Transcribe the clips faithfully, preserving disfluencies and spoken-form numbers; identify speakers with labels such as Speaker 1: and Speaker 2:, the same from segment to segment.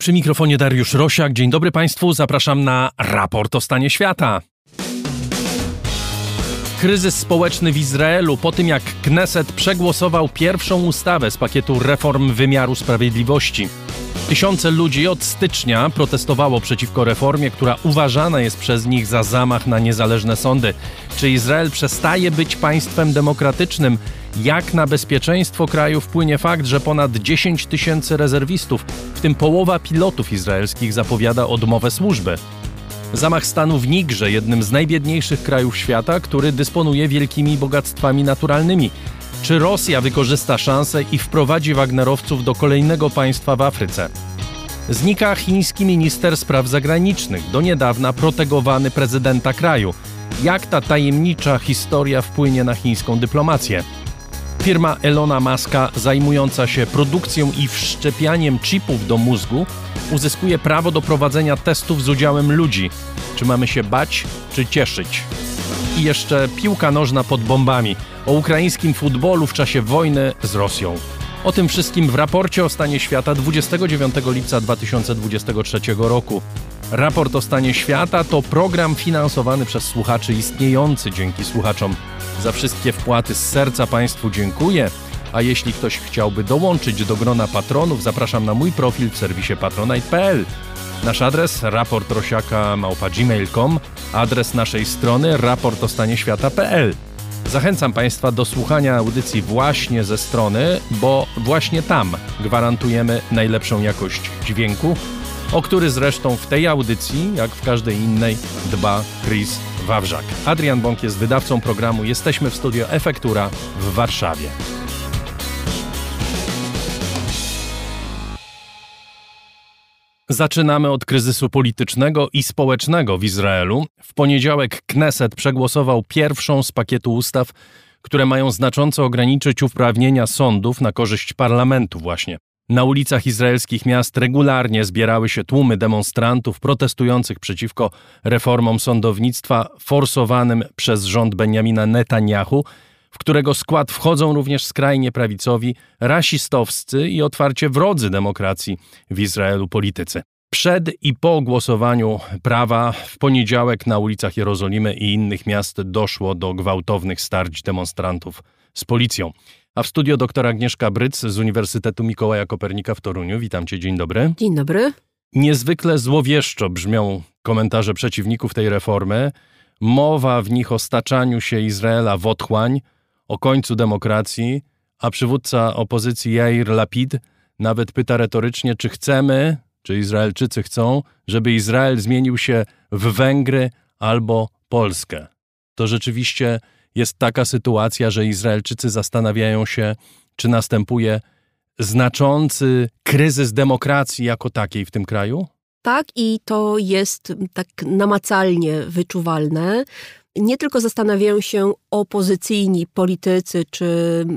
Speaker 1: Przy mikrofonie Dariusz Rosiak. Dzień dobry Państwu, zapraszam na raport o stanie świata. Kryzys społeczny w Izraelu po tym, jak Kneset przegłosował pierwszą ustawę z pakietu reform wymiaru sprawiedliwości. Tysiące ludzi od stycznia protestowało przeciwko reformie, która uważana jest przez nich za zamach na niezależne sądy. Czy Izrael przestaje być państwem demokratycznym? Jak na bezpieczeństwo kraju wpłynie fakt, że ponad dziesięć tysięcy rezerwistów, w tym połowa pilotów izraelskich, zapowiada odmowę służby? Zamach stanu w Nigrze, jednym z najbiedniejszych krajów świata, który dysponuje wielkimi bogactwami naturalnymi. Czy Rosja wykorzysta szansę i wprowadzi Wagnerowców do kolejnego państwa w Afryce? Znika chiński minister spraw zagranicznych, do niedawna protegowany prezydenta kraju. Jak ta tajemnicza historia wpłynie na chińską dyplomację? Firma Elona Muska, zajmująca się produkcją i wszczepianiem chipów do mózgu, uzyskuje prawo do prowadzenia testów z udziałem ludzi. Czy mamy się bać, czy cieszyć? I jeszcze piłka nożna pod bombami. O ukraińskim futbolu w czasie wojny z Rosją. O tym wszystkim w raporcie o stanie świata dwudziestego dziewiątego lipca dwa tysiące dwudziestego trzeciego roku. Raport o stanie świata to program finansowany przez słuchaczy, istniejący dzięki słuchaczom. Za wszystkie wpłaty z serca Państwu dziękuję, a jeśli ktoś chciałby dołączyć do grona patronów, zapraszam na mój profil w serwisie patronite kropka p l. Nasz adres raportrosiaka małpa gmail kropka com, adres naszej strony raport o stanie świata kropka p l. Zachęcam Państwa do słuchania audycji właśnie ze strony, bo właśnie tam gwarantujemy najlepszą jakość dźwięku, o który zresztą w tej audycji, jak w każdej innej, dba Chris Wawrzak. Adrian Bąk jest wydawcą programu. Jesteśmy w studio Efektura w Warszawie. Zaczynamy od kryzysu politycznego i społecznego w Izraelu. W poniedziałek Kneset przegłosował pierwszą z pakietu ustaw, które mają znacząco ograniczyć uprawnienia sądów na korzyść parlamentu właśnie. Na ulicach izraelskich miast regularnie zbierały się tłumy demonstrantów protestujących przeciwko reformom sądownictwa forsowanym przez rząd Benjamina Netanjahu, w którego skład wchodzą również skrajnie prawicowi, rasistowscy i otwarcie wrodzy demokracji w Izraelu politycy. Przed i po głosowaniu prawa w poniedziałek na ulicach Jerozolimy i innych miast doszło do gwałtownych starć demonstrantów z policją. A w studio doktor Agnieszka Bryc z Uniwersytetu Mikołaja Kopernika w Toruniu. Witam Cię, dzień dobry.
Speaker 2: Dzień dobry.
Speaker 1: Niezwykle złowieszczo brzmią komentarze przeciwników tej reformy. Mowa w nich o staczaniu się Izraela w otchłań, o końcu demokracji, a przywódca opozycji Jair Lapid nawet pyta retorycznie, czy chcemy, czy Izraelczycy chcą, żeby Izrael zmienił się w Węgry albo Polskę. To rzeczywiście jest taka sytuacja, że Izraelczycy zastanawiają się, czy następuje znaczący kryzys demokracji jako takiej w tym kraju?
Speaker 2: Tak, i to jest tak namacalnie wyczuwalne. Nie tylko zastanawiają się opozycyjni politycy czy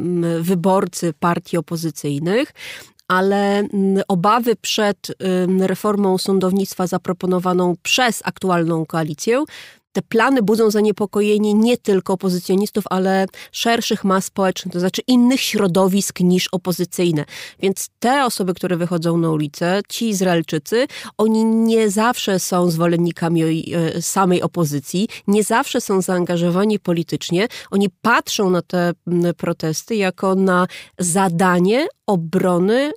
Speaker 2: wyborcy partii opozycyjnych, ale obawy przed reformą sądownictwa zaproponowaną przez aktualną koalicję, te plany budzą zaniepokojenie nie tylko opozycjonistów, ale szerszych mas społecznych, to znaczy innych środowisk niż opozycyjne. Więc te osoby, które wychodzą na ulicę, ci Izraelczycy, oni nie zawsze są zwolennikami samej opozycji, nie zawsze są zaangażowani politycznie. Oni patrzą na te protesty jako na zadanie obrony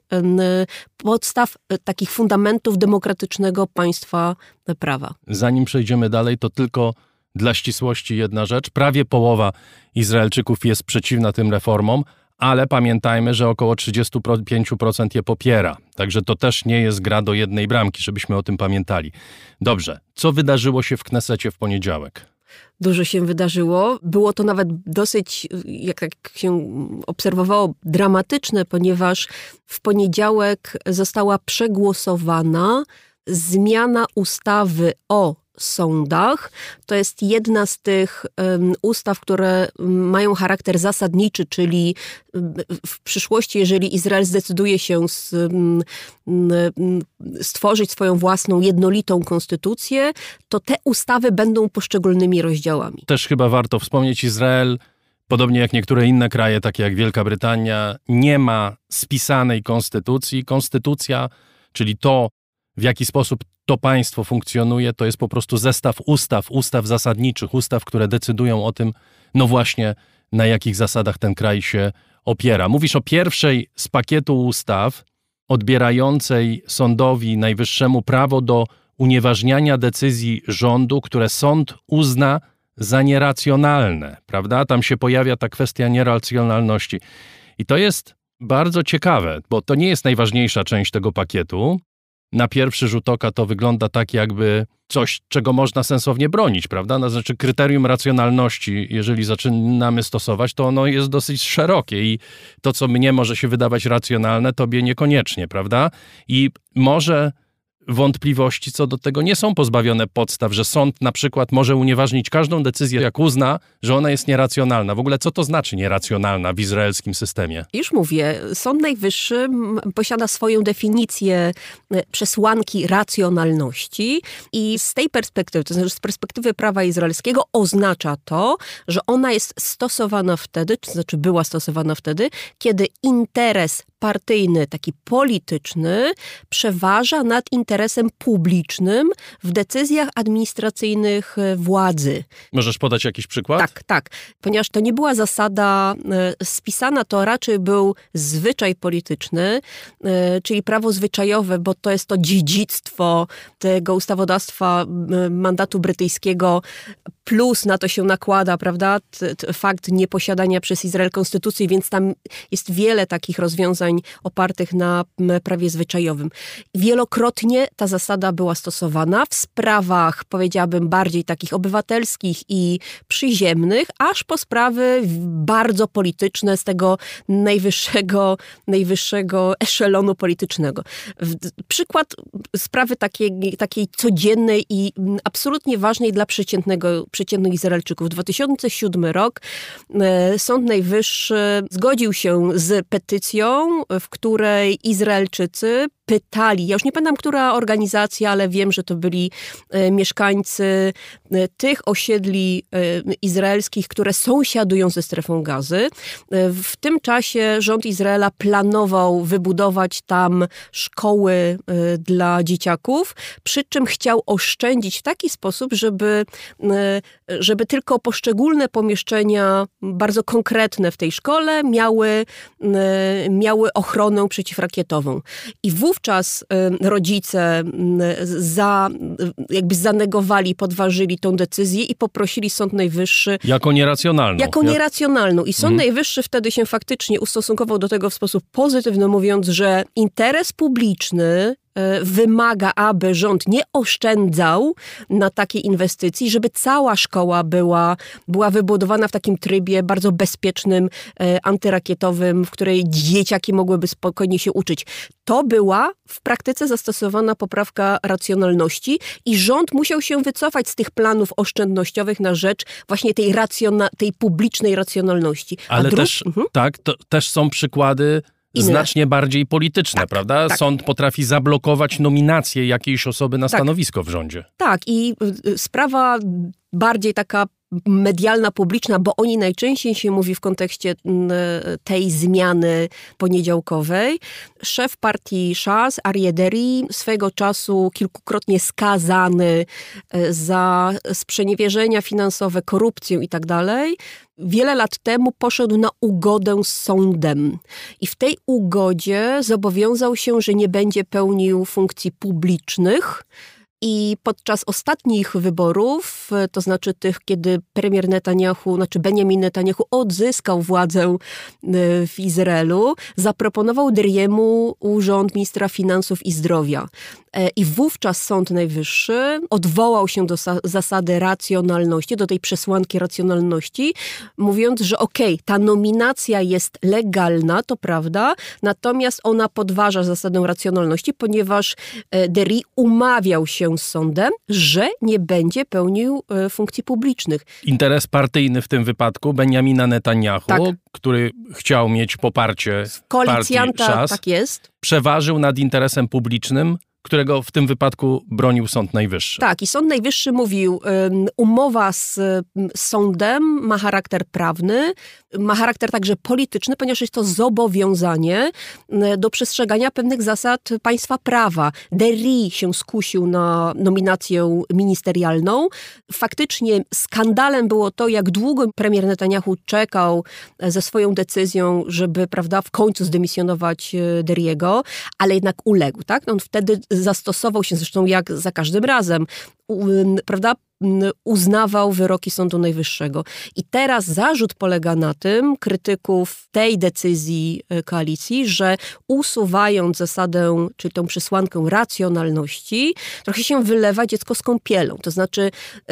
Speaker 2: podstaw takich fundamentów demokratycznego państwa prawa.
Speaker 1: Zanim przejdziemy dalej, to tylko dla ścisłości jedna rzecz. Prawie połowa Izraelczyków jest przeciwna tym reformom, ale pamiętajmy, że około trzydzieści pięć procent je popiera. Także to też nie jest gra do jednej bramki, żebyśmy o tym pamiętali. Dobrze, co wydarzyło się w Knesecie w poniedziałek?
Speaker 2: Dużo się wydarzyło. Było to nawet dosyć, jak tak się obserwowało, dramatyczne, ponieważ w poniedziałek została przegłosowana zmiana ustawy o sądach. To jest jedna z tych um, ustaw, które mają charakter zasadniczy, czyli w przyszłości, jeżeli Izrael zdecyduje się z, um, stworzyć swoją własną jednolitą konstytucję, to te ustawy będą poszczególnymi rozdziałami.
Speaker 1: Też chyba warto wspomnieć, Izrael, podobnie jak niektóre inne kraje, takie jak Wielka Brytania, nie ma spisanej konstytucji. Konstytucja, czyli to, w jaki sposób to państwo funkcjonuje, to jest po prostu zestaw ustaw, ustaw zasadniczych, ustaw, które decydują o tym, no właśnie, na jakich zasadach ten kraj się opiera. Mówisz o pierwszej z pakietu ustaw odbierającej Sądowi Najwyższemu prawo do unieważniania decyzji rządu, które sąd uzna za nieracjonalne, prawda? Tam się pojawia ta kwestia nieracjonalności. I to jest bardzo ciekawe, bo to nie jest najważniejsza część tego pakietu. Na pierwszy rzut oka to wygląda tak, jakby coś, czego można sensownie bronić, prawda? No, znaczy kryterium racjonalności, jeżeli zaczynamy stosować, to ono jest dosyć szerokie i to, co mnie może się wydawać racjonalne, tobie niekoniecznie, prawda? I może wątpliwości co do tego nie są pozbawione podstaw, że sąd na przykład może unieważnić każdą decyzję, jak uzna, że ona jest nieracjonalna. W ogóle co to znaczy nieracjonalna w izraelskim systemie?
Speaker 2: Już mówię, Sąd Najwyższy posiada swoją definicję przesłanki racjonalności i z tej perspektywy, to znaczy z perspektywy prawa izraelskiego oznacza to, że ona jest stosowana wtedy, to znaczy była stosowana wtedy, kiedy interes partyjny, taki polityczny, przeważa nad interesem publicznym w decyzjach administracyjnych władzy.
Speaker 1: Możesz podać jakiś przykład?
Speaker 2: Tak, tak. Ponieważ to nie była zasada spisana, to raczej był zwyczaj polityczny, czyli prawo zwyczajowe, bo to jest to dziedzictwo tego ustawodawstwa mandatu brytyjskiego, plus na to się nakłada, prawda, fakt nieposiadania przez Izrael konstytucji, więc tam jest wiele takich rozwiązań opartych na prawie zwyczajowym. Wielokrotnie ta zasada była stosowana w sprawach, powiedziałabym, bardziej takich obywatelskich i przyziemnych, aż po sprawy bardzo polityczne z tego najwyższego, najwyższego eszelonu politycznego. Przykład sprawy takiej, takiej codziennej i absolutnie ważnej dla przeciętnego, przeciętnych Izraelczyków. dwa tysiące siódmy rok Sąd Najwyższy zgodził się z petycją, w której Izraelczycy pytali, ja już nie pamiętam, która organizacja, ale wiem, że to byli e, mieszkańcy e, tych osiedli e, izraelskich, które sąsiadują ze strefą gazy. E, w tym czasie rząd Izraela planował wybudować tam szkoły e, dla dzieciaków, przy czym chciał oszczędzić w taki sposób, żeby, e, żeby tylko poszczególne pomieszczenia, bardzo konkretne w tej szkole, miały, e, miały ochronę przeciwrakietową. I wówczas Wówczas rodzice za, jakby zanegowali, podważyli tą decyzję i poprosili Sąd Najwyższy...
Speaker 1: Jako nieracjonalną.
Speaker 2: Jako nieracjonalną. I Sąd mhm. Najwyższy wtedy się faktycznie ustosunkował do tego w sposób pozytywny, mówiąc, że interes publiczny wymaga, aby rząd nie oszczędzał na takiej inwestycji, żeby cała szkoła była, była wybudowana w takim trybie bardzo bezpiecznym, antyrakietowym, w której dzieciaki mogłyby spokojnie się uczyć. To była w praktyce zastosowana poprawka racjonalności i rząd musiał się wycofać z tych planów oszczędnościowych na rzecz właśnie tej, racjona- tej publicznej racjonalności.
Speaker 1: Ale
Speaker 2: dru-
Speaker 1: też, mhm. tak, to też są przykłady Inne. Znacznie bardziej polityczne, tak, prawda? Tak. Sąd potrafi zablokować nominację jakiejś osoby na tak. stanowisko w rządzie.
Speaker 2: Tak, i sprawa bardziej taka medialna, publiczna, bo o niej najczęściej się mówi w kontekście tej zmiany poniedziałkowej. Szef partii Shas, Aryeh Deri, swego czasu kilkukrotnie skazany za sprzeniewierzenia finansowe, korupcję i tak dalej, wiele lat temu poszedł na ugodę z sądem. I w tej ugodzie zobowiązał się, że nie będzie pełnił funkcji publicznych. I podczas ostatnich wyborów, to znaczy tych, kiedy premier Netanyahu, znaczy Benjamin Netanyahu odzyskał władzę w Izraelu, zaproponował Deriemu urząd ministra finansów i zdrowia. I wówczas Sąd Najwyższy odwołał się do zasady racjonalności, do tej przesłanki racjonalności, mówiąc, że okej, okay, ta nominacja jest legalna, to prawda, natomiast ona podważa zasadę racjonalności, ponieważ Deri umawiał się z sądem, że nie będzie pełnił funkcji publicznych.
Speaker 1: Interes partyjny w tym wypadku Benjamina Netanyahu, tak. który chciał mieć poparcie
Speaker 2: koalicjanta,
Speaker 1: partii Shas,
Speaker 2: tak jest.
Speaker 1: przeważył nad interesem publicznym, którego w tym wypadku bronił Sąd Najwyższy.
Speaker 2: Tak, i Sąd Najwyższy mówił, um, umowa z um, sądem ma charakter prawny, ma charakter także polityczny, ponieważ jest to zobowiązanie um, do przestrzegania pewnych zasad państwa prawa. Derry się skusił na nominację ministerialną. Faktycznie skandalem było to, jak długo premier Netanyahu czekał ze swoją decyzją, żeby, prawda, w końcu zdymisjonować Derry'ego, ale jednak uległ, tak? On wtedy zastosował się, zresztą jak za każdym razem, u, prawda, uznawał wyroki Sądu Najwyższego. I teraz zarzut polega na tym, krytyków tej decyzji koalicji, że usuwając zasadę, czyli tą przesłankę racjonalności, trochę się wylewa dziecko z kąpielą. To znaczy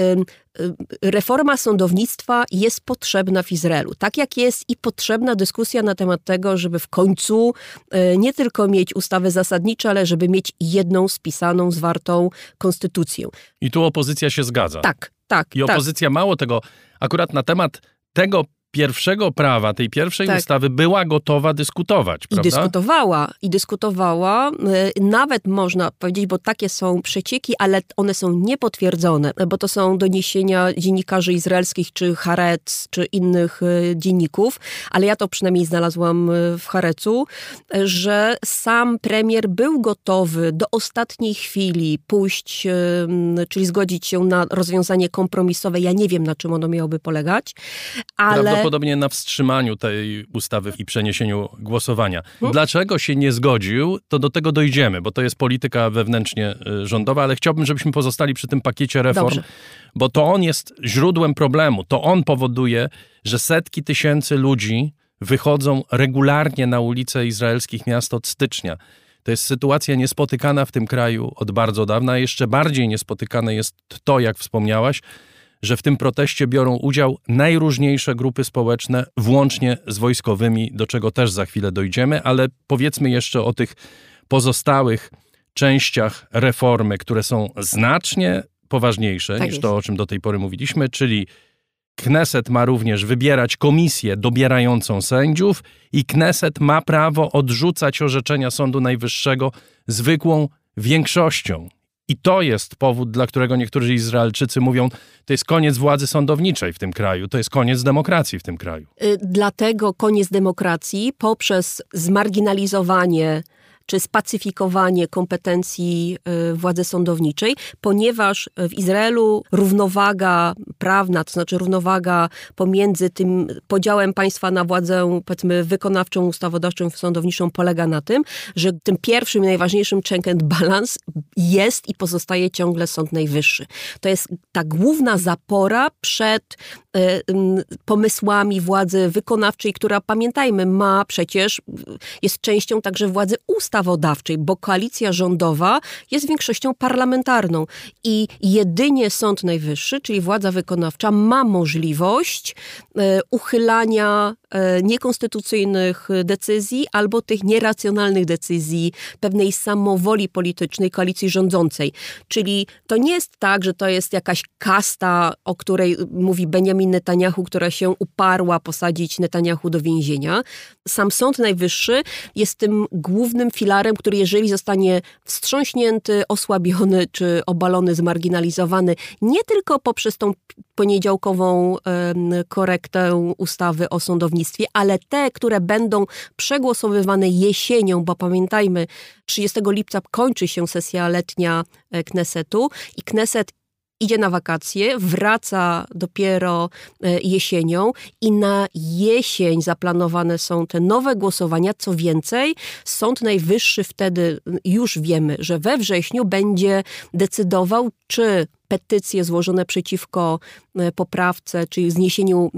Speaker 2: reforma sądownictwa jest potrzebna w Izraelu. Tak jak jest i potrzebna dyskusja na temat tego, żeby w końcu nie tylko mieć ustawy zasadnicze, ale żeby mieć jedną spisaną, zwartą konstytucję.
Speaker 1: I tu opozycja się zgadza.
Speaker 2: Tak, tak.
Speaker 1: I opozycja
Speaker 2: tak.
Speaker 1: mało tego, akurat na temat tego pierwszego prawa, tej pierwszej
Speaker 2: tak.
Speaker 1: ustawy była gotowa dyskutować, prawda?
Speaker 2: I dyskutowała, i dyskutowała. Nawet można powiedzieć, bo takie są przecieki, ale one są niepotwierdzone, bo to są doniesienia dziennikarzy izraelskich, czy Haaretz, czy innych dzienników, ale ja to przynajmniej znalazłam w Haaretzu, że sam premier był gotowy do ostatniej chwili pójść, czyli zgodzić się na rozwiązanie kompromisowe. Ja nie wiem, na czym ono miałoby polegać, ale
Speaker 1: Prawdopodobnie na wstrzymaniu tej ustawy i przeniesieniu głosowania. Hmm? Dlaczego się nie zgodził, to do tego dojdziemy, bo to jest polityka wewnętrznie rządowa, ale chciałbym, żebyśmy pozostali przy tym pakiecie reform, Dobrze. Bo to on jest źródłem problemu. To on powoduje, że setki tysięcy ludzi wychodzą regularnie na ulice izraelskich miast od stycznia. To jest sytuacja niespotykana w tym kraju od bardzo dawna. Jeszcze bardziej niespotykane jest to, jak wspomniałaś, że w tym proteście biorą udział najróżniejsze grupy społeczne, włącznie z wojskowymi, do czego też za chwilę dojdziemy, ale powiedzmy jeszcze o tych pozostałych częściach reformy, które są znacznie poważniejsze tak niż jest. To, o czym do tej pory mówiliśmy, czyli Kneset ma również wybierać komisję dobierającą sędziów i Kneset ma prawo odrzucać orzeczenia Sądu Najwyższego zwykłą większością. I to jest powód, dla którego niektórzy Izraelczycy mówią, to jest koniec władzy sądowniczej w tym kraju, to jest koniec demokracji w tym kraju.
Speaker 2: Dlatego koniec demokracji poprzez zmarginalizowanie czy spacyfikowanie kompetencji władzy sądowniczej, ponieważ w Izraelu równowaga prawna, to znaczy równowaga pomiędzy tym podziałem państwa na władzę, powiedzmy, wykonawczą, ustawodawczą i sądowniczą polega na tym, że tym pierwszym i najważniejszym check and balance jest i pozostaje ciągle Sąd Najwyższy. To jest ta główna zapora przed y, y, pomysłami władzy wykonawczej, która, pamiętajmy, ma przecież, jest częścią także władzy ustawodawczej, bo koalicja rządowa jest większością parlamentarną i jedynie Sąd Najwyższy, czyli władza wykonawcza, ma możliwość e, uchylania e, niekonstytucyjnych decyzji albo tych nieracjonalnych decyzji pewnej samowoli politycznej koalicji rządzącej. Czyli to nie jest tak, że to jest jakaś kasta, o której mówi Benjamin Netanyahu, która się uparła posadzić Netanyahu do więzienia. Sam Sąd Najwyższy jest tym głównym filarem, który jeżeli zostanie wstrząśnięty, osłabiony czy obalony, zmarginalizowany, nie tylko poprzez tą poniedziałkową e, korektę ustawy o sądownictwie, ale te, które będą przegłosowywane jesienią, bo pamiętajmy, trzydziestego lipca kończy się sesja letnia Knesetu i Kneset idzie na wakacje, wraca dopiero jesienią i na jesień zaplanowane są te nowe głosowania. Co więcej, Sąd Najwyższy wtedy już wiemy, że we wrześniu będzie decydował, czy petycje złożone przeciwko poprawce, czyli zniesieniu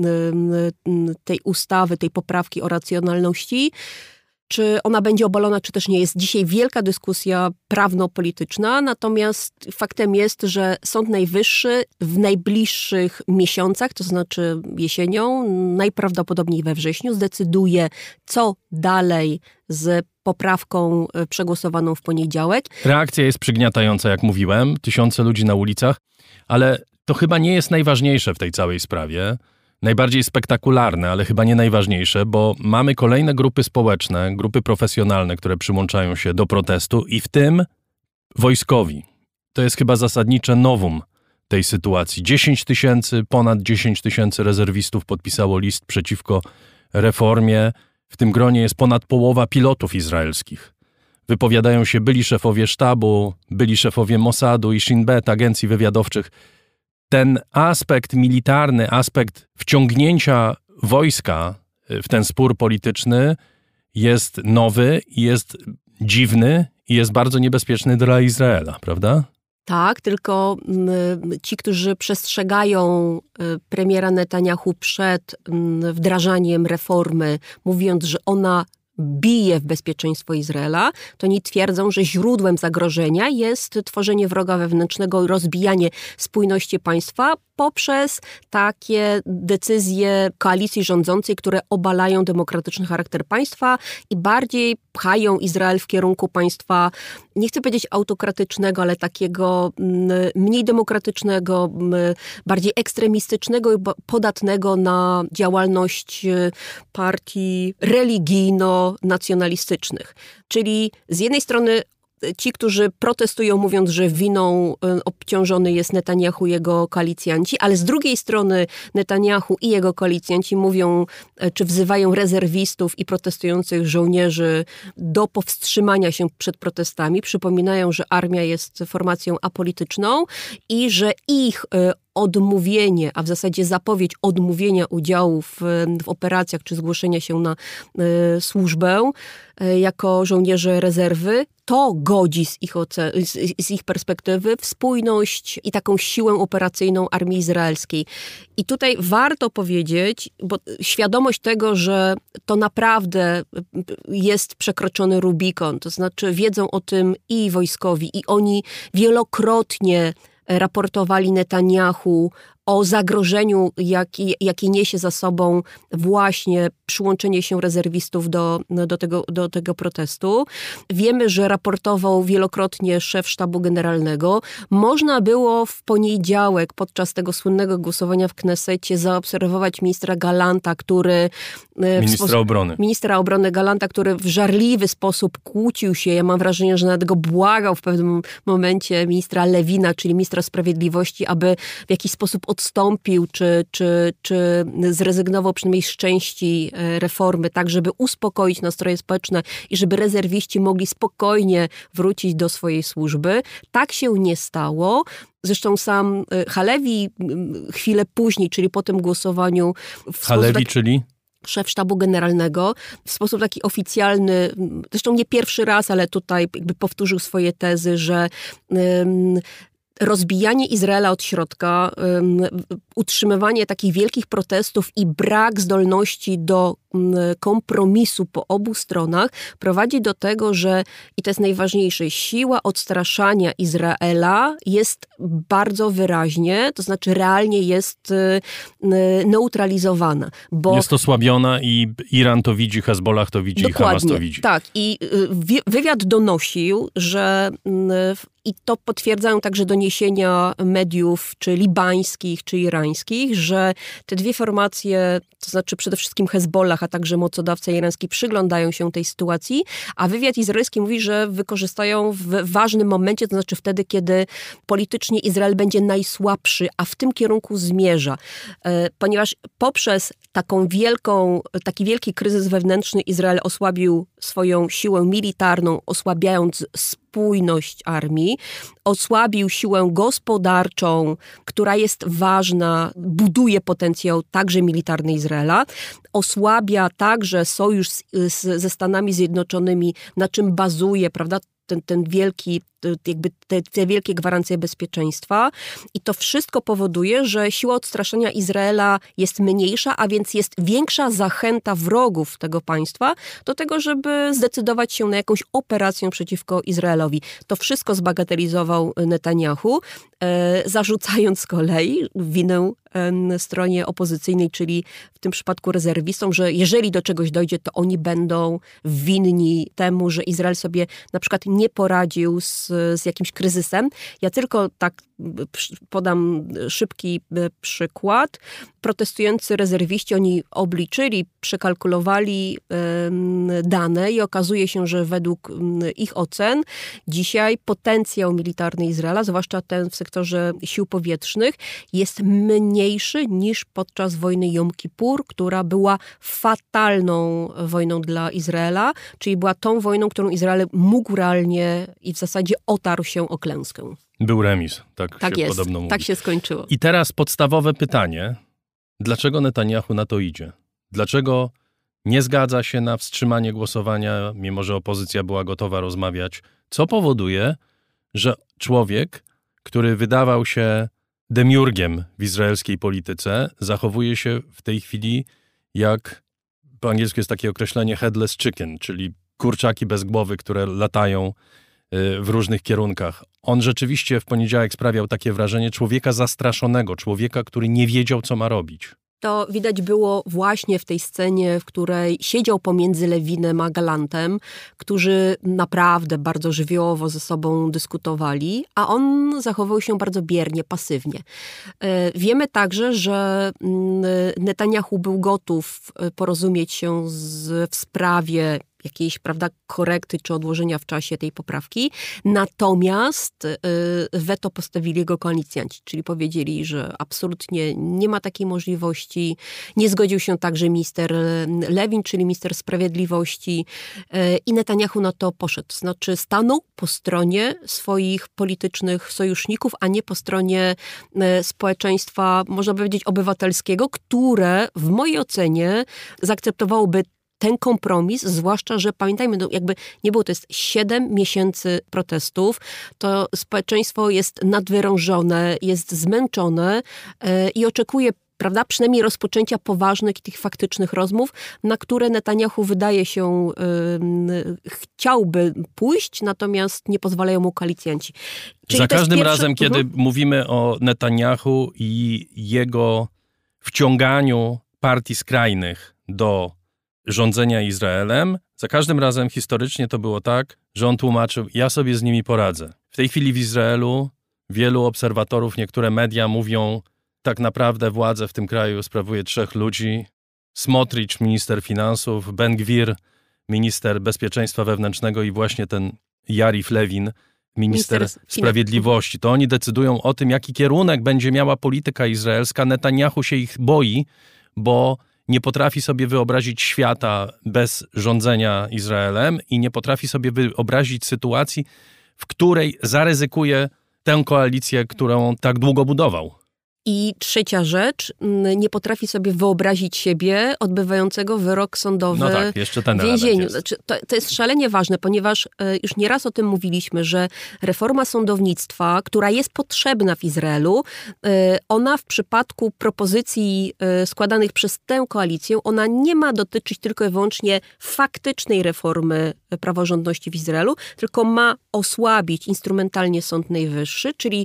Speaker 2: tej ustawy, tej poprawki o racjonalności, czy ona będzie obalona, czy też nie. Jest dzisiaj wielka dyskusja prawno-polityczna, natomiast faktem jest, że Sąd Najwyższy w najbliższych miesiącach, to znaczy jesienią, najprawdopodobniej we wrześniu, zdecyduje, co dalej z poprawką przegłosowaną w poniedziałek.
Speaker 1: Reakcja jest przygniatająca, jak mówiłem, tysiące ludzi na ulicach, ale to chyba nie jest najważniejsze w tej całej sprawie. Najbardziej spektakularne, ale chyba nie najważniejsze, bo mamy kolejne grupy społeczne, grupy profesjonalne, które przyłączają się do protestu i w tym Wojskowi. To jest chyba zasadnicze novum tej sytuacji. dziesięć tysięcy, ponad dziesięć tysięcy rezerwistów podpisało list przeciwko reformie. W tym gronie jest ponad połowa pilotów izraelskich. Wypowiadają się byli szefowie sztabu, byli szefowie Mossadu i Shin Bet, agencji wywiadowczych. Ten aspekt militarny, aspekt wciągnięcia wojska w ten spór polityczny jest nowy, jest dziwny i jest bardzo niebezpieczny dla Izraela, prawda?
Speaker 2: Tak, tylko ci, którzy przestrzegają premiera Netanyahu przed wdrażaniem reformy, mówiąc, że ona bije w bezpieczeństwo Izraela, to oni twierdzą, że źródłem zagrożenia jest tworzenie wroga wewnętrznego, rozbijanie spójności państwa poprzez takie decyzje koalicji rządzącej, które obalają demokratyczny charakter państwa i bardziej pchają Izrael w kierunku państwa, nie chcę powiedzieć autokratycznego, ale takiego mniej demokratycznego, bardziej ekstremistycznego i podatnego na działalność partii religijno-nacjonalistycznych. Czyli z jednej strony ci, którzy protestują, mówiąc, że winą obciążony jest Netanyahu i jego koalicjanci, ale z drugiej strony Netanyahu i jego koalicjanci mówią, czy wzywają rezerwistów i protestujących żołnierzy do powstrzymania się przed protestami. Przypominają, że armia jest formacją apolityczną i że ich odmówienie, a w zasadzie zapowiedź odmówienia udziału w, w operacjach czy zgłoszenia się na y, służbę y, jako żołnierze rezerwy, to godzi z ich, oce- z, z ich perspektywy w spójność i taką siłę operacyjną armii izraelskiej. I tutaj warto powiedzieć, bo świadomość tego, że to naprawdę jest przekroczony Rubikon, to znaczy wiedzą o tym i wojskowi, i oni wielokrotnie raportowali Netanyahu o zagrożeniu, jaki, jaki niesie za sobą właśnie przyłączenie się rezerwistów do, do, tego, do tego protestu. Wiemy, że raportował wielokrotnie szef sztabu generalnego. Można było w poniedziałek podczas tego słynnego głosowania w Knesecie zaobserwować ministra Galanta, który...
Speaker 1: Ministra
Speaker 2: sposób,
Speaker 1: obrony.
Speaker 2: Ministra obrony Galanta, który w żarliwy sposób kłócił się. Ja mam wrażenie, że nawet go błagał w pewnym momencie ministra Lewina, czyli ministra sprawiedliwości, aby w jakiś sposób odstąpił, czy, czy, czy zrezygnował przynajmniej z części reformy, tak żeby uspokoić nastroje społeczne i żeby rezerwiści mogli spokojnie wrócić do swojej służby. Tak się nie stało. Zresztą sam Halevi chwilę później, czyli po tym głosowaniu...
Speaker 1: Halevi, taki... czyli?
Speaker 2: Szef sztabu generalnego, w sposób taki oficjalny, zresztą nie pierwszy raz, ale tutaj jakby powtórzył swoje tezy, że um, rozbijanie Izraela od środka, um, utrzymywanie takich wielkich protestów i brak zdolności do um, kompromisu po obu stronach prowadzi do tego, że, i to jest najważniejsze, siła odstraszania Izraela jest bardzo wyraźnie, to znaczy realnie jest y, y, neutralizowana. Bo
Speaker 1: jest osłabiona i Iran to widzi, Hezbollah to widzi,
Speaker 2: dokładnie,
Speaker 1: Hamas to widzi.
Speaker 2: Tak. I y, wywiad donosił, że y, i to potwierdzają także doniesienia mediów, czy libańskich, czy irańskich, że te dwie formacje, to znaczy przede wszystkim Hezbollah, a także mocodawca irański przyglądają się tej sytuacji, a wywiad izraelski mówi, że wykorzystają w ważnym momencie, to znaczy wtedy, kiedy politycznie Izrael będzie najsłabszy, a w tym kierunku zmierza. Ponieważ poprzez taką wielką, taki wielki kryzys wewnętrzny Izrael osłabił swoją siłę militarną, osłabiając spójność armii, osłabił siłę gospodarczą, która jest ważna, buduje potencjał także militarny Izraela, osłabia także sojusz z, z, ze Stanami Zjednoczonymi, na czym bazuje, prawda, ten, ten wielki, jakby te, te wielkie gwarancje bezpieczeństwa. I to wszystko powoduje, że siła odstraszania Izraela jest mniejsza, a więc jest większa zachęta wrogów tego państwa do tego, żeby zdecydować się na jakąś operację przeciwko Izraelowi. To wszystko zbagatelizował Netanyahu, e, zarzucając z kolei winę e, stronie opozycyjnej, czyli w tym przypadku rezerwistom, że jeżeli do czegoś dojdzie, to oni będą winni temu, że Izrael sobie na przykład nie poradził z z jakimś kryzysem. Ja tylko tak podam szybki przykład. Protestujący rezerwiści, oni obliczyli, przekalkulowali dane i okazuje się, że według ich ocen dzisiaj potencjał militarny Izraela, zwłaszcza ten w sektorze sił powietrznych, jest mniejszy niż podczas wojny Jom Kippur, która była fatalną wojną dla Izraela, czyli była tą wojną, którą Izrael mógł realnie i w zasadzie otarł się o klęskę.
Speaker 1: Był remis, tak,
Speaker 2: tak
Speaker 1: się
Speaker 2: jest,
Speaker 1: podobno mówi.
Speaker 2: Tak się skończyło.
Speaker 1: I teraz podstawowe pytanie, dlaczego Netanjahu na to idzie? Dlaczego nie zgadza się na wstrzymanie głosowania, mimo że opozycja była gotowa rozmawiać? Co powoduje, że człowiek, który wydawał się demiurgiem w izraelskiej polityce, zachowuje się w tej chwili jak, po angielsku jest takie określenie headless chicken, czyli kurczaki bez głowy, które latają w różnych kierunkach. On rzeczywiście w poniedziałek sprawiał takie wrażenie człowieka zastraszonego, człowieka, który nie wiedział, co ma robić.
Speaker 2: To widać było właśnie w tej scenie, w której siedział pomiędzy Lewinem a Galantem, którzy naprawdę bardzo żywiołowo ze sobą dyskutowali, a on zachował się bardzo biernie, pasywnie. Wiemy także, że Netanjahu był gotów porozumieć się z, w sprawie jakiejś, prawda, korekty czy odłożenia w czasie tej poprawki. Natomiast y, weto postawili jego koalicjanci, czyli powiedzieli, że absolutnie nie ma takiej możliwości. Nie zgodził się także minister Lewin, czyli minister sprawiedliwości y, i Netanjahu na to poszedł. Znaczy stanął po stronie swoich politycznych sojuszników, a nie po stronie y, społeczeństwa, można powiedzieć, obywatelskiego, które w mojej ocenie zaakceptowałoby ten kompromis, zwłaszcza, że pamiętajmy, no jakby nie było, to jest siedem miesięcy protestów, to społeczeństwo jest nadwyrężone, jest zmęczone yy, i oczekuje, prawda, przynajmniej rozpoczęcia poważnych tych faktycznych rozmów, na które Netanjahu wydaje się yy, chciałby pójść, natomiast nie pozwalają mu koalicjanci. Czyli
Speaker 1: Za każdym
Speaker 2: pierwsze...
Speaker 1: razem, kiedy uh-huh. mówimy o Netanjahu i jego wciąganiu partii skrajnych do rządzenia Izraelem, za każdym razem historycznie to było tak, że on tłumaczył, ja sobie z nimi poradzę. W tej chwili w Izraelu wielu obserwatorów, niektóre media mówią, tak naprawdę władzę w tym kraju sprawuje trzech ludzi. Smotrich, minister finansów, Ben-Gwir, minister bezpieczeństwa wewnętrznego i właśnie ten Yariv Levin, minister, minister sprawiedliwości. To oni decydują o tym, jaki kierunek będzie miała polityka izraelska. Netanjahu się ich boi, bo nie potrafi sobie wyobrazić świata bez rządzenia Izraelem i nie potrafi sobie wyobrazić sytuacji, w której zaryzykuje tę koalicję, którą tak długo budował.
Speaker 2: I trzecia rzecz, nie potrafi sobie wyobrazić siebie odbywającego wyrok sądowy
Speaker 1: no tak, jeszcze ten
Speaker 2: w więzieniu.
Speaker 1: Jest.
Speaker 2: Znaczy, to, to jest szalenie ważne, ponieważ już nieraz o tym mówiliśmy, że reforma sądownictwa, która jest potrzebna w Izraelu, ona w przypadku propozycji składanych przez tę koalicję, ona nie ma dotyczyć tylko i wyłącznie faktycznej reformy praworządności w Izraelu, tylko ma osłabić instrumentalnie Sąd Najwyższy, czyli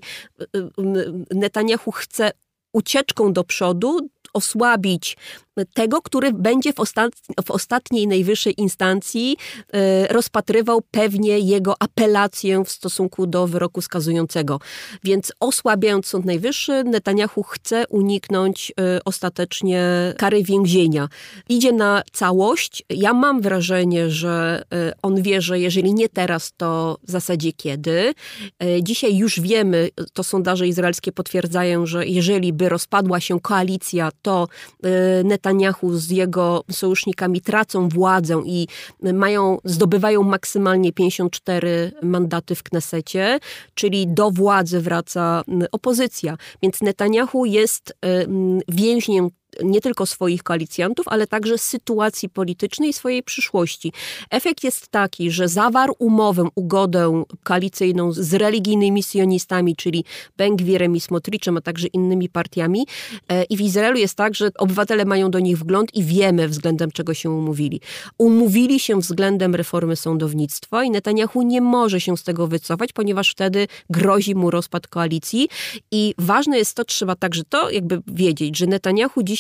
Speaker 2: Netanjahu chce ucieczką do przodu osłabić tego, który będzie w, ostat... w ostatniej najwyższej instancji y, rozpatrywał pewnie jego apelację w stosunku do wyroku skazującego. Więc osłabiając Sąd Najwyższy, Netanjahu chce uniknąć y, ostatecznie kary więzienia. Idzie na całość. Ja mam wrażenie, że y, on wie, że jeżeli nie teraz, to w zasadzie kiedy. Y, dzisiaj już wiemy, to sondaże izraelskie potwierdzają, że jeżeli by rozpadła się koalicja, to y, Netanjahu Netanjahu z jego sojusznikami tracą władzę i mają, zdobywają maksymalnie pięćdziesiąt cztery mandaty w Knesecie, czyli do władzy wraca opozycja. Więc Netanjahu jest więźniem nie tylko swoich koalicjantów, ale także sytuacji politycznej i swojej przyszłości. Efekt jest taki, że zawarł umowę, ugodę koalicyjną z religijnymi sionistami, czyli Ben-Gwirem i Smotrichem, a także innymi partiami. I w Izraelu jest tak, że obywatele mają do nich wgląd i wiemy względem czego się umówili. Umówili się względem reformy sądownictwa i Netanjahu nie może się z tego wycofać, ponieważ wtedy grozi mu rozpad koalicji. I ważne jest to, trzeba także to jakby wiedzieć, że Netanjahu dzisiaj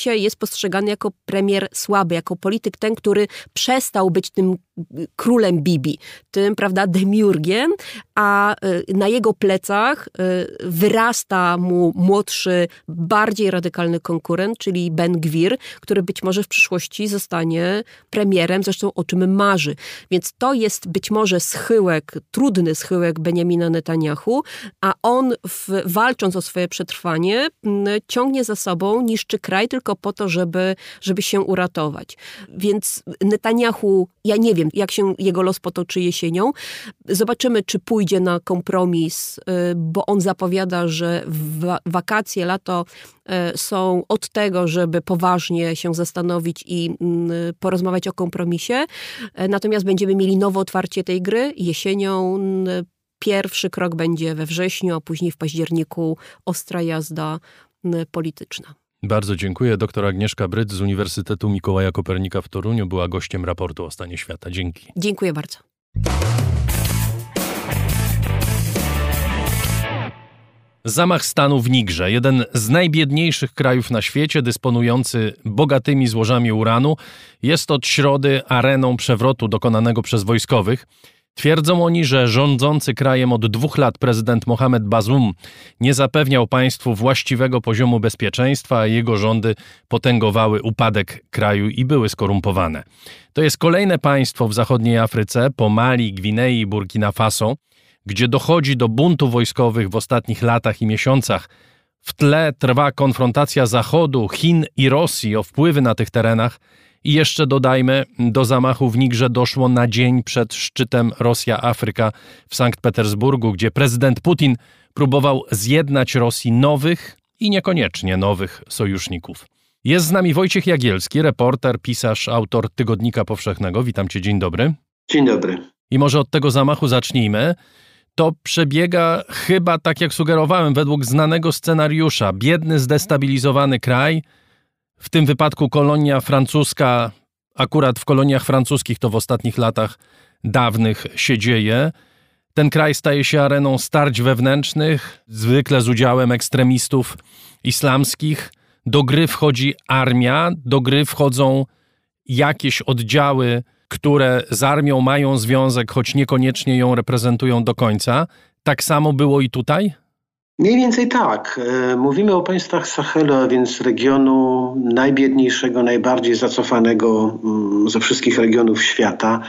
Speaker 2: dzisiaj jest postrzegany jako premier słaby, jako polityk ten, który przestał być tym królem Bibi, tym, prawda, demiurgiem, a na jego plecach wyrasta mu młodszy, bardziej radykalny konkurent, czyli Ben Gvir, który być może w przyszłości zostanie premierem, zresztą o czym marzy. Więc to jest być może schyłek, trudny schyłek Benjamina Netanyahu, a on w, walcząc o swoje przetrwanie ciągnie za sobą, niszczy kraj tylko po to, żeby, żeby się uratować. Więc Netanyahu, ja nie wiem, jak się jego los potoczy jesienią. Zobaczymy, czy pójdzie na kompromis, bo on zapowiada, że wa- wakacje, lato są od tego, żeby poważnie się zastanowić i porozmawiać o kompromisie. Natomiast będziemy mieli nowe otwarcie tej gry jesienią. Pierwszy krok będzie we wrześniu, a później w październiku ostra jazda polityczna.
Speaker 1: Bardzo dziękuję. Doktor Agnieszka Bryc z Uniwersytetu Mikołaja Kopernika w Toruniu była gościem raportu o stanie świata. Dzięki.
Speaker 2: Dziękuję bardzo.
Speaker 1: Zamach stanu w Nigrze, jeden z najbiedniejszych krajów na świecie, dysponujący bogatymi złożami uranu, jest od środy areną przewrotu dokonanego przez wojskowych. Twierdzą oni, że rządzący krajem od dwóch lat prezydent Mohamed Bazoum nie zapewniał państwu właściwego poziomu bezpieczeństwa, a jego rządy potęgowały upadek kraju i były skorumpowane. To jest kolejne państwo w zachodniej Afryce, po Mali, Gwinei i Burkina Faso, gdzie dochodzi do buntu wojskowych w ostatnich latach i miesiącach. W tle trwa konfrontacja Zachodu, Chin i Rosji o wpływy na tych terenach. I jeszcze dodajmy, do zamachu w Nigrze doszło na dzień przed szczytem Rosja-Afryka w Sankt Petersburgu, gdzie prezydent Putin próbował zjednać Rosji nowych i niekoniecznie nowych sojuszników. Jest z nami Wojciech Jagielski, reporter, pisarz, autor Tygodnika Powszechnego. Witam cię, dzień dobry.
Speaker 3: Dzień dobry.
Speaker 1: I może od tego zamachu zacznijmy. To przebiega chyba, tak jak sugerowałem, według znanego scenariusza. Biedny, zdestabilizowany kraj, w tym wypadku kolonia francuska, akurat w koloniach francuskich to w ostatnich latach dawnych się dzieje. Ten kraj staje się areną starć wewnętrznych, zwykle z udziałem ekstremistów islamskich. Do gry wchodzi armia, do gry wchodzą jakieś oddziały, które z armią mają związek, choć niekoniecznie ją reprezentują do końca. Tak samo było i tutaj?
Speaker 3: Mniej więcej tak. Mówimy o państwach Sahelu, a więc regionu najbiedniejszego, najbardziej zacofanego ze wszystkich regionów świata.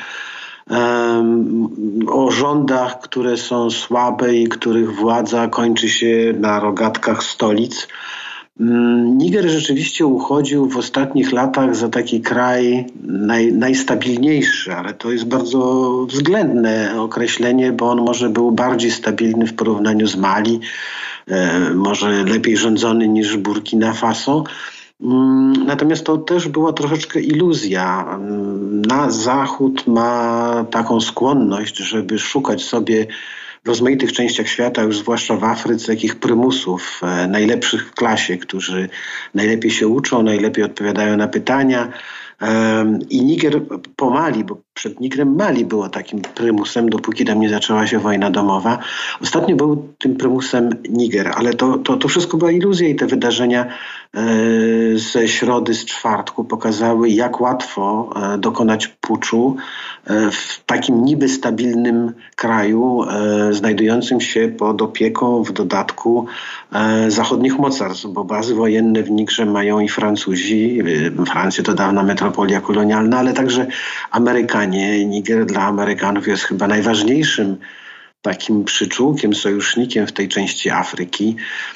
Speaker 3: O rządach, które są słabe i których władza kończy się na rogatkach stolic. Niger rzeczywiście uchodził w ostatnich latach za taki kraj naj, najstabilniejszy, ale to jest bardzo względne określenie, bo on może był bardziej stabilny w porównaniu z Mali, e, może lepiej rządzony niż Burkina Faso. Natomiast to też była troszeczkę iluzja. Na Zachód ma taką skłonność, żeby szukać sobie w rozmaitych częściach świata, już zwłaszcza w Afryce, takich prymusów, e, najlepszych w klasie, którzy najlepiej się uczą, najlepiej odpowiadają na pytania. E, I Niger po Mali, bo przed Nigrem Mali było takim prymusem, dopóki tam nie zaczęła się wojna domowa. Ostatnio był tym prymusem Niger, ale to, to, to wszystko była iluzja i te wydarzenia e, ze środy, z czwartku pokazały, jak łatwo e, dokonać puczu e, w takim niby stabilnym kraju, e, znajdującym się pod opieką w dodatku e, zachodnich mocarstw, bo bazy wojenne w Nigrze mają i Francuzi, e, Francja to dawna metropolia kolonialna, ale także Amerykanie. Niger dla Amerykanów jest chyba najważniejszym takim przyczółkiem, sojusznikiem w tej części Afryki.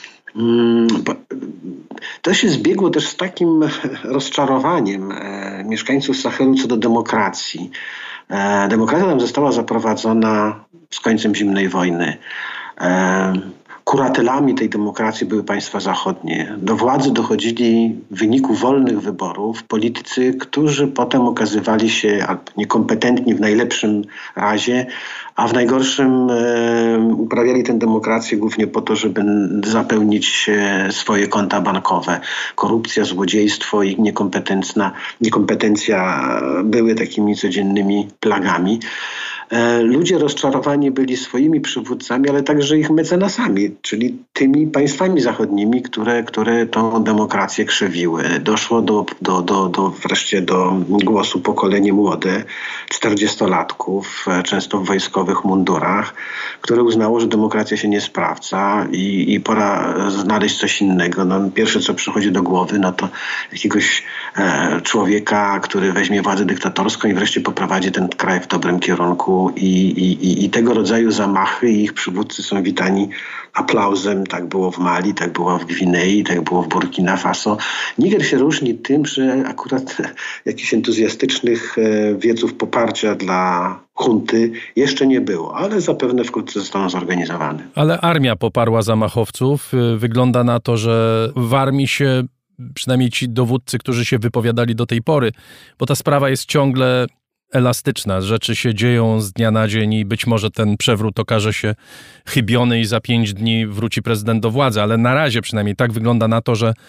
Speaker 3: To się zbiegło też z takim rozczarowaniem mieszkańców Sahelu co do demokracji. Demokracja tam została zaprowadzona z końcem zimnej wojny. Kuratelami tej demokracji były państwa zachodnie. Do władzy dochodzili w wyniku wolnych wyborów politycy, którzy potem okazywali się niekompetentni w najlepszym razie, a w najgorszym e, uprawiali tę demokrację głównie po to, żeby zapełnić e, swoje konta bankowe. Korupcja, złodziejstwo i niekompetencja były takimi codziennymi plagami. Ludzie rozczarowani byli swoimi przywódcami, ale także ich mecenasami, czyli tymi państwami zachodnimi, które, które tą demokrację krzewiły. Doszło do, do, do, do wreszcie do głosu pokolenie młode, czterdziestolatków, często w wojskowych mundurach, które uznało, że demokracja się nie sprawdza i, i pora znaleźć coś innego. No, pierwsze, co przychodzi do głowy, no to jakiegoś e, człowieka, który weźmie władzę dyktatorską i wreszcie poprowadzi ten kraj w dobrym kierunku. I, i, i tego rodzaju zamachy i ich przywódcy są witani aplauzem. Tak było w Mali, tak było w Gwinei, tak było w Burkina Faso. Niger się różni tym, że akurat jakichś entuzjastycznych wieców poparcia dla hunty jeszcze nie było, ale zapewne wkrótce zostaną zorganizowane.
Speaker 1: Ale armia poparła zamachowców. Wygląda na to, że w armii się, przynajmniej ci dowódcy, którzy się wypowiadali do tej pory, bo ta sprawa jest ciągle elastyczna. Rzeczy się dzieją z dnia na dzień i być może ten przewrót okaże się chybiony i za pięć dni wróci prezydent do władzy, ale na razie przynajmniej tak wygląda na to, że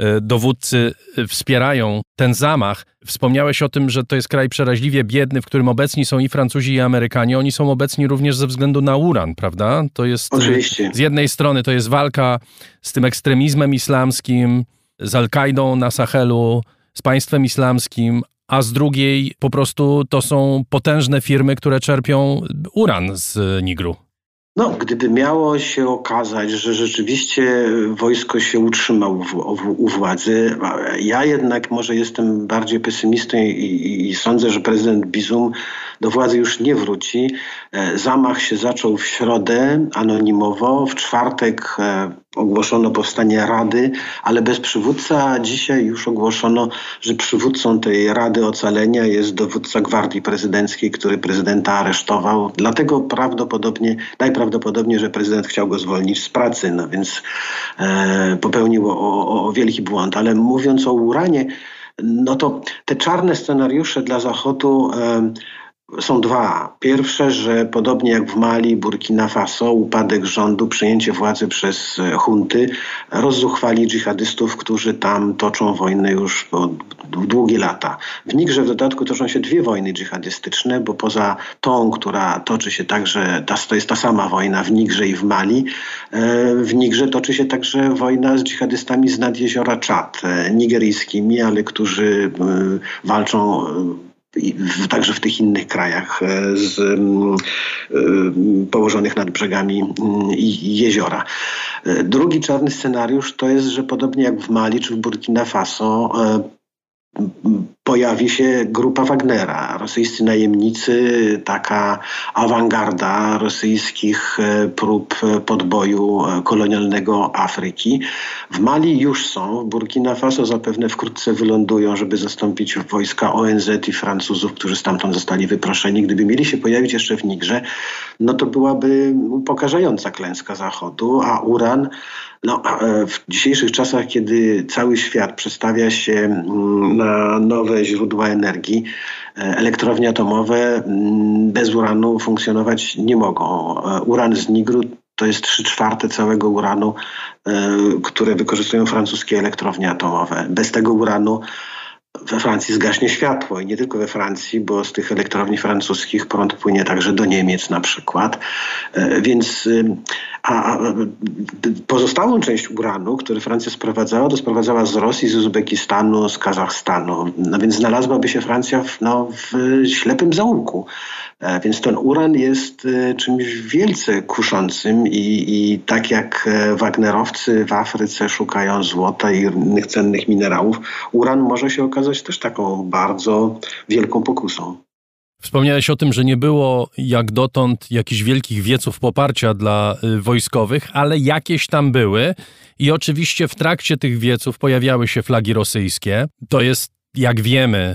Speaker 1: dowódcy wspierają ten zamach. Wspomniałeś o tym, że to jest kraj przeraźliwie biedny, w którym obecni są i Francuzi, i Amerykanie. Oni są obecni również ze względu na uran, prawda? To jest
Speaker 3: Oczywiście.
Speaker 1: Z jednej strony to jest walka z tym ekstremizmem islamskim, z Al-Kaidą na Sahelu, z państwem islamskim, a z drugiej po prostu to są potężne firmy, które czerpią uran z Nigru.
Speaker 3: No, gdyby miało się okazać, że rzeczywiście wojsko się utrzyma u, u, u władzy, ja jednak może jestem bardziej pesymistą i, i, i sądzę, że prezydent Bizum do władzy już nie wróci. Zamach się zaczął w środę anonimowo, w czwartek ogłoszono powstanie Rady, ale bez przywódca. Dzisiaj już ogłoszono, że przywódcą tej Rady Ocalenia jest dowódca Gwardii Prezydenckiej, który prezydenta aresztował. Dlatego prawdopodobnie, najprawdopodobniej, że prezydent chciał go zwolnić z pracy, no więc e, popełnił o, o, o wielki błąd. Ale mówiąc o uranie, no to te czarne scenariusze dla Zachodu e, są dwa. Pierwsze, że podobnie jak w Mali, Burkina Faso, upadek rządu, przejęcie władzy przez hunty rozzuchwali dżihadystów, którzy tam toczą wojnę już długie lata. W Nigrze w dodatku toczą się dwie wojny dżihadystyczne, bo poza tą, która toczy się także, to jest ta sama wojna w Nigrze i w Mali, w Nigrze toczy się także wojna z dżihadystami z nad jeziora Czad, nigeryjskimi, ale którzy walczą I w, także w tych innych krajach z, y, y, położonych nad brzegami y, jeziora. Drugi czarny scenariusz to jest, że podobnie jak w Mali czy w Burkina Faso y, pojawi się grupa Wagnera, rosyjscy najemnicy, taka awangarda rosyjskich prób podboju kolonialnego Afryki. W Mali już są, w Burkina Faso zapewne wkrótce wylądują, żeby zastąpić wojska O N Z i Francuzów, którzy stamtąd zostali wyproszeni. Gdyby mieli się pojawić jeszcze w Nigrze, no to byłaby upokarzająca klęska Zachodu, a uran, no, w dzisiejszych czasach, kiedy cały świat przestawia się na nowe źródła energii, elektrownie atomowe bez uranu funkcjonować nie mogą. Uran z Nigru to jest trzy czwarte całego uranu, które wykorzystują francuskie elektrownie atomowe. Bez tego uranu we Francji zgaśnie światło i nie tylko we Francji, bo z tych elektrowni francuskich prąd płynie także do Niemiec na przykład. Więc a, a pozostałą część uranu, który Francja sprowadzała, to sprowadzała z Rosji, z Uzbekistanu, z Kazachstanu. No więc znalazłaby się Francja w, no, w ślepym zaułku. Więc ten uran jest czymś wielce kuszącym i, i tak jak wagnerowcy w Afryce szukają złota i innych cennych minerałów, uran może się okazać też taką bardzo wielką pokusą.
Speaker 1: Wspomniałeś o tym, że nie było jak dotąd jakichś wielkich wieców poparcia dla wojskowych, ale jakieś tam były i oczywiście w trakcie tych wieców pojawiały się flagi rosyjskie. To jest, jak wiemy,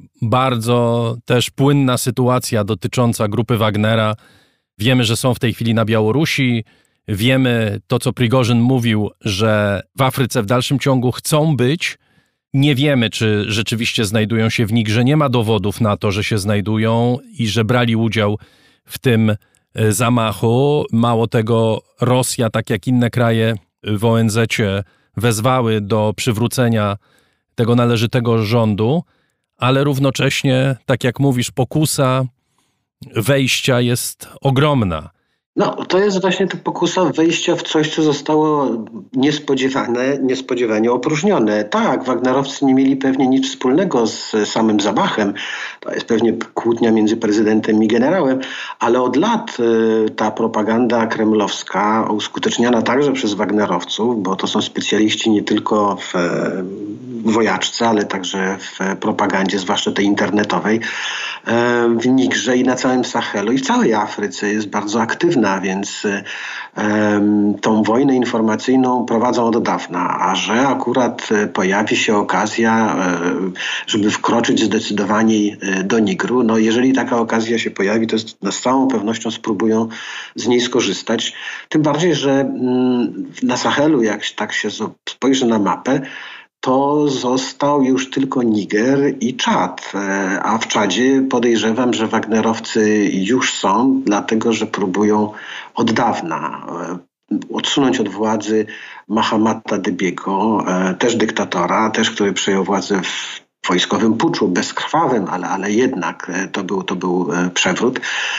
Speaker 1: bardzo też płynna sytuacja dotycząca grupy Wagnera. Wiemy, że są w tej chwili na Białorusi. Wiemy to, co Prigorzyn mówił, że w Afryce w dalszym ciągu chcą być. Nie wiemy, czy rzeczywiście znajdują się w Nigrze. Nie ma dowodów na to, że się znajdują i że brali udział w tym zamachu. Mało tego, Rosja, tak jak inne kraje w O N Z-cie, wezwały do przywrócenia tego należytego rządu, ale równocześnie, tak jak mówisz, pokusa wejścia jest ogromna.
Speaker 3: No, to jest właśnie ta pokusa wejścia w coś, co zostało niespodziewane, niespodziewanie opróżnione. Tak, wagnerowcy nie mieli pewnie nic wspólnego z samym zamachem. To jest pewnie kłótnia między prezydentem i generałem, ale od lat y, ta propaganda kremlowska, uskuteczniana także przez wagnerowców, bo to są specjaliści nie tylko w, w wojaczce, ale także w propagandzie, zwłaszcza tej internetowej, y, w Nigrze i na całym Sahelu i w całej Afryce jest bardzo aktywna. Więc um, tą wojnę informacyjną prowadzą od dawna, a że akurat pojawi się okazja, żeby wkroczyć zdecydowanie do Nigru, no jeżeli taka okazja się pojawi, to z całą pewnością spróbują z niej skorzystać. Tym bardziej, że na Sahelu, jak tak się spojrzy na mapę, to został już tylko Niger i Czad, a w Czadzie podejrzewam, że wagnerowcy już są, dlatego że próbują od dawna odsunąć od władzy Mahamata Debiego, też dyktatora, też który przejął władzę w wojskowym puczu, bezkrwawym, ale, ale jednak to był, to był przewrót.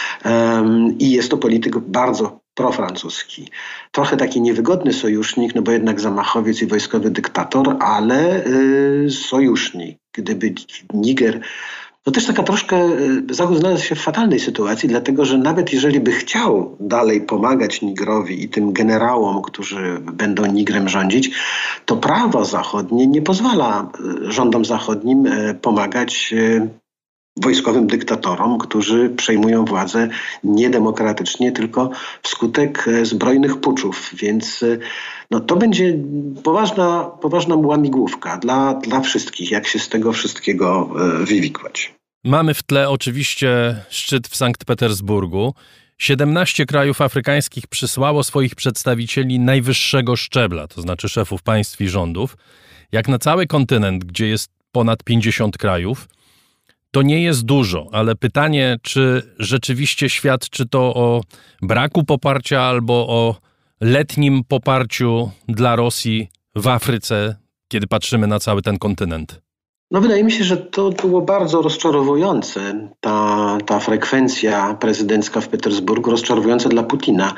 Speaker 3: I jest to polityk bardzo profrancuski. Trochę taki niewygodny sojusznik, no bo jednak zamachowiec i wojskowy dyktator, ale y, sojusznik. Gdyby Niger... To też taka troszkę... Zachód znalazł się w fatalnej sytuacji, dlatego że nawet jeżeli by chciał dalej pomagać Nigerowi i tym generałom, którzy będą Nigrem rządzić, to prawo zachodnie nie pozwala rządom zachodnim pomagać wojskowym dyktatorom, którzy przejmują władzę niedemokratycznie, tylko wskutek zbrojnych puczów. Więc no, to będzie poważna, poważna łamigłówka dla, dla wszystkich, jak się z tego wszystkiego wywikłać.
Speaker 1: Mamy w tle oczywiście szczyt w Sankt Petersburgu. siedemnaście krajów afrykańskich przysłało swoich przedstawicieli najwyższego szczebla, to znaczy szefów państw i rządów. Jak na cały kontynent, gdzie jest ponad pięćdziesiąt krajów, to nie jest dużo, ale pytanie, czy rzeczywiście świadczy to o braku poparcia albo o letnim poparciu dla Rosji w Afryce, kiedy patrzymy na cały ten kontynent?
Speaker 3: No wydaje mi się, że to było bardzo rozczarowujące, ta, ta frekwencja prezydencka w Petersburgu, rozczarowująca dla Putina.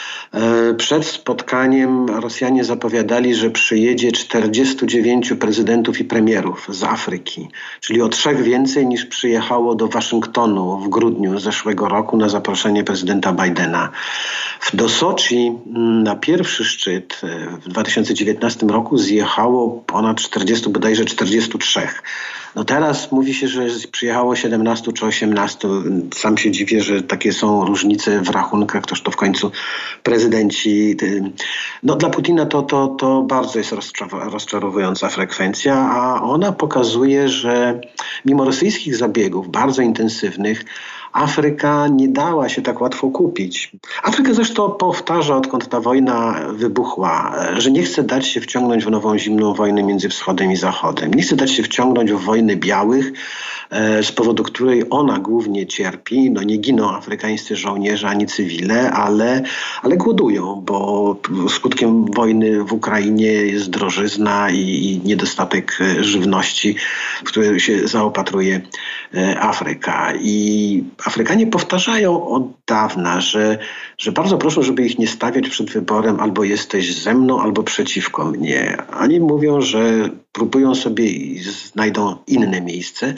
Speaker 3: Przed spotkaniem Rosjanie zapowiadali, że przyjedzie czterdziestu dziewięciu prezydentów i premierów z Afryki, czyli o trzech więcej niż przyjechało do Waszyngtonu w grudniu zeszłego roku na zaproszenie prezydenta Bidena. Do Soczi na pierwszy szczyt w dwa tysiące dziewiętnastym roku zjechało ponad czterdziestu, bodajże czterdziestu trzech. No teraz mówi się, że przyjechało siedemnastu czy osiemnastu. Sam się dziwię, że takie są różnice w rachunkach, toż to w końcu prezydenci. No dla Putina to, to, to bardzo jest rozczarowująca frekwencja, a ona pokazuje, że mimo rosyjskich zabiegów bardzo intensywnych, Afryka nie dała się tak łatwo kupić. Afryka zresztą powtarza, odkąd ta wojna wybuchła, że nie chce dać się wciągnąć w nową zimną wojnę między Wschodem i Zachodem. Nie chce dać się wciągnąć w wojnę białych, z powodu której ona głównie cierpi. No nie giną afrykańscy żołnierze ani cywile, ale, ale głodują, bo skutkiem wojny w Ukrainie jest drożyzna i, i niedostatek żywności, w której się zaopatruje Afryka. I Afrykanie powtarzają od dawna, że, że bardzo proszę, żeby ich nie stawiać przed wyborem albo jesteś ze mną, albo przeciwko mnie. Oni mówią, że próbują sobie i znajdą inne miejsce.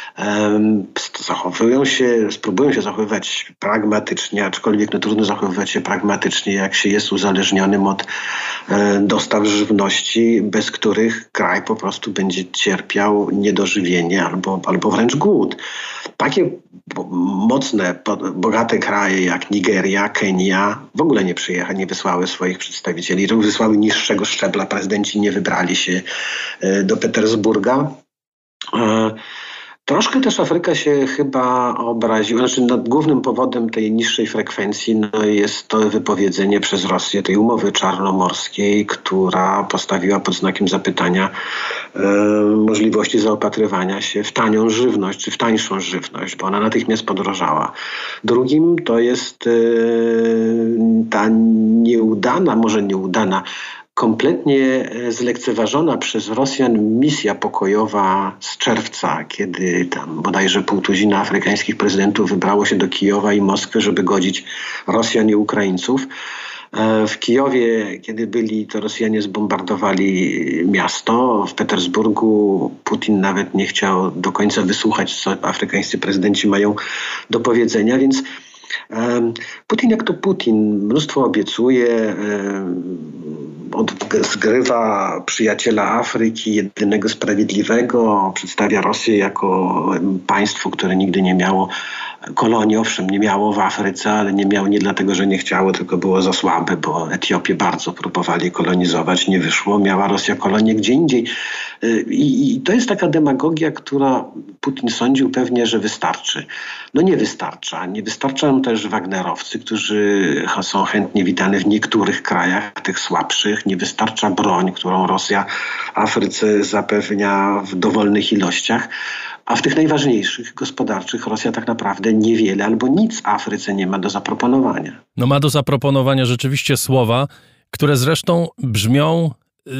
Speaker 3: Um, zachowują się, spróbują się zachowywać pragmatycznie, aczkolwiek no, trudno zachowywać się pragmatycznie, jak się jest uzależnionym od e, dostaw żywności, bez których kraj po prostu będzie cierpiał niedożywienie albo, albo wręcz głód. Takie mocne, bogate kraje jak Nigeria, Kenia w ogóle nie przyjechały, nie wysłały swoich przedstawicieli, wysłały niższego szczebla, prezydenci nie wybrali się e, do Petersburga. E, Troszkę też Afryka się chyba obraziła, znaczy nad głównym powodem tej niższej frekwencji no jest to wypowiedzenie przez Rosję tej umowy czarnomorskiej, która postawiła pod znakiem zapytania e, możliwości zaopatrywania się w tanią żywność, czy w tańszą żywność, bo ona natychmiast podrożała. Drugim to jest e, ta nieudana, może nieudana, kompletnie zlekceważona przez Rosjan misja pokojowa z czerwca, kiedy tam bodajże pół tuzina afrykańskich prezydentów wybrało się do Kijowa i Moskwy, żeby godzić Rosjan i Ukraińców. W Kijowie, kiedy byli, to Rosjanie zbombardowali miasto. W Petersburgu Putin nawet nie chciał do końca wysłuchać, co afrykańscy prezydenci mają do powiedzenia, więc Putin jak to Putin, mnóstwo obiecuje, zgrywa przyjaciela Afryki, jedynego sprawiedliwego, przedstawia Rosję jako państwo, które nigdy nie miało kolonii. Owszem, nie miało w Afryce, ale nie miało nie dlatego, że nie chciało, tylko było za słabe, bo Etiopię bardzo próbowali kolonizować, nie wyszło. Miała Rosja kolonię gdzie indziej. I, i to jest taka demagogia, która Putin sądził pewnie, że wystarczy. No nie wystarcza. Nie wystarczają też Wagnerowcy, którzy są chętnie witani w niektórych krajach, tych słabszych. Nie wystarcza broń, którą Rosja Afryce zapewnia w dowolnych ilościach. A w tych najważniejszych, gospodarczych, Rosja tak naprawdę niewiele albo nic Afryce nie ma do zaproponowania.
Speaker 1: No ma do zaproponowania rzeczywiście słowa, które zresztą brzmią,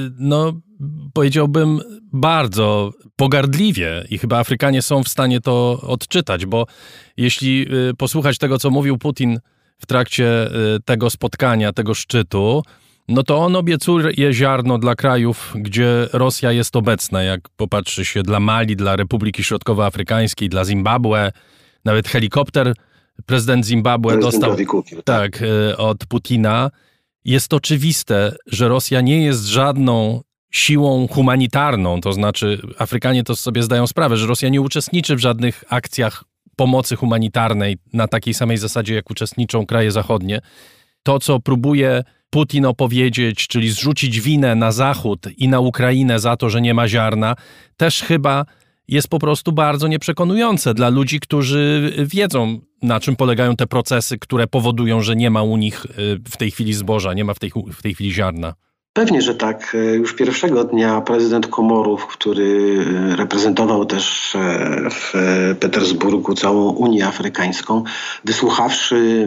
Speaker 1: no powiedziałbym, bardzo pogardliwie i chyba Afrykanie są w stanie to odczytać, bo jeśli posłuchać tego, co mówił Putin w trakcie tego spotkania, tego szczytu, no to on obiecuje ziarno dla krajów, gdzie Rosja jest obecna, jak popatrzy się dla Mali, dla Republiki Środkowoafrykańskiej, dla Zimbabwe, nawet helikopter prezydent Zimbabwe dostał tak, od Putina. Jest oczywiste, że Rosja nie jest żadną siłą humanitarną, to znaczy Afrykanie to sobie zdają sprawę, że Rosja nie uczestniczy w żadnych akcjach pomocy humanitarnej na takiej samej zasadzie, jak uczestniczą kraje zachodnie. To, co próbuje Putin opowiedzieć, czyli zrzucić winę na Zachód i na Ukrainę za to, że nie ma ziarna, też chyba jest po prostu bardzo nieprzekonujące dla ludzi, którzy wiedzą, na czym polegają te procesy, które powodują, że nie ma u nich w tej chwili zboża, nie ma w tej, w tej chwili ziarna.
Speaker 3: Pewnie, że tak. Już pierwszego dnia prezydent Komorów, który reprezentował też w Petersburgu całą Unię Afrykańską, wysłuchawszy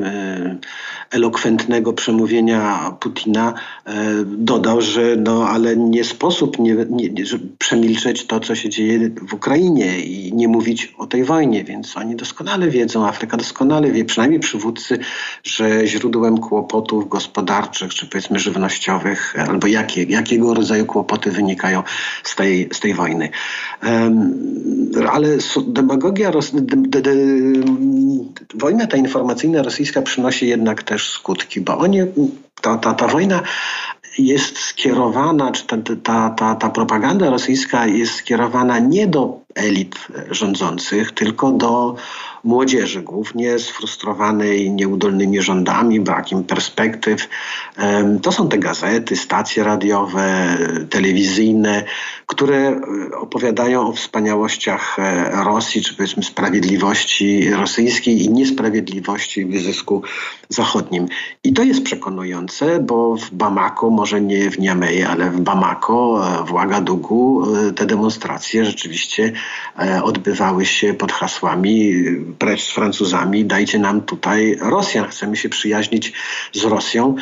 Speaker 3: elokwentnego przemówienia Putina, dodał, że no ale nie sposób nie, nie, przemilczeć to, co się dzieje w Ukrainie i nie mówić o tej wojnie, więc oni doskonale wiedzą, Afryka doskonale wie, przynajmniej przywódcy, że źródłem kłopotów gospodarczych, czy powiedzmy żywnościowych, albo jakie, jakiego rodzaju kłopoty wynikają z tej, z tej wojny. Um, ale demagogia, de, de, de, wojna ta informacyjna rosyjska przynosi jednak też skutki, bo oni, ta, ta, ta wojna jest skierowana, czy ta, ta, ta, ta propaganda rosyjska jest skierowana nie do elit rządzących, tylko do młodzieży, głównie sfrustrowanej nieudolnymi rządami, brakiem perspektyw. To są te gazety, stacje radiowe, telewizyjne, które opowiadają o wspaniałościach Rosji, czy powiedzmy sprawiedliwości rosyjskiej i niesprawiedliwości w wyzysku zachodnim. I to jest przekonujące, bo w Bamako, może nie w Niamey, ale w Bamako, w Ouagadougou te demonstracje rzeczywiście odbywały się pod hasłami precz z Francuzami, dajcie nam tutaj Rosjan, chcemy się przyjaźnić z Rosją.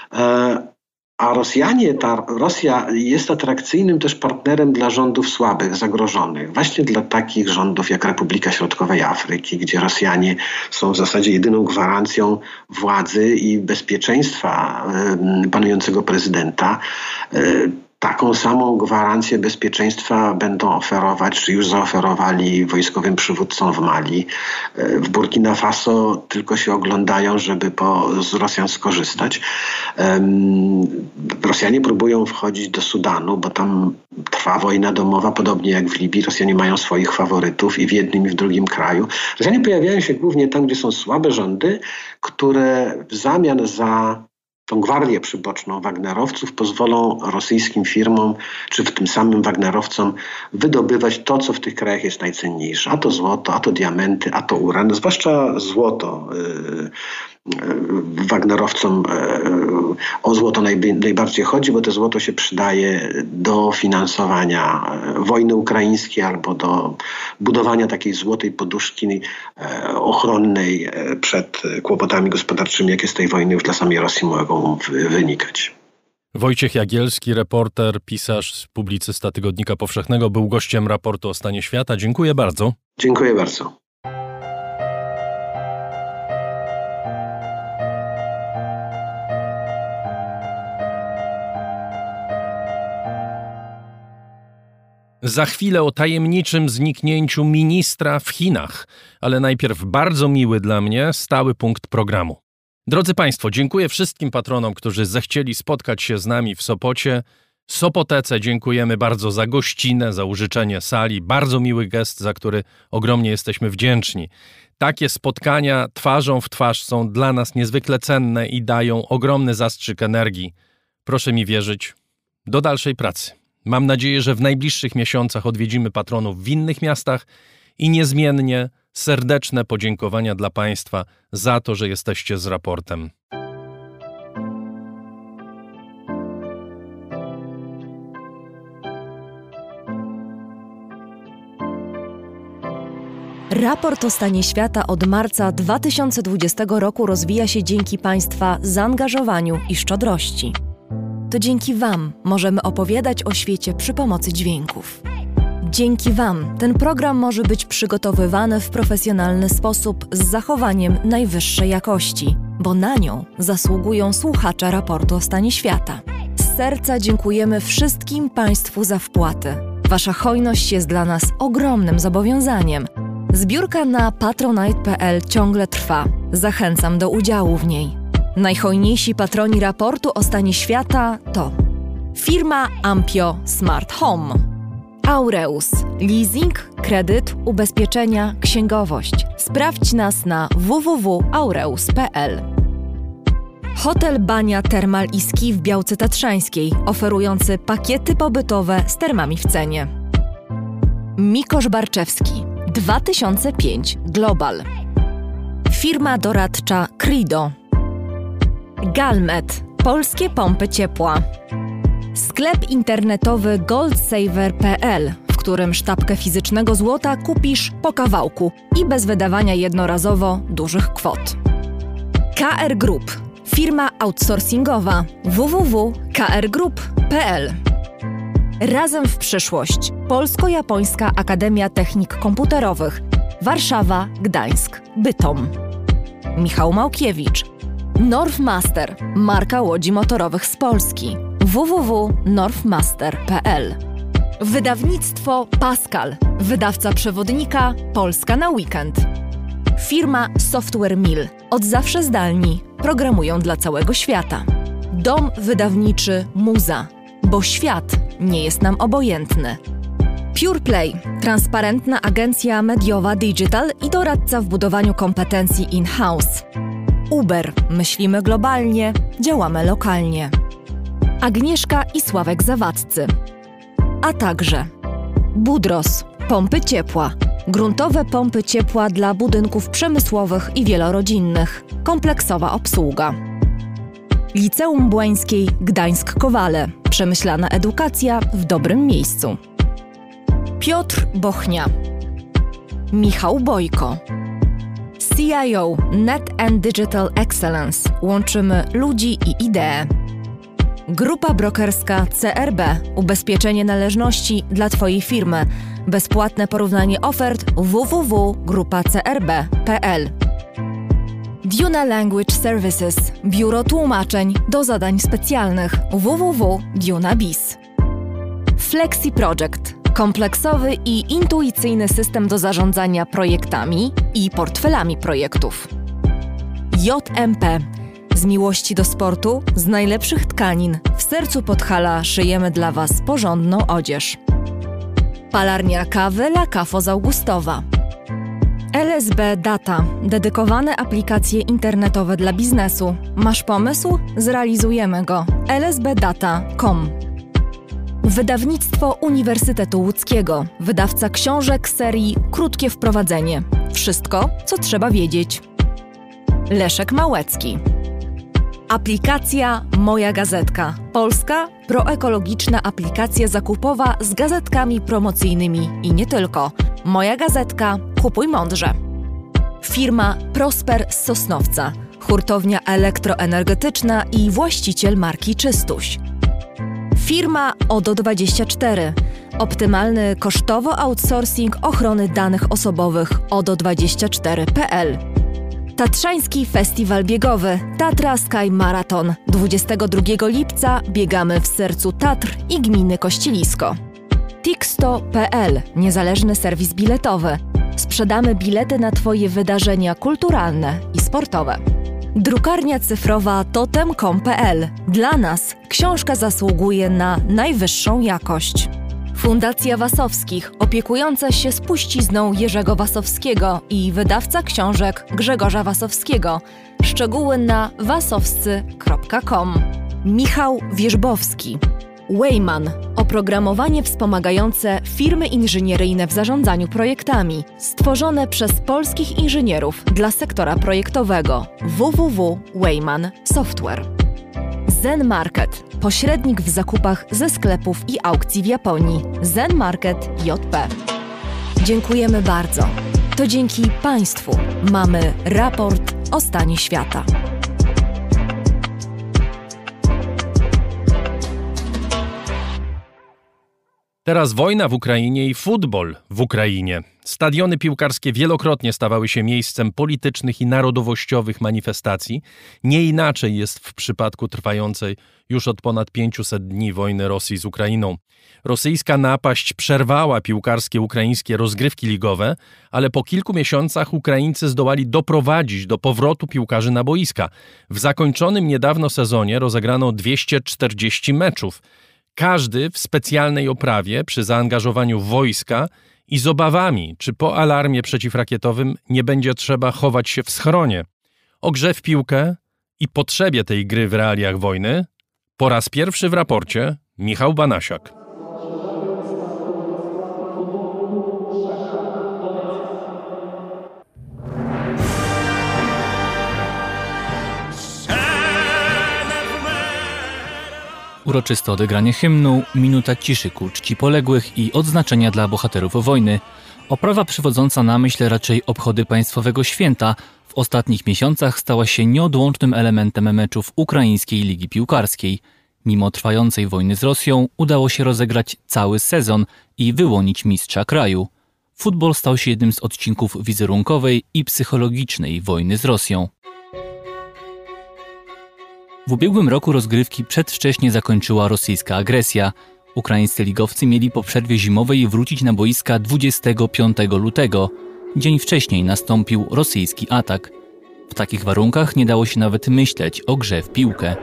Speaker 3: A Rosjanie, ta Rosja jest atrakcyjnym też partnerem dla rządów słabych, zagrożonych. Właśnie dla takich rządów jak Republika Środkowej Afryki, gdzie Rosjanie są w zasadzie jedyną gwarancją władzy i bezpieczeństwa panującego prezydenta. Taką samą gwarancję bezpieczeństwa będą oferować, czy już zaoferowali wojskowym przywódcom w Mali. W Burkina Faso tylko się oglądają, żeby po, z Rosjan skorzystać. Um, Rosjanie próbują wchodzić do Sudanu, bo tam trwa wojna domowa, podobnie jak w Libii. Rosjanie mają swoich faworytów i w jednym i w drugim kraju. Rosjanie pojawiają się głównie tam, gdzie są słabe rządy, które w zamian za tą gwardię przyboczną Wagnerowców pozwolą rosyjskim firmom, czy w tym samym Wagnerowcom wydobywać to, co w tych krajach jest najcenniejsze. A to złoto, a to diamenty, a to uran, zwłaszcza złoto. Wagnerowcom o złoto najbardziej chodzi, bo to złoto się przydaje do finansowania wojny ukraińskiej albo do budowania takiej złotej poduszki ochronnej przed kłopotami gospodarczymi, jakie z tej wojny już dla samej Rosji mogą wynikać.
Speaker 1: Wojciech Jagielski, reporter, pisarz, publicysta Tygodnika Powszechnego, był gościem raportu o stanie świata. Dziękuję bardzo.
Speaker 3: Dziękuję bardzo.
Speaker 1: Za chwilę o tajemniczym zniknięciu ministra w Chinach, ale najpierw bardzo miły dla mnie stały punkt programu. Drodzy Państwo, dziękuję wszystkim patronom, którzy zechcieli spotkać się z nami w Sopocie. Sopotece dziękujemy bardzo za gościnę, za użyczenie sali. Bardzo miły gest, za który ogromnie jesteśmy wdzięczni. Takie spotkania twarzą w twarz są dla nas niezwykle cenne i dają ogromny zastrzyk energii. Proszę mi wierzyć, do dalszej pracy. Mam nadzieję, że w najbliższych miesiącach odwiedzimy patronów w innych miastach i niezmiennie serdeczne podziękowania dla Państwa za to, że jesteście z raportem.
Speaker 4: Raport o stanie świata od marca dwa tysiące dwudziestego roku rozwija się dzięki Państwa zaangażowaniu i szczodrości. To dzięki Wam możemy opowiadać o świecie przy pomocy dźwięków. Dzięki Wam ten program może być przygotowywany w profesjonalny sposób z zachowaniem najwyższej jakości, bo na nią zasługują słuchacze raportu o stanie świata. Z serca dziękujemy wszystkim Państwu za wpłaty. Wasza hojność jest dla nas ogromnym zobowiązaniem. Zbiórka na patronite kropka p l ciągle trwa. Zachęcam do udziału w niej. Najhojniejsi patroni raportu o stanie świata to firma Ampio Smart Home, Aureus, leasing, kredyt, ubezpieczenia, księgowość. Sprawdź nas na w w w kropka aureus kropka p l. Hotel Bania Termal i Ski w Białce Tatrzańskiej, oferujący pakiety pobytowe z termami w cenie. Mikosz Barczewski, dwa tysiące pięć Global. Firma doradcza Crido. Galmet, polskie pompy ciepła. Sklep internetowy goldsaver kropka p l, w którym sztabkę fizycznego złota kupisz po kawałku i bez wydawania jednorazowo dużych kwot. K R Group, firma outsourcingowa w w w kropka k r group kropka p l. Razem w przyszłość, Polsko-Japońska Akademia Technik Komputerowych, Warszawa, Gdańsk, Bytom. Michał Małkiewicz, Northmaster, marka łodzi motorowych z Polski, w w w kropka northmaster kropka p l. Wydawnictwo Pascal, wydawca przewodnika Polska na weekend. Firma Software Mill, od zawsze zdalni, programują dla całego świata. Dom wydawniczy Muza, bo świat nie jest nam obojętny. PurePlay, transparentna agencja mediowa digital i doradca w budowaniu kompetencji in-house. Uber, myślimy globalnie, działamy lokalnie. Agnieszka i Sławek Zawadzcy. A także Budros, pompy ciepła, gruntowe pompy ciepła dla budynków przemysłowych i wielorodzinnych, kompleksowa obsługa. Liceum Błańskiej Gdańsk-Kowale, przemyślana edukacja w dobrym miejscu. Piotr Bochnia. Michał Bojko. C I O Net and Digital Excellence. Łączymy ludzi i idee. Grupa brokerska C R B. Ubezpieczenie należności dla Twojej firmy. Bezpłatne porównanie ofert w w w kropka grupa c r b kropka p l. Duna Language Services. Biuro tłumaczeń do zadań specjalnych w w w kropka duna biz. Flexi Project. Kompleksowy i intuicyjny system do zarządzania projektami i portfelami projektów. J M P. Z miłości do sportu, z najlepszych tkanin, w sercu Podhala szyjemy dla Was porządną odzież. Palarnia kawy La Cafo z Augustowa. L S B Data. Dedykowane aplikacje internetowe dla biznesu. Masz pomysł? Zrealizujemy go. l s b data kropka com. Wydawnictwo Uniwersytetu Łódzkiego. Wydawca książek serii Krótkie wprowadzenie. Wszystko, co trzeba wiedzieć. Leszek Małecki. Aplikacja Moja Gazetka. Polska, proekologiczna aplikacja zakupowa z gazetkami promocyjnymi i nie tylko. Moja Gazetka. Kupuj mądrze. Firma Prosper z Sosnowca. Hurtownia elektroenergetyczna i właściciel marki Czystuś. Firma O D O dwadzieścia cztery. Optymalny kosztowo outsourcing ochrony danych osobowych O D O dwadzieścia cztery kropka p l. Tatrzański Festiwal Biegowy Tatra Sky Marathon. dwudziestego drugiego lipca biegamy w sercu Tatr i gminy Kościelisko. Tixto kropka p l. Niezależny serwis biletowy. Sprzedamy bilety na Twoje wydarzenia kulturalne i sportowe. Drukarnia cyfrowa totem kropka com kropka p l. Dla nas książka zasługuje na najwyższą jakość. Fundacja Wasowskich, opiekująca się spuścizną Jerzego Wasowskiego i wydawca książek Grzegorza Wasowskiego. Szczegóły na wasowscy kropka com. Michał Wierzbowski. Wayman. Oprogramowanie wspomagające firmy inżynieryjne w zarządzaniu projektami. Stworzone przez polskich inżynierów dla sektora projektowego. w w w kropka wayman software. Zen Market. Pośrednik w zakupach ze sklepów i aukcji w Japonii. Zen Market J P. Dziękujemy bardzo. To dzięki Państwu mamy raport o stanie świata.
Speaker 1: Teraz wojna w Ukrainie i futbol w Ukrainie. Stadiony piłkarskie wielokrotnie stawały się miejscem politycznych i narodowościowych manifestacji. Nie inaczej jest w przypadku trwającej już od ponad pięciuset dni wojny Rosji z Ukrainą. Rosyjska napaść przerwała piłkarskie ukraińskie rozgrywki ligowe, ale po kilku miesiącach Ukraińcy zdołali doprowadzić do powrotu piłkarzy na boiska. W zakończonym niedawno sezonie rozegrano dwieście czterdzieści meczów. Każdy w specjalnej oprawie przy zaangażowaniu wojska i z obawami, czy po alarmie przeciwrakietowym nie będzie trzeba chować się w schronie. O grze w piłkę i potrzebie tej gry w realiach wojny po raz pierwszy w raporcie Michał Banasiak.
Speaker 5: Uroczyste odegranie hymnu, minuta ciszy ku czci poległych i odznaczenia dla bohaterów wojny. Oprawa przywodząca na myśl raczej obchody państwowego święta w ostatnich miesiącach stała się nieodłącznym elementem meczów ukraińskiej ligi piłkarskiej. Mimo trwającej wojny z Rosją udało się rozegrać cały sezon i wyłonić mistrza kraju. Futbol stał się jednym z odcinków wizerunkowej i psychologicznej wojny z Rosją. W ubiegłym roku rozgrywki przedwcześnie zakończyła rosyjska agresja. Ukraińscy ligowcy mieli po przerwie zimowej wrócić na boiska dwudziestego piątego lutego. Dzień wcześniej nastąpił rosyjski atak. W takich warunkach nie dało się nawet myśleć o grze w piłkę.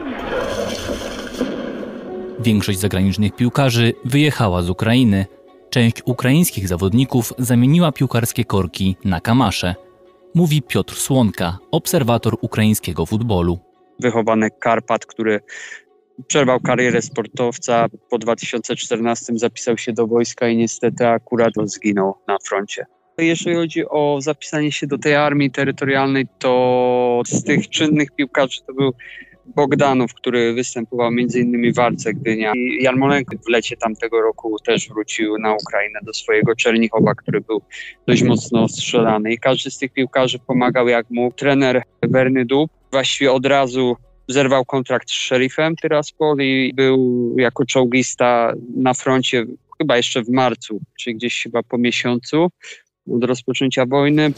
Speaker 5: Większość zagranicznych piłkarzy wyjechała z Ukrainy. Część ukraińskich zawodników zamieniła piłkarskie korki na kamasze. Mówi Piotr Słonka, obserwator ukraińskiego futbolu.
Speaker 6: Wychowanek Karpat, który przerwał karierę sportowca. Po dwa tysiące czternastym zapisał się do wojska i niestety akurat zginął na froncie. Jeżeli chodzi o zapisanie się do tej armii terytorialnej, to z tych czynnych piłkarzy to był Bogdanow, który występował między innymi w Arce Gdynia. I Jarmolenko w lecie tamtego roku też wrócił na Ukrainę do swojego Czernichowa, który był dość mocno strzelany. I każdy z tych piłkarzy pomagał jak mógł. Trener Werny Dub właściwie od razu zerwał kontrakt z Sheriffem Tiraspol i był jako czołgista na froncie chyba jeszcze w marcu, czy gdzieś chyba po miesiącu od rozpoczęcia wojny.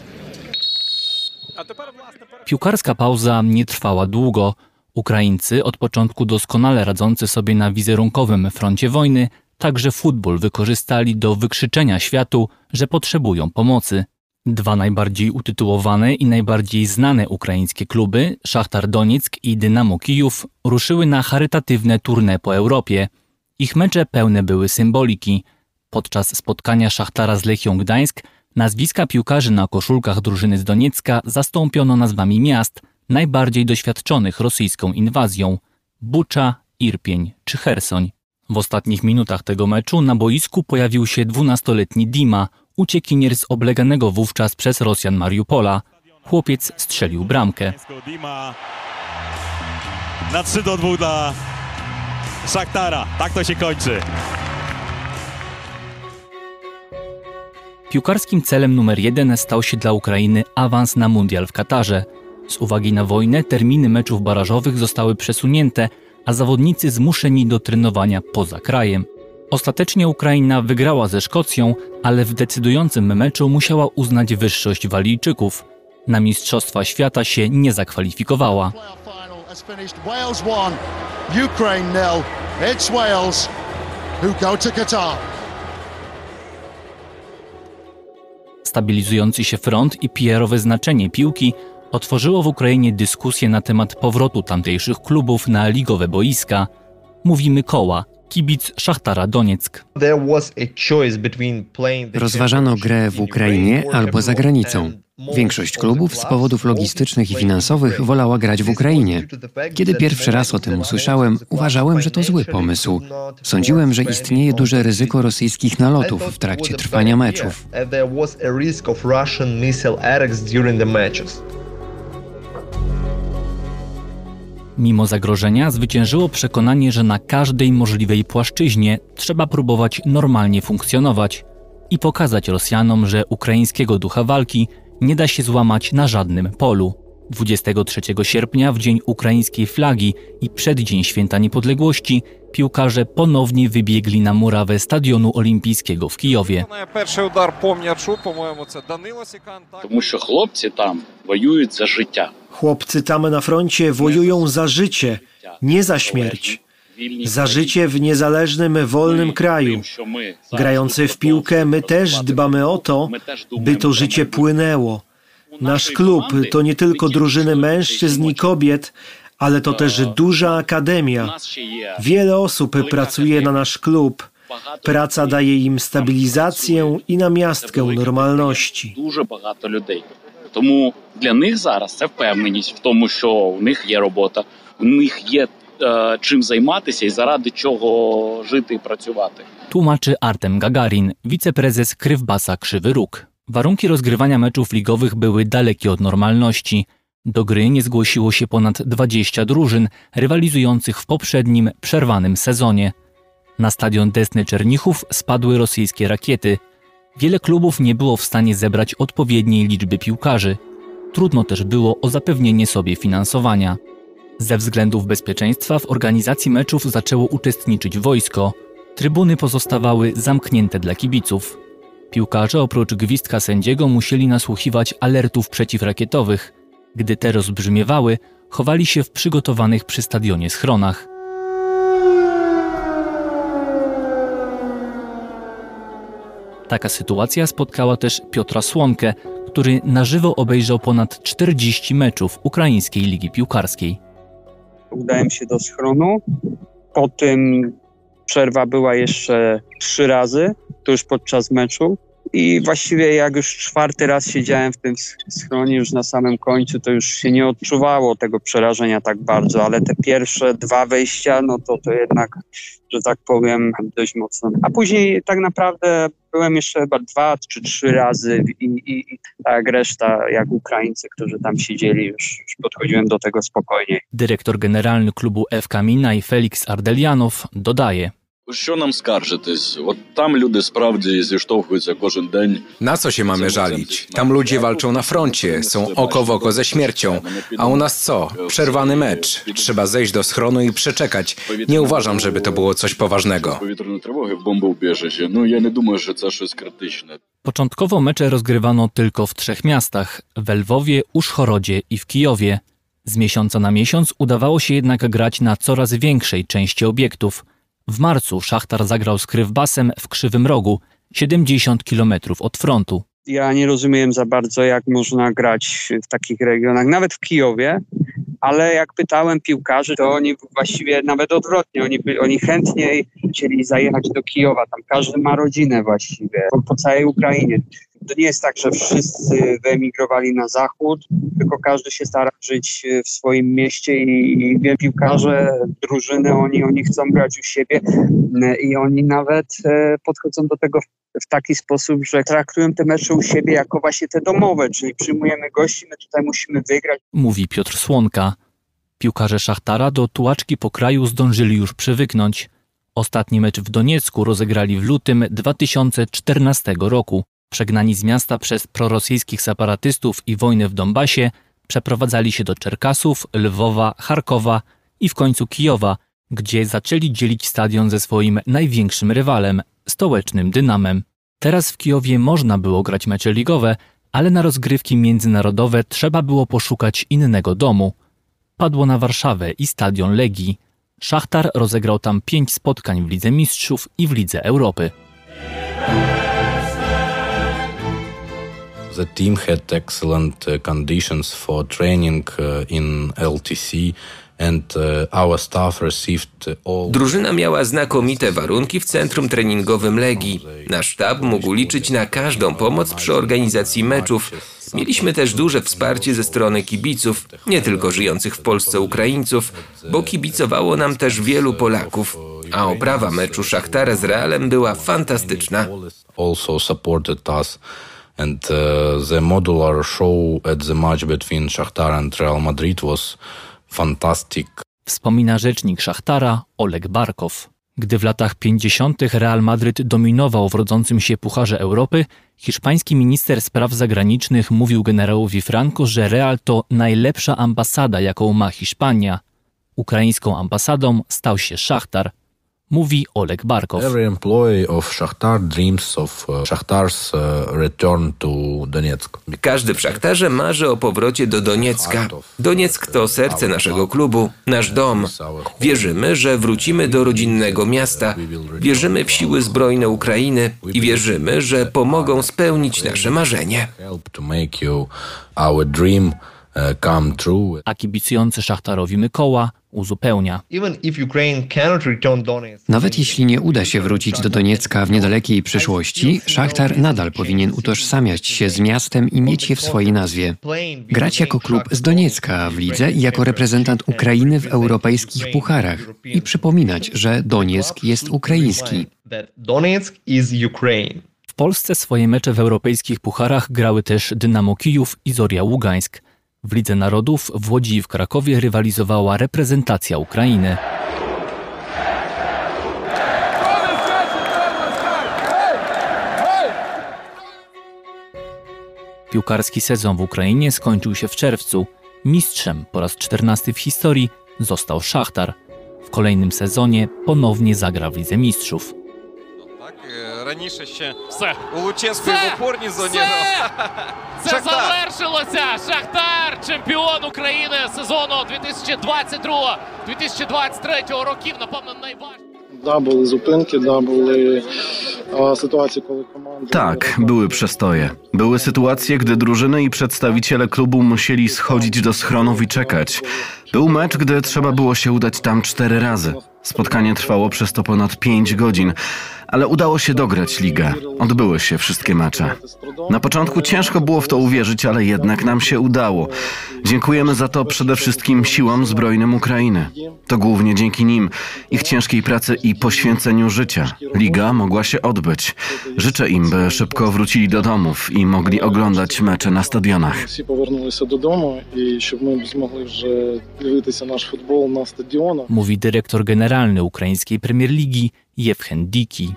Speaker 5: Piłkarska pauza nie trwała długo. Ukraińcy, od początku doskonale radzący sobie na wizerunkowym froncie wojny, także futbol wykorzystali do wykrzyczenia światu, że potrzebują pomocy. Dwa najbardziej utytułowane i najbardziej znane ukraińskie kluby, Szachtar Donieck i Dynamo Kijów, ruszyły na charytatywne tournée po Europie. Ich mecze pełne były symboliki. Podczas spotkania Szachtara z Lechią Gdańsk nazwiska piłkarzy na koszulkach drużyny z Doniecka zastąpiono nazwami miast najbardziej doświadczonych rosyjską inwazją – Bucza, Irpień czy Chersoń. W ostatnich minutach tego meczu na boisku pojawił się dwunastoletni Dima, uciekinier z obleganego wówczas przez Rosjan Mariupola. Chłopiec strzelił bramkę.
Speaker 7: Na trzy do dwóch dla Szachtara. Tak to się kończy.
Speaker 5: Piłkarskim celem numer jeden stał się dla Ukrainy awans na mundial w Katarze. Z uwagi na wojnę terminy meczów barażowych zostały przesunięte, a zawodnicy zmuszeni do trenowania poza krajem. Ostatecznie Ukraina wygrała ze Szkocją, ale w decydującym meczu musiała uznać wyższość Walijczyków. Na Mistrzostwa Świata się nie zakwalifikowała. Stabilizujący się front i P R-owe znaczenie piłki otworzyło w Ukrainie dyskusję na temat powrotu tamtejszych klubów na ligowe boiska. Mówi Mykoła, kibic Szachtara Donieck.
Speaker 8: Rozważano grę w Ukrainie albo za granicą. Większość klubów z powodów logistycznych i finansowych wolała grać w Ukrainie. Kiedy pierwszy raz o tym usłyszałem, uważałem, że to zły pomysł. Sądziłem, że istnieje duże ryzyko rosyjskich nalotów w trakcie trwania meczów.
Speaker 5: Mimo zagrożenia zwyciężyło przekonanie, że na każdej możliwej płaszczyźnie trzeba próbować normalnie funkcjonować i pokazać Rosjanom, że ukraińskiego ducha walki nie da się złamać na żadnym polu. dwudziestego trzeciego sierpnia, w dzień ukraińskiej flagi i przeddzień Święta Niepodległości, piłkarze ponownie wybiegli na murawę Stadionu Olimpijskiego w Kijowie.
Speaker 9: Перший удар по м'ячу, по-моєму, це Данило Сікан.
Speaker 10: Тому що хлопці там воюють за життя.
Speaker 11: Chłopcy tam na froncie wojują za życie, nie za śmierć. Za życie w niezależnym, wolnym kraju. Grający w piłkę, my też dbamy o to, by to życie płynęło. Nasz klub to nie tylko drużyny mężczyzn i kobiet, ale to też duża akademia. Wiele osób pracuje na nasz klub. Praca daje im stabilizację i namiastkę normalności.
Speaker 10: Дуже багато людей. Тому для них зараз це впевненість в тому, що у них є робота, у них є е, чим займатися і заради чого жити і працювати.
Speaker 5: Tłumaczy Artem Gagarin, wiceprezes Krywbasa Krzywy Róg. Warunki rozgrywania meczów ligowych były dalekie od normalności. Do gry nie zgłosiło się ponad dwadzieścia drużyn rywalizujących w poprzednim, przerwanym sezonie. Na stadion Desny Czernichów spadły rosyjskie rakiety. Wiele klubów nie było w stanie zebrać odpowiedniej liczby piłkarzy. Trudno też było o zapewnienie sobie finansowania. Ze względów bezpieczeństwa w organizacji meczów zaczęło uczestniczyć wojsko. Trybuny pozostawały zamknięte dla kibiców. Piłkarze oprócz gwizdka sędziego musieli nasłuchiwać alertów przeciwrakietowych. Gdy te rozbrzmiewały, chowali się w przygotowanych przy stadionie schronach. Taka sytuacja spotkała też Piotra Słonkę, który na żywo obejrzał ponad czterdzieści meczów ukraińskiej ligi piłkarskiej.
Speaker 6: Udałem się do schronu, po tym przerwa była jeszcze trzy razy, to już podczas meczu. I właściwie jak już czwarty raz siedziałem w tym schronie już na samym końcu, to już się nie odczuwało tego przerażenia tak bardzo, ale te pierwsze dwa wejścia, no to to jednak, że tak powiem, dość mocno. A później tak naprawdę byłem jeszcze chyba dwa czy trzy razy i, i, i tak jak reszta, jak Ukraińcy, którzy tam siedzieli, już, już podchodziłem do tego spokojniej.
Speaker 5: Dyrektor generalny klubu F K Minaj Felix Ardelianow dodaje:
Speaker 10: Що нам скаржитись? От там люди справді зіштовхуються кожен день.
Speaker 12: Na co się mamy żalić? Tam ludzie walczą na froncie, są oko w oko ze śmiercią. A u nas co? Przerwany mecz. Trzeba zejść do schronu i przeczekać. Nie uważam, żeby to było coś poważnego.
Speaker 10: Повітряні тривоги в бомбоубіжищі. Ну, я не думаю, що це щось критичне.
Speaker 5: Początkowo mecze rozgrywano tylko w trzech miastach – w Lwowie, Użhorodzie i w Kijowie. Z miesiąca na miesiąc udawało się jednak grać na coraz większej części obiektów. W marcu Szachtar zagrał z Krywbasem w Krzywym Rogu, siedemdziesiąt kilometrów od frontu.
Speaker 6: Ja nie rozumiem za bardzo, jak można grać w takich regionach, nawet w Kijowie, ale jak pytałem piłkarzy, to oni właściwie nawet odwrotnie, oni, by, oni chętniej chcieli zajechać do Kijowa, tam każdy ma rodzinę właściwie, po, po całej Ukrainie. To nie jest tak, że wszyscy wyemigrowali na zachód, tylko każdy się stara żyć w swoim mieście i, i wiem, piłkarze, drużyny, oni, oni chcą grać u siebie i oni nawet podchodzą do tego w taki sposób, że traktują te mecze u siebie jako właśnie te domowe, czyli przyjmujemy gości, my tutaj musimy wygrać.
Speaker 5: Mówi Piotr Słonka. Piłkarze Szachtara do tułaczki po kraju zdążyli już przywyknąć. Ostatni mecz w Doniecku rozegrali w lutym dwa tysiące czternastego roku. Przegnani z miasta przez prorosyjskich separatystów i wojnę w Donbasie, przeprowadzali się do Czerkasów, Lwowa, Charkowa i w końcu Kijowa, gdzie zaczęli dzielić stadion ze swoim największym rywalem, stołecznym Dynamem. Teraz w Kijowie można było grać mecze ligowe, ale na rozgrywki międzynarodowe trzeba było poszukać innego domu. Padło na Warszawę i stadion Legii. Szachtar rozegrał tam pięć spotkań w Lidze Mistrzów i w Lidze Europy.
Speaker 13: The team had excellent conditions for training in L T C. And our staff received all...
Speaker 14: Drużyna miała znakomite warunki w centrum treningowym Legii. Nasz sztab mógł liczyć na każdą pomoc przy organizacji meczów. Mieliśmy też duże wsparcie ze strony kibiców, nie tylko żyjących w Polsce Ukraińców, bo kibicowało nam też wielu Polaków, a oprawa meczu Szachtara z Realem była fantastyczna.
Speaker 13: Also supported us. And uh, the modular show at the match between Shakhtar and Real Madrid was fantastic.
Speaker 5: Wspomina rzecznik Szachtara Oleg Barkow. Gdy w latach pięćdziesiątych Real Madryt dominował w rodzącym się Pucharze Europy, hiszpański minister spraw zagranicznych mówił generałowi Franco, że Real to najlepsza ambasada, jaką ma Hiszpania. Ukraińską ambasadą stał się Szachtar. Mówi Oleg Barkow.
Speaker 13: Every employee of Shakhtar dreams of Shakhtar's return to Donetsk.
Speaker 14: Każdy w Szachtarze marzy o powrocie do Doniecka. Donieck to serce naszego klubu, nasz dom. Wierzymy, że wrócimy do rodzinnego miasta. Wierzymy w siły zbrojne Ukrainy i wierzymy, że pomogą spełnić nasze marzenie.
Speaker 5: A kibicujący Szachtarowi Mykoła uzupełnia.
Speaker 8: Nawet jeśli nie uda się wrócić do Doniecka w niedalekiej przyszłości, Szachtar nadal powinien utożsamiać się z miastem i mieć je w swojej nazwie. Grać jako klub z Doniecka w lidze i jako reprezentant Ukrainy w europejskich pucharach i przypominać, że Donieck jest ukraiński.
Speaker 5: W Polsce swoje mecze w europejskich pucharach grały też Dynamo Kijów i Zoria Ługańsk. W Lidze Narodów w Łodzi i w Krakowie rywalizowała reprezentacja Ukrainy. Piłkarski sezon w Ukrainie skończył się w czerwcu. Mistrzem po raz czternasty w historii został Szachtar. W kolejnym sezonie ponownie zagra w Lidze Mistrzów.
Speaker 9: Раніше ще все. У Луческу в опорній зоні.
Speaker 15: Це, це завершилося! Шахтар, чемпіон України сезону дві тисячі двадцять другого - дві тисячі двадцять третього років, напевно, найважче.
Speaker 16: Да, były zupynki, da, były sytuacje, kiedy komandy...
Speaker 17: Tak, były przestoje. Były sytuacje, gdy drużyny i przedstawiciele klubu musieli schodzić do schronów i czekać. Był mecz, gdy trzeba było się udać tam cztery razy. Spotkanie trwało przez to ponad pięć godzin, ale udało się dograć ligę. Odbyły się wszystkie mecze. Na początku ciężko było w to uwierzyć, ale jednak nam się udało. Dziękujemy za to przede wszystkim siłom zbrojnym Ukrainy. To głównie dzięki nim, ich ciężkiej pracy i poświęceniu życia. Liga mogła się odbyć. Życzę im, by szybko wrócili do domów i mogli oglądać mecze na stadionach.
Speaker 16: Wszyscy powrócili się do domu i żeby my mogli dywitися nasz futbol na stadionach.
Speaker 5: Mówi dyrektor generalny ukraińskiej Premier Ligi Jewchen Diki.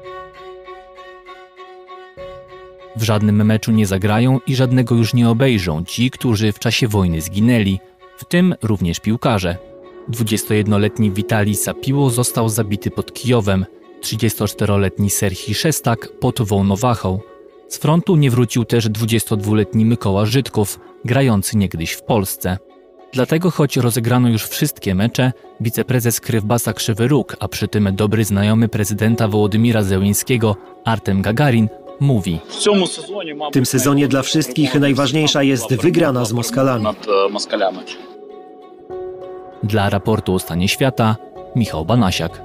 Speaker 5: W żadnym meczu nie zagrają i żadnego już nie obejrzą ci, którzy w czasie wojny zginęli, w tym również piłkarze. dwudziestojednoletni Witalij Sapiło został zabity pod Kijowem, trzydziestoczteroletni Serhii Szestak pod Wołnowachą. Z frontu nie wrócił też dwudziestodwuletni Mykoła Żydkow, grający niegdyś w Polsce. Dlatego, choć rozegrano już wszystkie mecze, wiceprezes Krywbasa Krzywy Róg, a przy tym dobry znajomy prezydenta Wołodymira Zełenskiego, Artem Gagarin, mówi:
Speaker 11: W tym sezonie dla wszystkich najważniejsza jest wygrana z Moskalami.
Speaker 5: Dla raportu o stanie świata Michał Banasiak.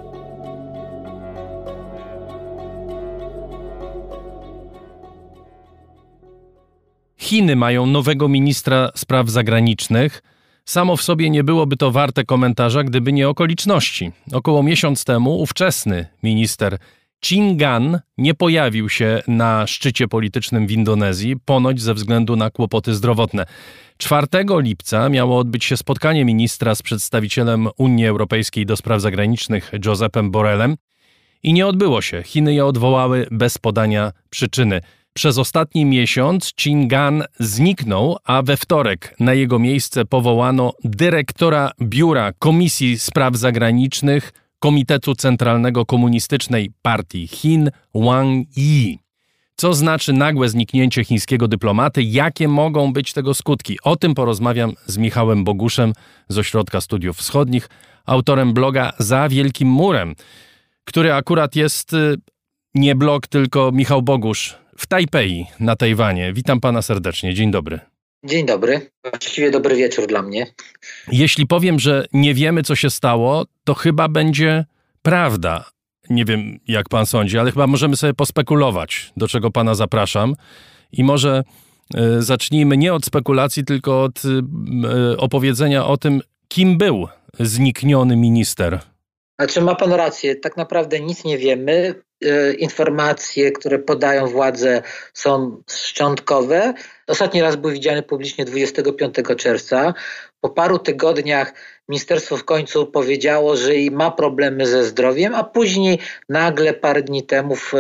Speaker 1: Chiny mają nowego ministra spraw zagranicznych. Samo w sobie nie byłoby to warte komentarza, gdyby nie okoliczności. Około miesiąc temu ówczesny minister Chin Gan nie pojawił się na szczycie politycznym w Indonezji, ponoć ze względu na kłopoty zdrowotne. czwartego lipca miało odbyć się spotkanie ministra z przedstawicielem Unii Europejskiej do spraw zagranicznych Josepem Borrellem i nie odbyło się. Chiny je odwołały bez podania przyczyny. Przez ostatni miesiąc Qin Gang zniknął, a we wtorek na jego miejsce powołano dyrektora Biura Komisji Spraw Zagranicznych Komitetu Centralnego Komunistycznej Partii Chin Wang Yi. Co znaczy nagłe zniknięcie chińskiego dyplomaty? Jakie mogą być tego skutki? O tym porozmawiam z Michałem Boguszem z Ośrodka Studiów Wschodnich, autorem bloga Za Wielkim Murem, który akurat jest nie blog, tylko Michał Bogusz w Tajpej na Tajwanie. Witam pana serdecznie. Dzień dobry.
Speaker 18: Dzień dobry. Właściwie dobry wieczór dla mnie.
Speaker 1: Jeśli powiem, że nie wiemy, co się stało, to chyba będzie prawda. Nie wiem, jak pan sądzi, ale chyba możemy sobie pospekulować, do czego pana zapraszam. I może y, zacznijmy nie od spekulacji, tylko od y, opowiedzenia o tym, kim był znikniony minister.
Speaker 18: Znaczy ma pan rację, tak naprawdę nic nie wiemy. E, informacje, które podają władze, są szczątkowe. Ostatni raz był widziany publicznie dwudziestego piątego czerwca. Po paru tygodniach ministerstwo w końcu powiedziało, że ma problemy ze zdrowiem, a później nagle parę dni temu w,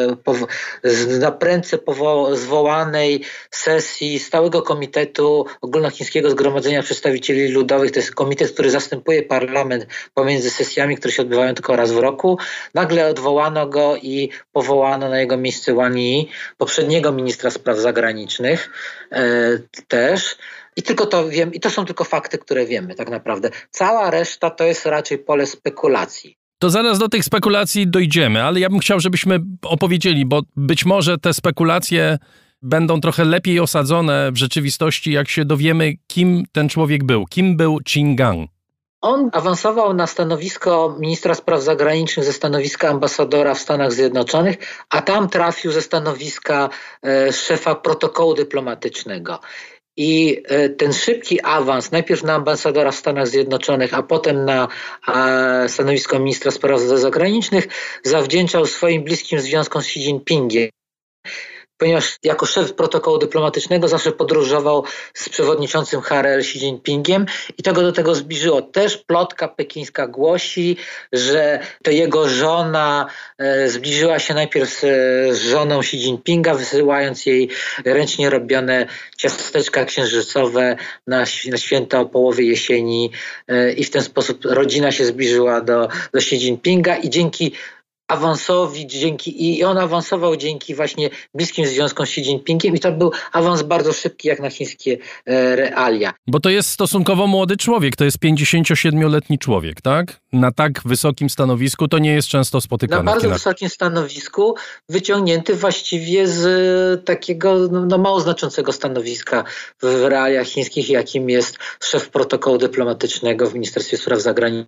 Speaker 18: w naprędce powo- zwołanej sesji Stałego Komitetu Ogólnochińskiego Zgromadzenia Przedstawicieli Ludowych, to jest komitet, który zastępuje parlament pomiędzy sesjami, które się odbywają tylko raz w roku, nagle odwołano go i powołano na jego miejsce Wang Yi, poprzedniego ministra spraw zagranicznych e, też. I tylko to wiem, i to są tylko fakty, które wiemy tak naprawdę. Cała reszta to jest raczej pole spekulacji.
Speaker 1: To zaraz do tych spekulacji dojdziemy, ale ja bym chciał, żebyśmy opowiedzieli, bo być może te spekulacje będą trochę lepiej osadzone w rzeczywistości, jak się dowiemy, kim ten człowiek był. Kim był Qin Gang?
Speaker 18: On awansował na stanowisko ministra spraw zagranicznych ze stanowiska ambasadora w Stanach Zjednoczonych, a tam trafił ze stanowiska e, szefa protokołu dyplomatycznego. I ten szybki awans, najpierw na ambasadora w Stanach Zjednoczonych, a potem na stanowisko ministra spraw zagranicznych, zawdzięczał swoim bliskim związkom z Xi Jinpingiem. Ponieważ jako szef protokołu dyplomatycznego zawsze podróżował z przewodniczącym H R L Xi Jinpingiem i to go do tego zbliżyło. Też plotka pekińska głosi, że to jego żona e, zbliżyła się najpierw z, z żoną Xi Jinpinga, wysyłając jej ręcznie robione ciasteczka księżycowe na, na święta o połowie jesieni e, i w ten sposób rodzina się zbliżyła do, do Xi Jinpinga i dzięki awansowi, dzięki, i on awansował dzięki właśnie bliskim związkom z Xi Jinpingiem i to był awans bardzo szybki jak na chińskie e, realia.
Speaker 1: Bo to jest stosunkowo młody człowiek, to jest pięćdziesięciosiedmioletni człowiek, tak? Na tak wysokim stanowisku to nie jest często spotykane.
Speaker 18: Na bardzo wysokim stanowisku, wyciągnięty właściwie z takiego no, no, mało znaczącego stanowiska w realiach chińskich, jakim jest szef protokołu dyplomatycznego w Ministerstwie Spraw Zagranicznych.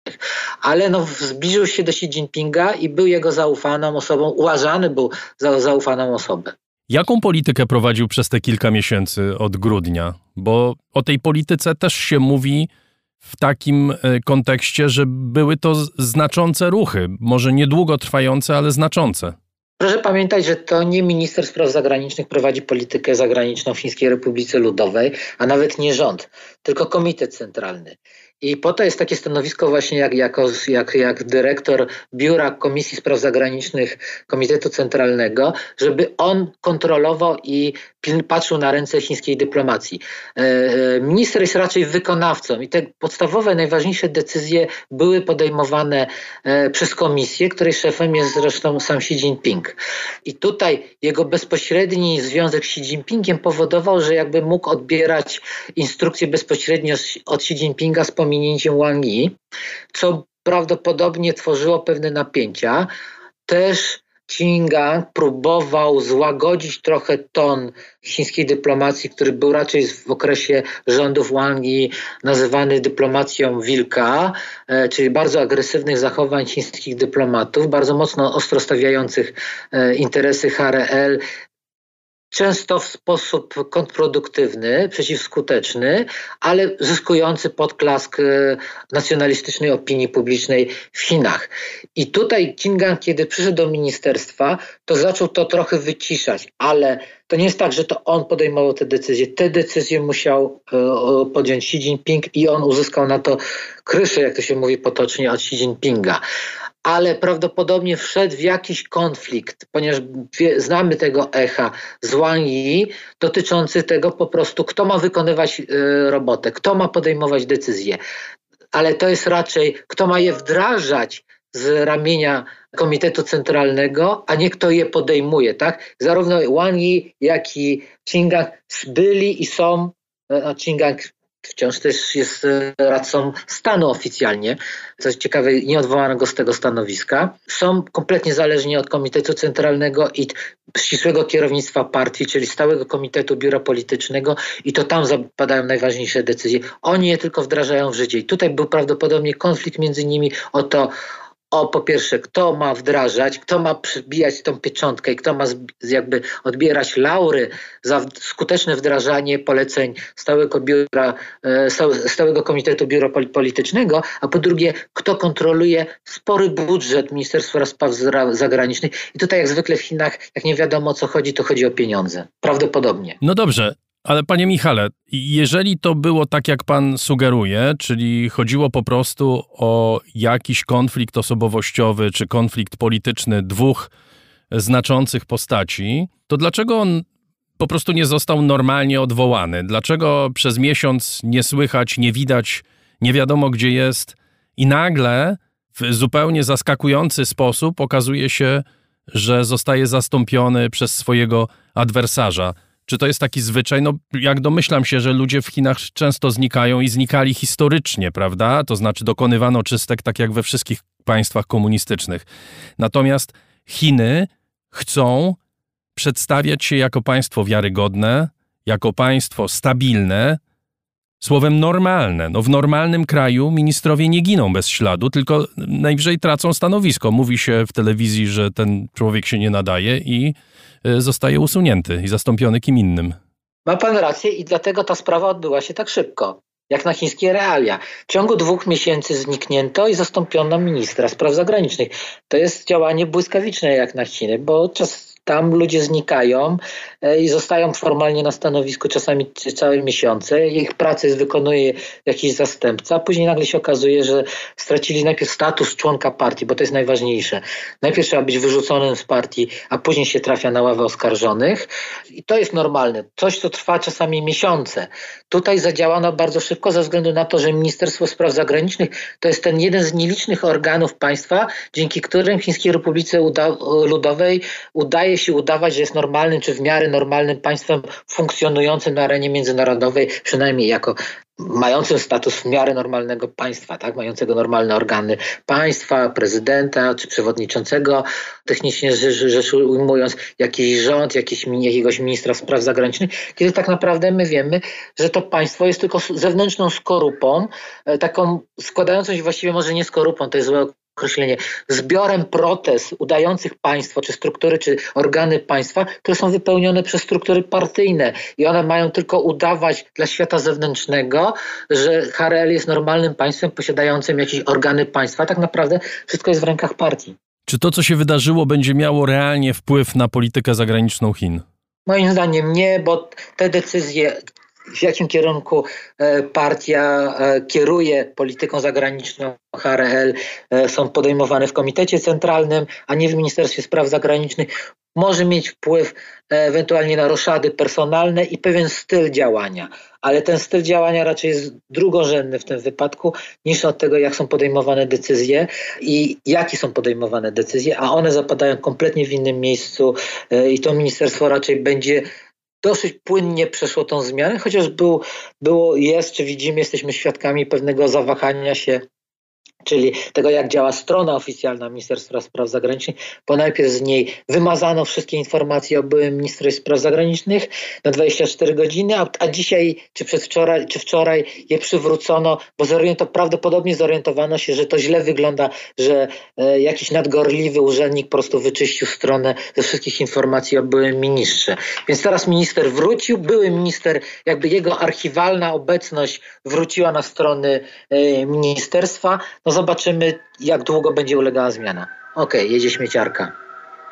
Speaker 18: Ale no, zbliżył się do Xi Jinpinga i był jego zaufaną osobą, uważany był za zaufaną osobę.
Speaker 1: Jaką politykę prowadził przez te kilka miesięcy od grudnia? Bo o tej polityce też się mówi w takim kontekście, że były to znaczące ruchy, może niedługo trwające, ale znaczące.
Speaker 18: Proszę pamiętać, że to nie minister spraw zagranicznych prowadzi politykę zagraniczną w Chińskiej Republice Ludowej, a nawet nie rząd, tylko komitet centralny. I po to jest takie stanowisko właśnie jak, jako, jak, jak dyrektor Biura Komisji Spraw Zagranicznych Komitetu Centralnego, żeby on kontrolował i patrzył na ręce chińskiej dyplomacji. E, minister jest raczej wykonawcą i te podstawowe, najważniejsze decyzje były podejmowane e, przez komisję, której szefem jest zresztą sam Xi Jinping. I tutaj jego bezpośredni związek z Xi Jinpingiem powodował, że jakby mógł odbierać instrukcje bezpośrednio od Xi Jinpinga z pominięciem Wang Yi, co prawdopodobnie tworzyło pewne napięcia. Też Qin Gang próbował złagodzić trochę ton chińskiej dyplomacji, który był raczej w okresie rządów Wang Yi nazywany dyplomacją wilka, e, czyli bardzo agresywnych zachowań chińskich dyplomatów, bardzo mocno ostro stawiających e, interesy H R L, często w sposób kontrproduktywny, przeciwskuteczny, ale zyskujący podklask nacjonalistycznej opinii publicznej w Chinach. I tutaj Qin Gang, kiedy przyszedł do ministerstwa, to zaczął to trochę wyciszać, ale to nie jest tak, że to on podejmował te decyzje. Te decyzje musiał podjąć Xi Jinping i on uzyskał na to kryszę, jak to się mówi potocznie, od Xi Jinpinga. ale prawdopodobnie wszedł w jakiś konflikt, ponieważ wie, znamy tego echa z Wang Yi dotyczący tego po prostu, kto ma wykonywać y, robotę, kto ma podejmować decyzje, ale to jest raczej, kto ma je wdrażać z ramienia Komitetu Centralnego, a nie kto je podejmuje, tak? Zarówno Wang Yi, jak i Qin Gang byli i są, a Qin Gang wciąż też jest radcą stanu oficjalnie, co jest ciekawe, nie odwołano go z tego stanowiska. Są kompletnie zależni od Komitetu Centralnego i ścisłego kierownictwa partii, czyli stałego Komitetu Biura Politycznego, i to tam zapadają najważniejsze decyzje. Oni je tylko wdrażają w życie. I tutaj był prawdopodobnie konflikt między nimi o to, o po pierwsze, kto ma wdrażać, kto ma przybijać tą pieczątkę i kto ma jakby odbierać laury za skuteczne wdrażanie poleceń stałego biura, stałego Komitetu Biura Politycznego, a po drugie, kto kontroluje spory budżet Ministerstwa Spraw Zagranicznych. I tutaj jak zwykle w Chinach, jak nie wiadomo o co chodzi, to chodzi o pieniądze. Prawdopodobnie.
Speaker 1: No dobrze. Ale panie Michale, jeżeli to było tak, jak pan sugeruje, czyli chodziło po prostu o jakiś konflikt osobowościowy czy konflikt polityczny dwóch znaczących postaci, to dlaczego on po prostu nie został normalnie odwołany? Dlaczego przez miesiąc nie słychać, nie widać, nie wiadomo gdzie jest i nagle w zupełnie zaskakujący sposób okazuje się, że zostaje zastąpiony przez swojego adwersarza? Czy to jest taki zwyczaj? No, jak domyślam się, że ludzie w Chinach często znikają i znikali historycznie, prawda? To znaczy dokonywano czystek tak jak we wszystkich państwach komunistycznych. Natomiast Chiny chcą przedstawiać się jako państwo wiarygodne, jako państwo stabilne, słowem normalne. No w normalnym kraju ministrowie nie giną bez śladu, tylko najwyżej tracą stanowisko. Mówi się w telewizji, że ten człowiek się nie nadaje i zostaje usunięty i zastąpiony kim innym.
Speaker 18: Ma pan rację i dlatego ta sprawa odbyła się tak szybko, jak na chińskie realia. W ciągu dwóch miesięcy zniknięto i zastąpiono ministra spraw zagranicznych. To jest działanie błyskawiczne jak na Chiny, bo czas tam ludzie znikają i zostają formalnie na stanowisku czasami całe miesiące. Ich pracę wykonuje jakiś zastępca, a później nagle się okazuje, że stracili najpierw status członka partii, bo to jest najważniejsze. Najpierw trzeba być wyrzuconym z partii, a później się trafia na ławę oskarżonych. I to jest normalne. Coś, co trwa czasami miesiące. Tutaj zadziałano bardzo szybko ze względu na to, że Ministerstwo Spraw Zagranicznych to jest ten jeden z nielicznych organów państwa, dzięki którym w Chińskiej Republice Uda- Ludowej udaje się udawać, że jest normalnym czy w miarę normalnym państwem funkcjonującym na arenie międzynarodowej, przynajmniej jako mającym status w miarę normalnego państwa, tak? Mającego normalne organy państwa, prezydenta czy przewodniczącego, technicznie rzecz ujmując, jakiś rząd, jakiś, jakiegoś ministra spraw zagranicznych, kiedy tak naprawdę my wiemy, że to państwo jest tylko zewnętrzną skorupą, taką składającą się właściwie może nie skorupą, to jest złe określenie, zbiorem protez udających państwo, czy struktury, czy organy państwa, które są wypełnione przez struktury partyjne i one mają tylko udawać dla świata zewnętrznego, że H R L jest normalnym państwem posiadającym jakieś organy państwa. Tak naprawdę wszystko jest w rękach partii.
Speaker 1: Czy to, co się wydarzyło, będzie miało realnie wpływ na politykę zagraniczną Chin?
Speaker 18: Moim zdaniem nie, bo te decyzje, w jakim kierunku partia kieruje polityką zagraniczną H R L, są podejmowane w Komitecie Centralnym, a nie w Ministerstwie Spraw Zagranicznych. Może mieć wpływ ewentualnie na roszady personalne i pewien styl działania, ale ten styl działania raczej jest drugorzędny w tym wypadku niż od tego, jak są podejmowane decyzje i jakie są podejmowane decyzje, a one zapadają kompletnie w innym miejscu i to ministerstwo raczej będzie dosyć płynnie przeszło tą zmianę, chociaż był, było, jest, czy widzimy, jesteśmy świadkami pewnego zawahania się, czyli tego, jak działa strona oficjalna Ministerstwa Spraw Zagranicznych, bo najpierw z niej wymazano wszystkie informacje o byłym ministrze spraw zagranicznych na dwadzieścia cztery godziny, a, a dzisiaj, czy przedwczoraj, czy wczoraj je przywrócono, bo zoriento, prawdopodobnie zorientowano się, że to źle wygląda, że e, jakiś nadgorliwy urzędnik po prostu wyczyścił stronę ze wszystkich informacji o byłym ministrze. Więc teraz minister wrócił, były minister, jakby jego archiwalna obecność wróciła na strony e, ministerstwa. No zobaczymy, jak długo będzie ulegała zmiana. Okej, okay, jedzie śmieciarka.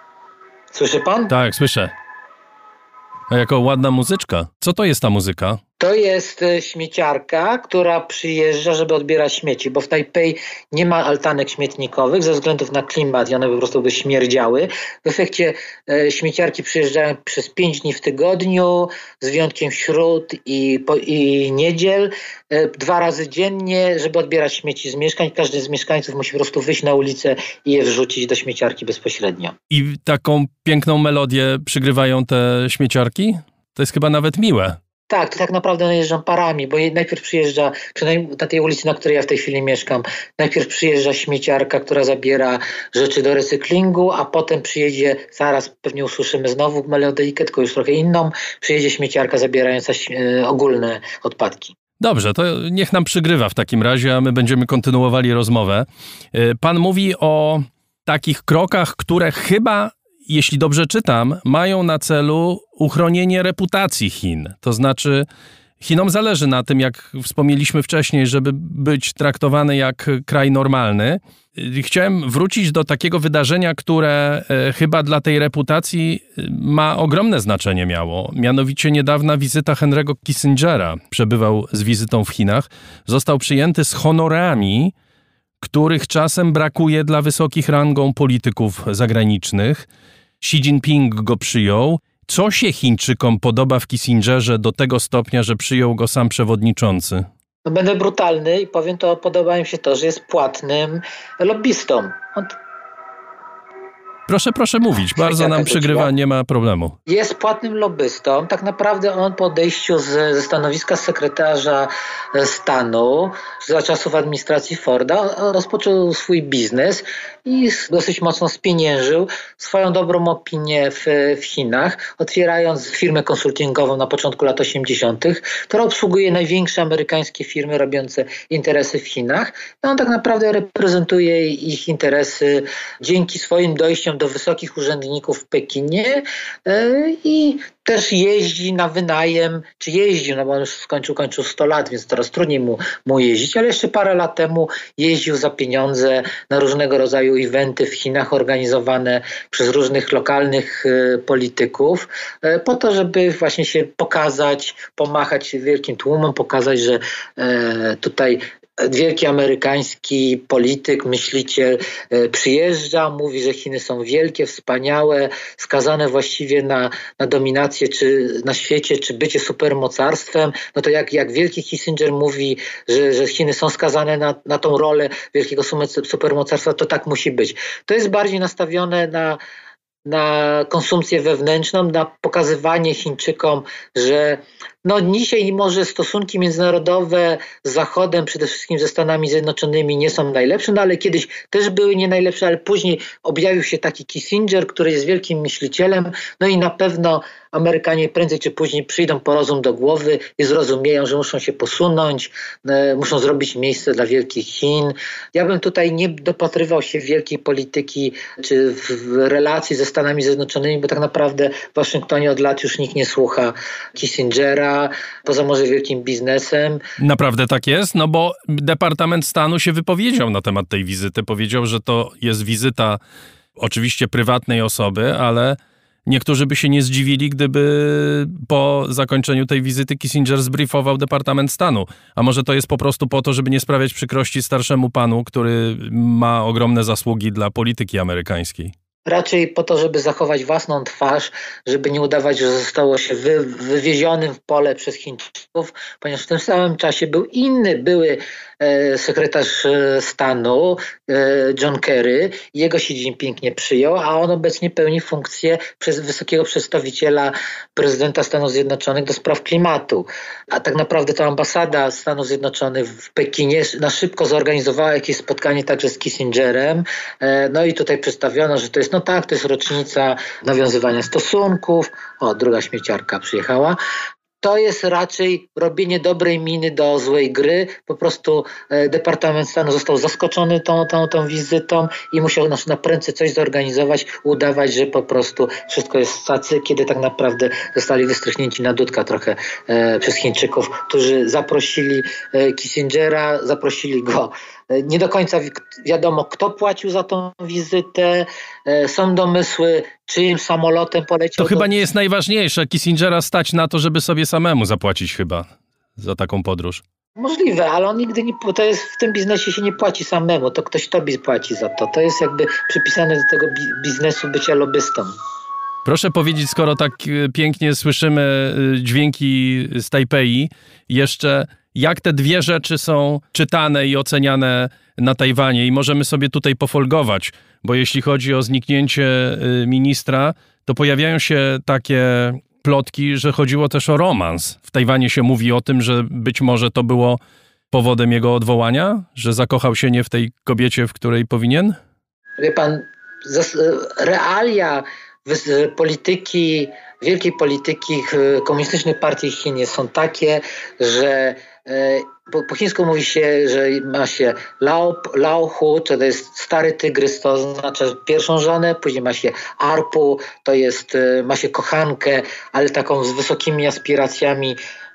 Speaker 18: Słyszy pan?
Speaker 1: Tak, słyszę. A jaka ładna muzyczka. Co to jest ta muzyka?
Speaker 18: To jest śmieciarka, która przyjeżdża, żeby odbierać śmieci, bo w Tajpej nie ma altanek śmietnikowych ze względów na klimat i one po prostu by śmierdziały. W efekcie śmieciarki przyjeżdżają przez pięć dni w tygodniu, z wyjątkiem śród i, i niedziel, dwa razy dziennie, żeby odbierać śmieci z mieszkań. Każdy z mieszkańców musi po prostu wyjść na ulicę i je wrzucić do śmieciarki bezpośrednio. I
Speaker 1: taką piękną melodię przygrywają te śmieciarki? To jest chyba nawet miłe.
Speaker 18: Tak, to tak naprawdę one jeżdżą parami, bo najpierw przyjeżdża, przynajmniej na tej ulicy, na której ja w tej chwili mieszkam, najpierw przyjeżdża śmieciarka, która zabiera rzeczy do recyklingu, a potem przyjedzie, zaraz pewnie usłyszymy znowu melodyjkę, tylko już trochę inną, przyjedzie śmieciarka zabierająca ogólne odpadki.
Speaker 1: Dobrze, to niech nam przygrywa w takim razie, a my będziemy kontynuowali rozmowę. Pan mówi o takich krokach, które chyba, jeśli dobrze czytam, mają na celu uchronienie reputacji Chin. To znaczy, Chinom zależy na tym, jak wspomnieliśmy wcześniej, żeby być traktowany jak kraj normalny. Chciałem wrócić do takiego wydarzenia, które chyba dla tej reputacji ma ogromne znaczenie miało. Mianowicie niedawna wizyta Henry'ego Kissingera. Przebywał z wizytą w Chinach. Został przyjęty z honorami, których czasem brakuje dla wysokich rangą polityków zagranicznych. Xi Jinping go przyjął. Co się Chińczykom podoba w Kissingerze do tego stopnia, że przyjął go sam przewodniczący?
Speaker 18: No będę brutalny i powiem to, podoba mi się to, że jest płatnym lobbystą. On...
Speaker 1: Proszę, proszę mówić, bardzo nam przygrywa, nie ma problemu.
Speaker 18: Jest płatnym lobbystą. Tak naprawdę on po odejściu z, ze stanowiska sekretarza stanu za czasów administracji Forda rozpoczął swój biznes i dosyć mocno spieniężył swoją dobrą opinię w, w Chinach, otwierając firmę konsultingową na początku lat osiemdziesiątych, która obsługuje największe amerykańskie firmy robiące interesy w Chinach. No on tak naprawdę reprezentuje ich interesy dzięki swoim dojściom do wysokich urzędników w Pekinie i też jeździ na wynajem, czy jeździł, no bo on już skończył, kończył sto lat, więc teraz trudniej mu, mu jeździć, ale jeszcze parę lat temu jeździł za pieniądze na różnego rodzaju eventy w Chinach organizowane przez różnych lokalnych y, polityków y, po to, żeby właśnie się pokazać, pomachać wielkim tłumom, pokazać, że y, tutaj wielki amerykański polityk, myśliciel przyjeżdża, mówi, że Chiny są wielkie, wspaniałe, skazane właściwie na, na dominację czy na świecie, czy bycie supermocarstwem. No to jak, jak wielki Kissinger mówi, że, że Chiny są skazane na, na tą rolę wielkiego supermocarstwa, to tak musi być. To jest bardziej nastawione na na konsumpcję wewnętrzną, na pokazywanie Chińczykom, że no dzisiaj może stosunki międzynarodowe z Zachodem, przede wszystkim ze Stanami Zjednoczonymi nie są najlepsze, no ale kiedyś też były nie najlepsze, ale później objawił się taki Kissinger, który jest wielkim myślicielem, no i na pewno Amerykanie prędzej czy później przyjdą po rozum do głowy i zrozumieją, że muszą się posunąć, e, muszą zrobić miejsce dla wielkich Chin. Ja bym tutaj nie dopatrywał się wielkiej polityki czy w, w relacji ze Stanami Zjednoczonymi, bo tak naprawdę w Waszyngtonie od lat już nikt nie słucha Kissingera, poza może wielkim biznesem.
Speaker 1: Naprawdę tak jest? No bo Departament Stanu się wypowiedział na temat tej wizyty. Powiedział, że to jest wizyta oczywiście prywatnej osoby, ale niektórzy by się nie zdziwili, gdyby po zakończeniu tej wizyty Kissinger zbriefował Departament Stanu. A może to jest po prostu po to, żeby nie sprawiać przykrości starszemu panu, który ma ogromne zasługi dla polityki amerykańskiej?
Speaker 18: Raczej po to, żeby zachować własną twarz, żeby nie udawać, że zostało się wy, wywiezionym w pole przez Chińczyków, ponieważ w tym samym czasie był inny były e, sekretarz e, stanu e, John Kerry. Jego Xi Jinping nie przyjął, a on obecnie pełni funkcję przez wysokiego przedstawiciela prezydenta Stanów Zjednoczonych do spraw klimatu. A tak naprawdę to ambasada Stanów Zjednoczonych w Pekinie na szybko zorganizowała jakieś spotkanie także z Kissingerem. E, no i tutaj przedstawiono, że to jest no tak, to jest rocznica nawiązywania stosunków. O, druga śmieciarka przyjechała. To jest raczej robienie dobrej miny do złej gry. Po prostu e, Departament Stanu został zaskoczony tą, tą, tą wizytą i musiał na, na prędce coś zorganizować, udawać, że po prostu wszystko jest w stacy, kiedy tak naprawdę zostali wystrychnięci na dudka trochę e, przez Chińczyków, którzy zaprosili e, Kissingera, zaprosili go. Nie do końca wi- wiadomo, kto płacił za tą wizytę. E, są domysły, czyim samolotem poleciał.
Speaker 1: To do... chyba nie jest najważniejsze. Kissingera stać na to, żeby sobie samemu zapłacić chyba za taką podróż.
Speaker 18: Możliwe, ale on nigdy nie, to jest w tym biznesie się nie płaci samemu, to ktoś tobie płaci za to. To jest jakby przypisane do tego biznesu bycia lobbystą.
Speaker 1: Proszę powiedzieć, skoro tak pięknie słyszymy dźwięki z Tajpei, jeszcze jak te dwie rzeczy są czytane i oceniane na Tajwanie i możemy sobie tutaj pofolgować, bo jeśli chodzi o zniknięcie ministra, to pojawiają się takie plotki, że chodziło też o romans. W Tajwanie się mówi o tym, że być może to było powodem jego odwołania, że zakochał się nie w tej kobiecie, w której powinien?
Speaker 18: Wie pan, realia polityki, wielkiej polityki komunistycznych partii w Chinie są takie, że po, po chińsku mówi się, że ma się Lao, Lao Hu, to jest stary tygrys, to oznacza pierwszą żonę, później ma się Arpu, to jest, ma się kochankę, ale taką z wysokimi aspiracjami,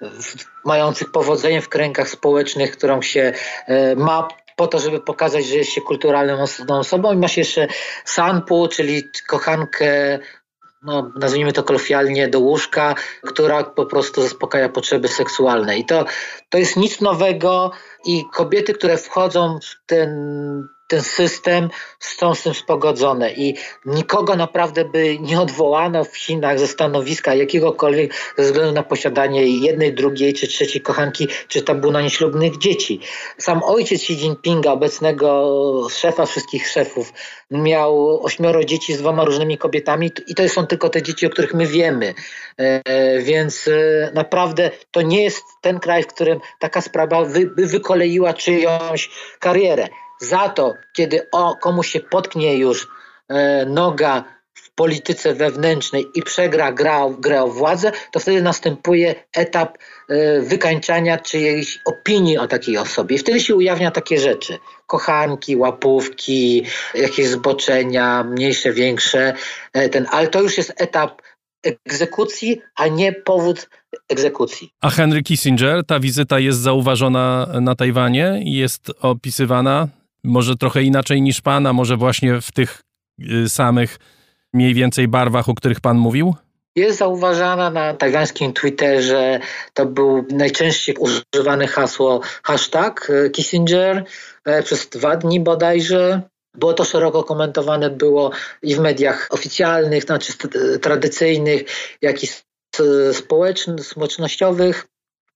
Speaker 18: mających powodzenie w kręgach społecznych, którą się ma po to, żeby pokazać, że jest się kulturalną osobą. I ma się jeszcze Sanpu, czyli kochankę, no, nazwijmy to kolokwialnie, do łóżka, która po prostu zaspokaja potrzeby seksualne. I to, to jest nic nowego i kobiety, które wchodzą w ten, ten system, są z tym spogodzone i nikogo naprawdę by nie odwołano w Chinach ze stanowiska jakiegokolwiek ze względu na posiadanie jednej, drugiej czy trzeciej kochanki, czy tabu na nieślubnych dzieci. Sam ojciec Xi Jinpinga, obecnego szefa wszystkich szefów, miał ośmioro dzieci z dwoma różnymi kobietami i to są tylko te dzieci, o których my wiemy. E, więc e, naprawdę to nie jest ten kraj, w którym taka sprawa wy, by wykoleiła czyjąś karierę. Za to, kiedy o, komuś się potknie już e, noga w polityce wewnętrznej i przegra gra, grę o władzę, to wtedy następuje etap e, wykańczania czyjejś opinii o takiej osobie. I wtedy się ujawnia takie rzeczy. Kochanki, łapówki, jakieś zboczenia, mniejsze, większe. E, ten, ale to już jest etap egzekucji, a nie powód egzekucji.
Speaker 1: A Henry Kissinger, ta wizyta jest zauważona na Tajwanie i jest opisywana może trochę inaczej niż pan, a może właśnie w tych samych mniej więcej barwach, o których pan mówił?
Speaker 18: Jest zauważana na tajwańskim Twitterze, to był najczęściej używane hasło hashtag Kissinger przez dwa dni bodajże. Było to szeroko komentowane było i w mediach oficjalnych, znaczy tradycyjnych, jak i społecznych, społecznościowych.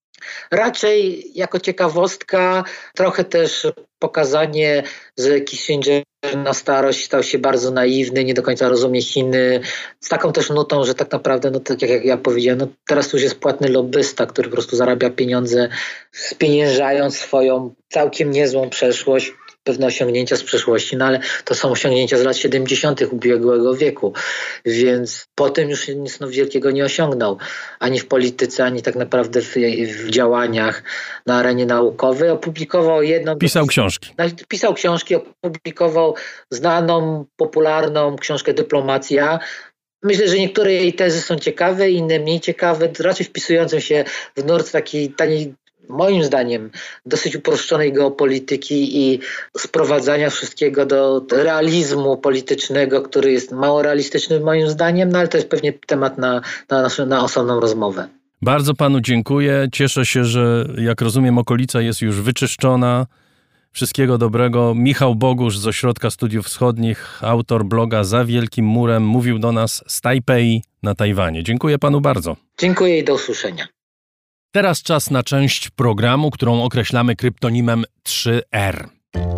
Speaker 18: Raczej jako ciekawostka, trochę też pokazanie, że Kissinger na starość stał się bardzo naiwny, nie do końca rozumie Chiny, z taką też nutą, że tak naprawdę, no tak jak ja powiedziałem, no teraz to już jest płatny lobbysta, który po prostu zarabia pieniądze, spieniężając swoją całkiem niezłą przeszłość, pewne osiągnięcia z przeszłości, no ale to są osiągnięcia z lat siedemdziesiątych ubiegłego wieku, więc po tym już nic no wielkiego nie osiągnął, ani w polityce, ani tak naprawdę w, w działaniach na arenie naukowej. Opublikował jedną...
Speaker 1: Pisał książki.
Speaker 18: Pisał książki, opublikował znaną, popularną książkę Dyplomacja. Myślę, że niektóre jej tezy są ciekawe, inne mniej ciekawe, raczej wpisujące się w nurt takiej taniej, moim zdaniem, dosyć uproszczonej geopolityki i sprowadzania wszystkiego do realizmu politycznego, który jest mało realistyczny moim zdaniem, no ale to jest pewnie temat na, na, naszą, na osobną rozmowę.
Speaker 1: Bardzo panu dziękuję. Cieszę się, że jak rozumiem okolica jest już wyczyszczona. Wszystkiego dobrego. Michał Bogusz z Ośrodka Studiów Wschodnich, autor bloga Za Wielkim Murem, mówił do nas z Tajpei na Tajwanie. Dziękuję panu bardzo.
Speaker 18: Dziękuję i do usłyszenia.
Speaker 1: Teraz czas na część programu, którą określamy kryptonimem trzy R.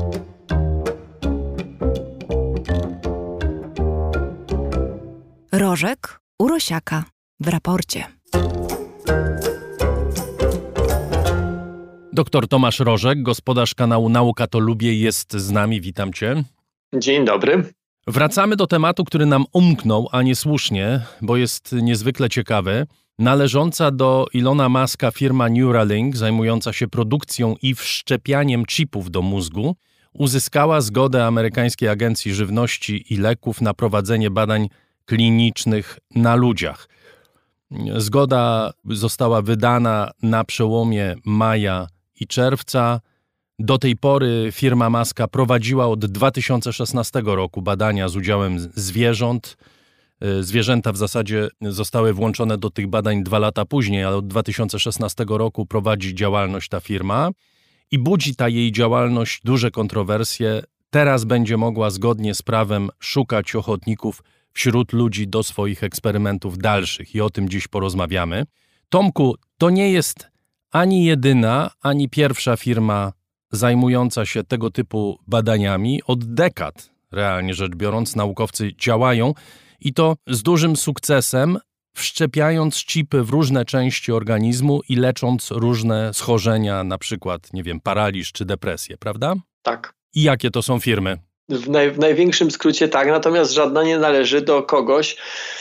Speaker 4: Rożek u Rosiaka w raporcie.
Speaker 1: Doktor Tomasz Rożek, gospodarz kanału Nauka to Lubię, jest z nami. Witam cię.
Speaker 19: Dzień dobry.
Speaker 1: Wracamy do tematu, który nam umknął, a niesłusznie, bo jest niezwykle ciekawy. Należąca do Ilona Muska firma Neuralink, zajmująca się produkcją i wszczepianiem chipów do mózgu, uzyskała zgodę amerykańskiej Agencji Żywności i Leków na prowadzenie badań klinicznych na ludziach. Zgoda została wydana na przełomie maja i czerwca. Do tej pory firma Muska prowadziła od dwa tysiące szesnastego roku badania z udziałem zwierząt Zwierzęta w zasadzie zostały włączone do tych badań dwa lata później, ale od dwa tysiące szesnastego roku prowadzi działalność ta firma i budzi ta jej działalność duże kontrowersje. Teraz będzie mogła zgodnie z prawem szukać ochotników wśród ludzi do swoich eksperymentów dalszych i o tym dziś porozmawiamy. Tomku, to nie jest ani jedyna, ani pierwsza firma zajmująca się tego typu badaniami. Od dekad, realnie rzecz biorąc, naukowcy działają i to z dużym sukcesem, wszczepiając chipy w różne części organizmu i lecząc różne schorzenia, na przykład, nie wiem, paraliż czy depresję, prawda?
Speaker 19: Tak.
Speaker 1: I jakie to są firmy?
Speaker 19: W, naj, w największym skrócie tak, natomiast żadna nie należy do kogoś,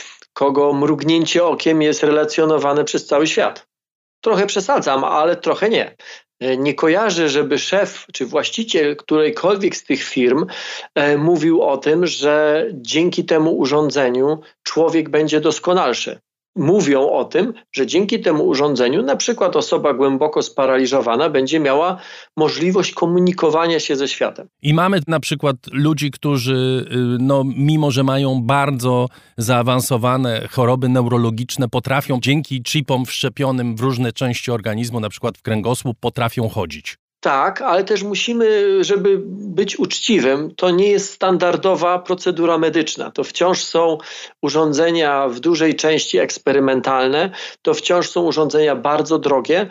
Speaker 19: kogo mrugnięcie okiem jest relacjonowane przez cały świat. Trochę przesadzam, ale trochę nie. Nie kojarzę, żeby szef czy właściciel którejkolwiek z tych firm e, mówił o tym, że dzięki temu urządzeniu człowiek będzie doskonalszy. Mówią o tym, że dzięki temu urządzeniu na przykład osoba głęboko sparaliżowana będzie miała możliwość komunikowania się ze światem.
Speaker 1: I mamy na przykład ludzi, którzy no, mimo że mają bardzo zaawansowane choroby neurologiczne, potrafią dzięki chipom wszczepionym w różne części organizmu, na przykład w kręgosłup, potrafią chodzić.
Speaker 19: Tak, ale też musimy, żeby być uczciwym, to nie jest standardowa procedura medyczna. To wciąż są urządzenia w dużej części eksperymentalne, to wciąż są urządzenia bardzo drogie.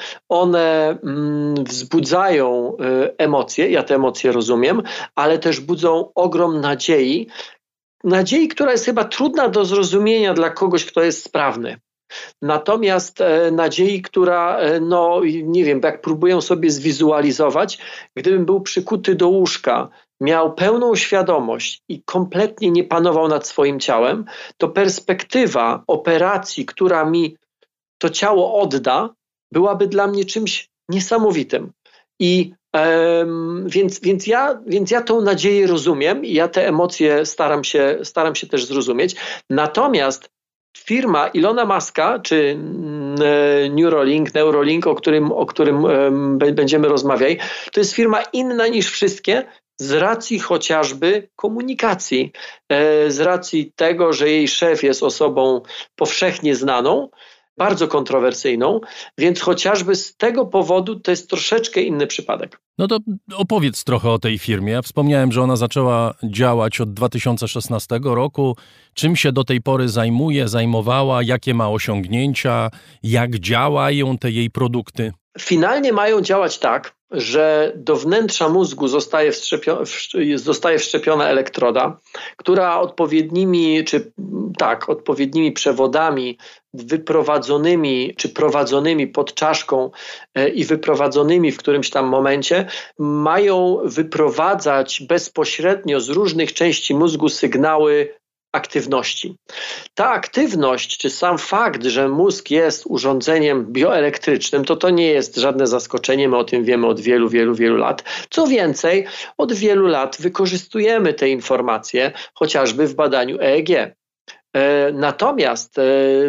Speaker 19: One mm, wzbudzają y, emocje, ja te emocje rozumiem, ale też budzą ogrom nadziei. Nadziei, która jest chyba trudna do zrozumienia dla kogoś, kto jest sprawny. Natomiast e, nadziei, która, e, no nie wiem, jak próbuję sobie zwizualizować, gdybym był przykuty do łóżka, miał pełną świadomość i kompletnie nie panował nad swoim ciałem, to perspektywa operacji, która mi to ciało odda, byłaby dla mnie czymś niesamowitym. I e, więc, więc, ja, więc ja tą nadzieję rozumiem i ja te emocje staram się, staram się też zrozumieć. Natomiast firma Ilona Muska, czy Neuralink, Neuralink, o którym, o którym będziemy rozmawiać, to jest firma inna niż wszystkie z racji chociażby komunikacji, z racji tego, że jej szef jest osobą powszechnie znaną, bardzo kontrowersyjną, więc chociażby z tego powodu to jest troszeczkę inny przypadek.
Speaker 1: No to opowiedz trochę o tej firmie. Ja wspomniałem, że ona zaczęła działać od dwa tysiące szesnastego roku. Czym się do tej pory zajmuje, zajmowała, jakie ma osiągnięcia, jak działają te jej produkty?
Speaker 19: Finalnie mają działać tak, że do wnętrza mózgu zostaje, wszczepio, zostaje wszczepiona elektroda, która odpowiednimi, czy tak, odpowiednimi przewodami wyprowadzonymi, czy prowadzonymi pod czaszką i wyprowadzonymi w którymś tam momencie mają wyprowadzać bezpośrednio z różnych części mózgu sygnały aktywności. Ta aktywność, czy sam fakt, że mózg jest urządzeniem bioelektrycznym, to to nie jest żadne zaskoczenie, my o tym wiemy od wielu, wielu, wielu lat. Co więcej, od wielu lat wykorzystujemy te informacje, chociażby w badaniu E E G. E, natomiast e,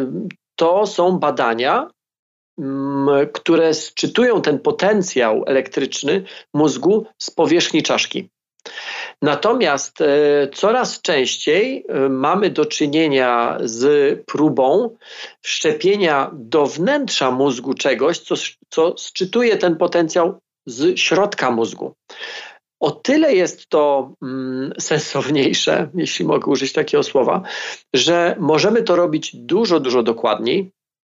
Speaker 19: to są badania, m, które sczytują ten potencjał elektryczny mózgu z powierzchni czaszki. Natomiast e, coraz częściej e, mamy do czynienia z próbą wszczepienia do wnętrza mózgu czegoś, co, co sczytuje ten potencjał z środka mózgu. O tyle jest to mm, sensowniejsze, jeśli mogę użyć takiego słowa, że możemy to robić dużo, dużo dokładniej.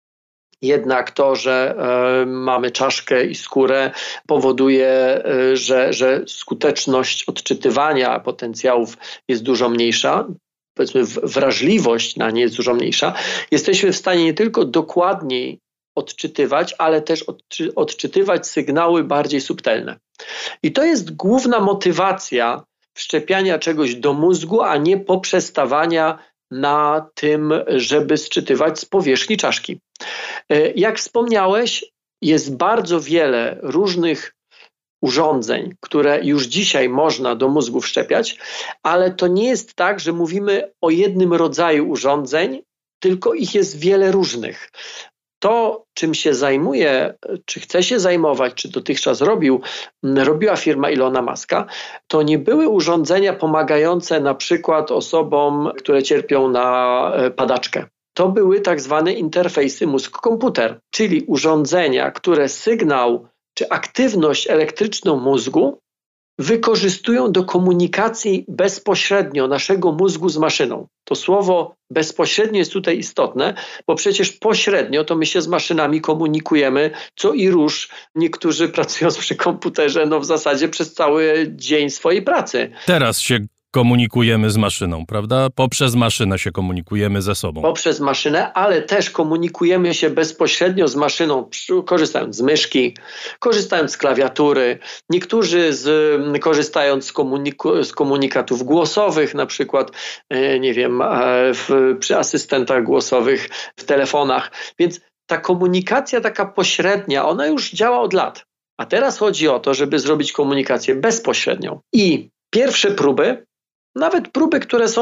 Speaker 19: Jednak to, że e, mamy czaszkę i skórę, powoduje, e, że, że skuteczność odczytywania potencjałów jest dużo mniejsza. Powiedzmy, wrażliwość na nie jest dużo mniejsza. Jesteśmy w stanie nie tylko dokładniej odczytywać, ale też odczy, odczytywać sygnały bardziej subtelne. I to jest główna motywacja wszczepiania czegoś do mózgu, a nie poprzestawania na tym, żeby sczytywać z powierzchni czaszki. Jak wspomniałeś, jest bardzo wiele różnych urządzeń, które już dzisiaj można do mózgu wszczepiać, ale to nie jest tak, że mówimy o jednym rodzaju urządzeń, tylko ich jest wiele różnych. to, czym się zajmuje, czy chce się zajmować, czy dotychczas robił, robiła firma Ilona Muska, to nie były urządzenia pomagające na przykład osobom, które cierpią na padaczkę. To były tak zwane interfejsy mózg-komputer, czyli urządzenia, które sygnał czy aktywność elektryczną mózgu wykorzystują do komunikacji bezpośrednio naszego mózgu z maszyną. To słowo bezpośrednio jest tutaj istotne, bo przecież pośrednio to my się z maszynami komunikujemy co i róż. Niektórzy pracując przy komputerze no w zasadzie przez cały dzień swojej pracy.
Speaker 1: Teraz się komunikujemy z maszyną, prawda? Poprzez maszynę się komunikujemy ze sobą.
Speaker 19: Poprzez maszynę, ale też komunikujemy się bezpośrednio z maszyną, korzystając z myszki, korzystając z klawiatury. Niektórzy z, korzystając z, komuniku, z komunikatów głosowych, na przykład, nie wiem, w, przy asystentach głosowych w telefonach. Więc ta komunikacja taka pośrednia, ona już działa od lat. A teraz chodzi o to, żeby zrobić komunikację bezpośrednią. I pierwsze próby, nawet próby, które są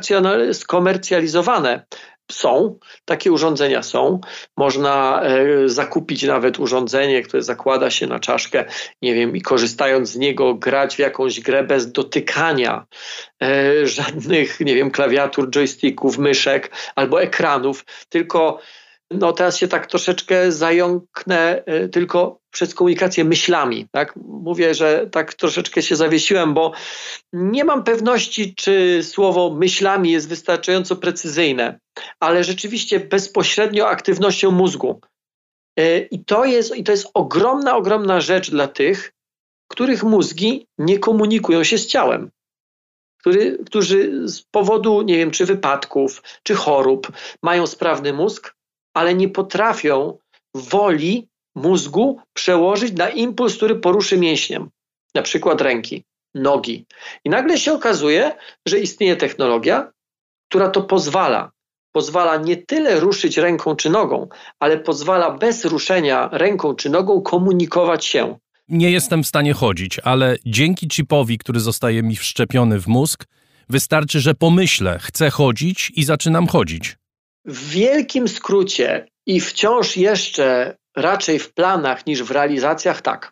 Speaker 19: skomercjalizowane, są, takie urządzenia są. Można e, zakupić nawet urządzenie, które zakłada się na czaszkę, nie wiem, i korzystając z niego grać w jakąś grę bez dotykania e, żadnych, nie wiem, klawiatur, joysticków, myszek albo ekranów, tylko no teraz się tak troszeczkę zająknę y, tylko przez komunikację myślami. Tak? Mówię, że tak troszeczkę się zawiesiłem, bo nie mam pewności, czy słowo myślami jest wystarczająco precyzyjne, ale rzeczywiście bezpośrednio aktywnością mózgu. Y, I to jest, i to jest ogromna, ogromna rzecz dla tych, których mózgi nie komunikują się z ciałem. Który, którzy z powodu, nie wiem, czy wypadków, czy chorób mają sprawny mózg, ale nie potrafią woli mózgu przełożyć na impuls, który poruszy mięśniem, na przykład ręki, nogi. I nagle się okazuje, że istnieje technologia, która to pozwala. Pozwala nie tyle ruszyć ręką czy nogą, ale pozwala bez ruszenia ręką czy nogą komunikować się.
Speaker 1: Nie jestem w stanie chodzić, ale dzięki chipowi, który zostaje mi wszczepiony w mózg, wystarczy, że pomyślę, chcę chodzić i zaczynam chodzić.
Speaker 19: W wielkim skrócie i wciąż jeszcze raczej w planach niż w realizacjach tak,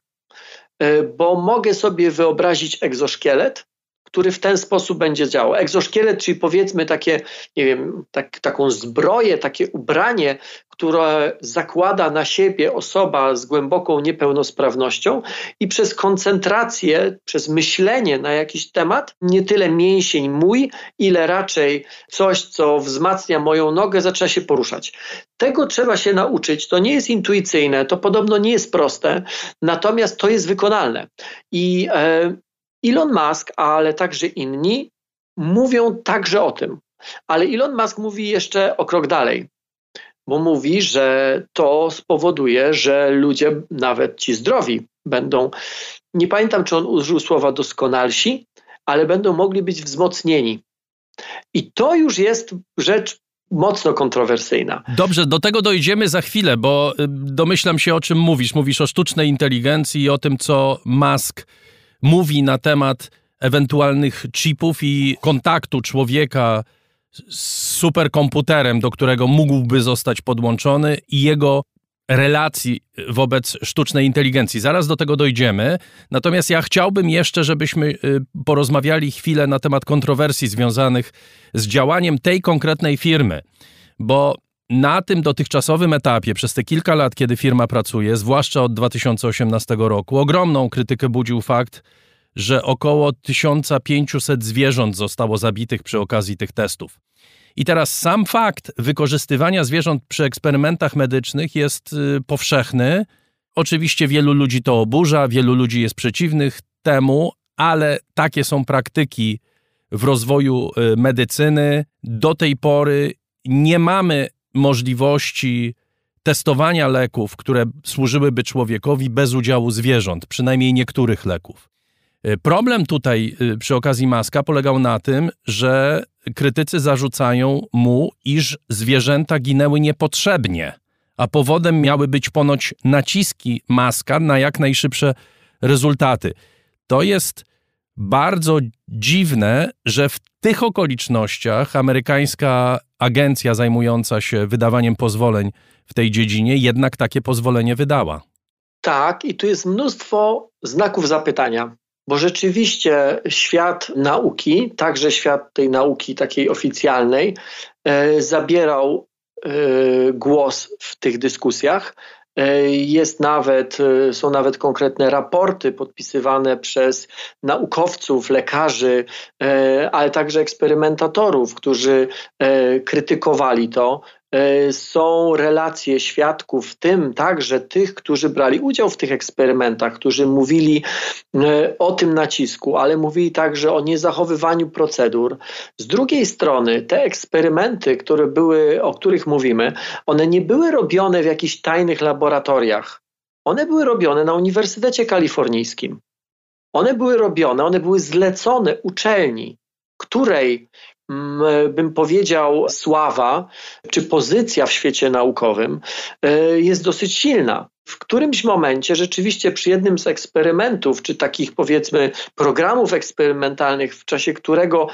Speaker 19: bo mogę sobie wyobrazić egzoszkielet, który w ten sposób będzie działał. Egzoszkielet, czyli powiedzmy takie, nie wiem, tak, taką zbroję, takie ubranie, które zakłada na siebie osoba z głęboką niepełnosprawnością i przez koncentrację, przez myślenie na jakiś temat, nie tyle mięsień mój, ile raczej coś, co wzmacnia moją nogę, zaczyna się poruszać. Tego trzeba się nauczyć. To nie jest intuicyjne, to podobno nie jest proste, natomiast to jest wykonalne. I e, Elon Musk, ale także inni mówią także o tym. Ale Elon Musk mówi jeszcze o krok dalej, bo mówi, że to spowoduje, że ludzie, nawet ci zdrowi, będą, nie pamiętam, czy on użył słowa doskonalsi, ale będą mogli być wzmocnieni. I to już jest rzecz mocno kontrowersyjna.
Speaker 1: Dobrze, do tego dojdziemy za chwilę, bo domyślam się, o czym mówisz. Mówisz o sztucznej inteligencji i o tym, co Musk mówi na temat ewentualnych chipów i kontaktu człowieka z superkomputerem, do którego mógłby zostać podłączony, i jego relacji wobec sztucznej inteligencji. Zaraz do tego dojdziemy. Natomiast ja chciałbym jeszcze, żebyśmy porozmawiali chwilę na temat kontrowersji związanych z działaniem tej konkretnej firmy, bo na tym dotychczasowym etapie, przez te kilka lat, kiedy firma pracuje, zwłaszcza od dwa tysiące osiemnastego roku, ogromną krytykę budził fakt, że około tysiąc pięćset zwierząt zostało zabitych przy okazji tych testów. I teraz sam fakt wykorzystywania zwierząt przy eksperymentach medycznych jest y, powszechny. Oczywiście wielu ludzi to oburza, wielu ludzi jest przeciwnych temu, ale takie są praktyki w rozwoju y, medycyny. Do tej pory nie mamy możliwości testowania leków, które służyłyby człowiekowi bez udziału zwierząt, przynajmniej niektórych leków. Problem tutaj przy okazji Muska polegał na tym, że krytycy zarzucają mu, iż zwierzęta ginęły niepotrzebnie, a powodem miały być ponoć naciski Muska na jak najszybsze rezultaty. To jest bardzo dziwne, że w tych okolicznościach amerykańska agencja zajmująca się wydawaniem pozwoleń w tej dziedzinie jednak takie pozwolenie wydała.
Speaker 19: Tak, i tu jest mnóstwo znaków zapytania, bo rzeczywiście świat nauki, także świat tej nauki takiej oficjalnej, e, zabierał e, głos w tych dyskusjach. Jest nawet, są nawet konkretne raporty podpisywane przez naukowców, lekarzy, ale także eksperymentatorów, którzy krytykowali to. Są relacje świadków, w tym także tych, którzy brali udział w tych eksperymentach, którzy mówili o tym nacisku, ale mówili także o niezachowywaniu procedur. Z drugiej strony te eksperymenty, które były, o których mówimy, one nie były robione w jakichś tajnych laboratoriach. One były robione na Uniwersytecie Kalifornijskim. One były robione, one były zlecone uczelni, której bym powiedział sława czy pozycja w świecie naukowym jest dosyć silna. W którymś momencie rzeczywiście przy jednym z eksperymentów, czy takich powiedzmy programów eksperymentalnych, w czasie którego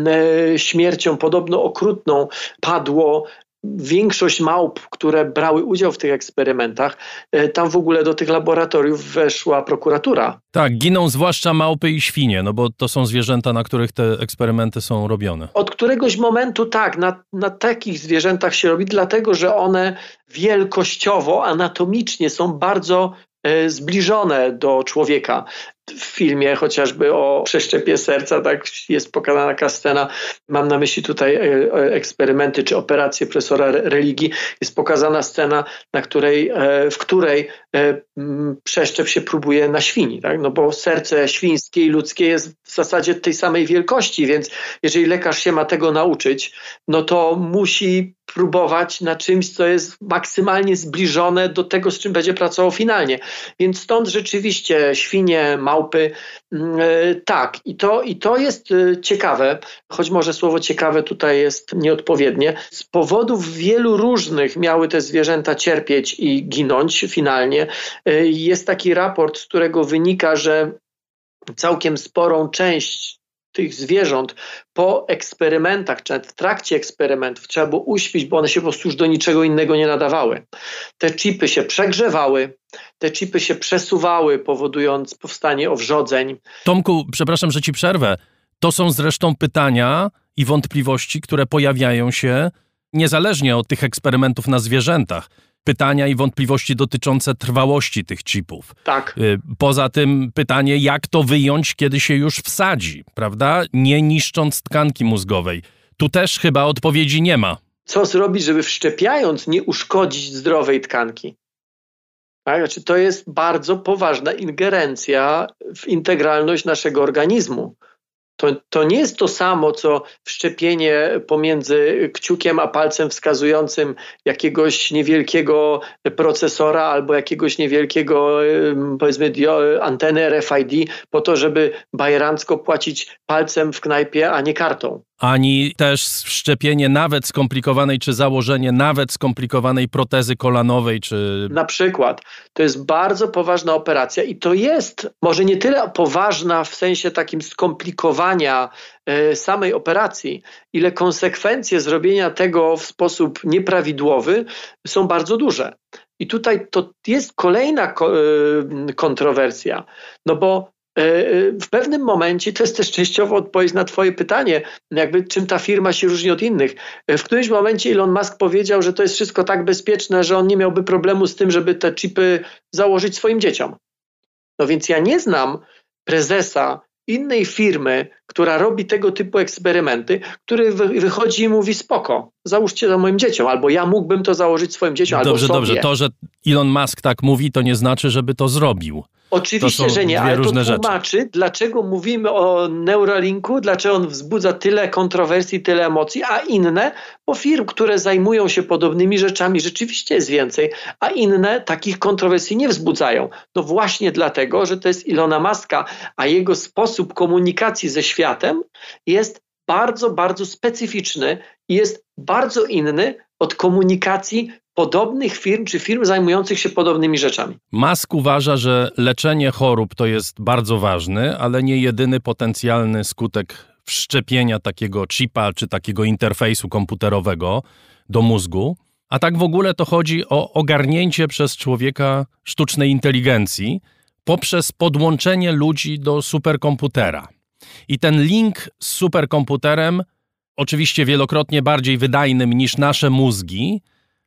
Speaker 19: śmiercią podobno okrutną padło większość małp, które brały udział w tych eksperymentach, tam w ogóle do tych laboratoriów weszła prokuratura.
Speaker 1: Tak, giną zwłaszcza małpy i świnie, no bo to są zwierzęta, na których te eksperymenty są robione.
Speaker 19: Od któregoś momentu tak, na, na takich zwierzętach się robi, dlatego że one wielkościowo, anatomicznie są bardzo e, zbliżone do człowieka. W filmie chociażby o przeszczepie serca tak jest pokazana taka scena, mam na myśli tutaj eksperymenty czy operacje profesora religii, jest pokazana scena, na której, w której przeszczep się próbuje na świni, tak? No bo serce świńskie i ludzkie jest w zasadzie tej samej wielkości, więc jeżeli lekarz się ma tego nauczyć, no to musi próbować na czymś, co jest maksymalnie zbliżone do tego, z czym będzie pracował finalnie. Więc stąd rzeczywiście świnie, małpy, yy, tak. I to, i to jest yy, ciekawe, choć może słowo ciekawe tutaj jest nieodpowiednie. Z powodów wielu różnych miały te zwierzęta cierpieć i ginąć finalnie. Yy, jest taki raport, z którego wynika, że całkiem sporą część tych zwierząt po eksperymentach, czy w trakcie eksperymentów trzeba było uśpić, bo one się po prostu już do niczego innego nie nadawały. Te chipy się przegrzewały, te chipy się przesuwały, powodując powstanie owrzodzeń.
Speaker 1: Tomku, przepraszam, że ci przerwę. To są zresztą pytania i wątpliwości, które pojawiają się niezależnie od tych eksperymentów na zwierzętach. Pytania i wątpliwości dotyczące trwałości tych chipów.
Speaker 19: Tak.
Speaker 1: Poza tym pytanie, jak to wyjąć, kiedy się już wsadzi, prawda? Nie niszcząc tkanki mózgowej. Tu też chyba odpowiedzi nie ma.
Speaker 19: Co zrobić, żeby wszczepiając nie uszkodzić zdrowej tkanki? Tak? Znaczy, to jest bardzo poważna ingerencja w integralność naszego organizmu. To, to nie jest to samo, co wszczepienie pomiędzy kciukiem a palcem wskazującym jakiegoś niewielkiego procesora albo jakiegoś niewielkiego, powiedzmy, anteny R F I D po to, żeby bajerancko płacić palcem w knajpie, a nie kartą.
Speaker 1: Ani też wszczepienie nawet skomplikowanej, czy założenie nawet skomplikowanej protezy kolanowej, czy...
Speaker 19: Na przykład. To jest bardzo poważna operacja i to jest może nie tyle poważna w sensie takim skomplikowania y, samej operacji, ile konsekwencje zrobienia tego w sposób nieprawidłowy są bardzo duże. I tutaj to jest kolejna ko- y, kontrowersja, no bo w pewnym momencie, to jest też częściowo odpowiedź na twoje pytanie, jakby czym ta firma się różni od innych. W którymś momencie Elon Musk powiedział, że to jest wszystko tak bezpieczne, że on nie miałby problemu z tym, żeby te chipy założyć swoim dzieciom. No więc ja nie znam prezesa innej firmy, która robi tego typu eksperymenty, który wychodzi i mówi spoko, załóżcie to moim dzieciom, albo ja mógłbym to założyć swoim dzieciom,
Speaker 1: dobrze,
Speaker 19: albo sobie.
Speaker 1: Dobrze, to, że Elon Musk tak mówi, to nie znaczy, żeby to zrobił.
Speaker 19: Oczywiście, że nie, ale to tłumaczy, rzeczy. Dlaczego mówimy o Neuralinku, dlaczego on wzbudza tyle kontrowersji, tyle emocji, a inne, bo firm, które zajmują się podobnymi rzeczami, rzeczywiście jest więcej, a inne takich kontrowersji nie wzbudzają. No właśnie dlatego, że to jest Elona Muska, a jego sposób komunikacji ze światem jest bardzo, bardzo specyficzny i jest bardzo inny od komunikacji podobnych firm czy firm zajmujących się podobnymi rzeczami.
Speaker 1: Musk uważa, że leczenie chorób to jest bardzo ważny, ale nie jedyny potencjalny skutek wszczepienia takiego chipa czy takiego interfejsu komputerowego do mózgu, a tak w ogóle to chodzi o ogarnięcie przez człowieka sztucznej inteligencji poprzez podłączenie ludzi do superkomputera. I ten link z superkomputerem, oczywiście wielokrotnie bardziej wydajnym niż nasze mózgi,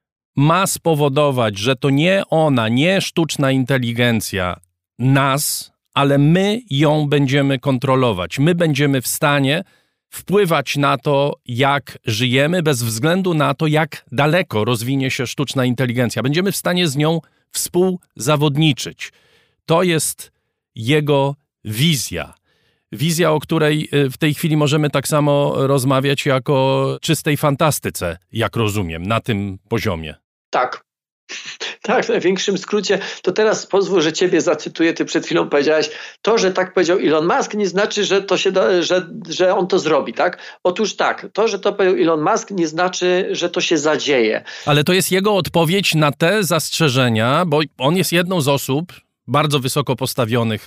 Speaker 1: ma spowodować, że to nie ona, nie sztuczna inteligencja nas, ale my ją będziemy kontrolować. My będziemy w stanie wpływać na to, jak żyjemy, bez względu na to, jak daleko rozwinie się sztuczna inteligencja. Będziemy w stanie z nią współzawodniczyć. To jest jego wizja. Wizja, o której w tej chwili możemy tak samo rozmawiać jak o czystej fantastyce, jak rozumiem, na tym poziomie.
Speaker 19: Tak. Tak, w największym skrócie. To teraz pozwól, że ciebie zacytuję. Ty przed chwilą powiedziałeś, to, że tak powiedział Elon Musk, nie znaczy, że, to się da, że, że on to zrobi, tak? Otóż tak, to, że to powiedział Elon Musk, nie znaczy, że to się zadzieje.
Speaker 1: Ale to jest jego odpowiedź na te zastrzeżenia, bo on jest jedną z osób bardzo wysoko postawionych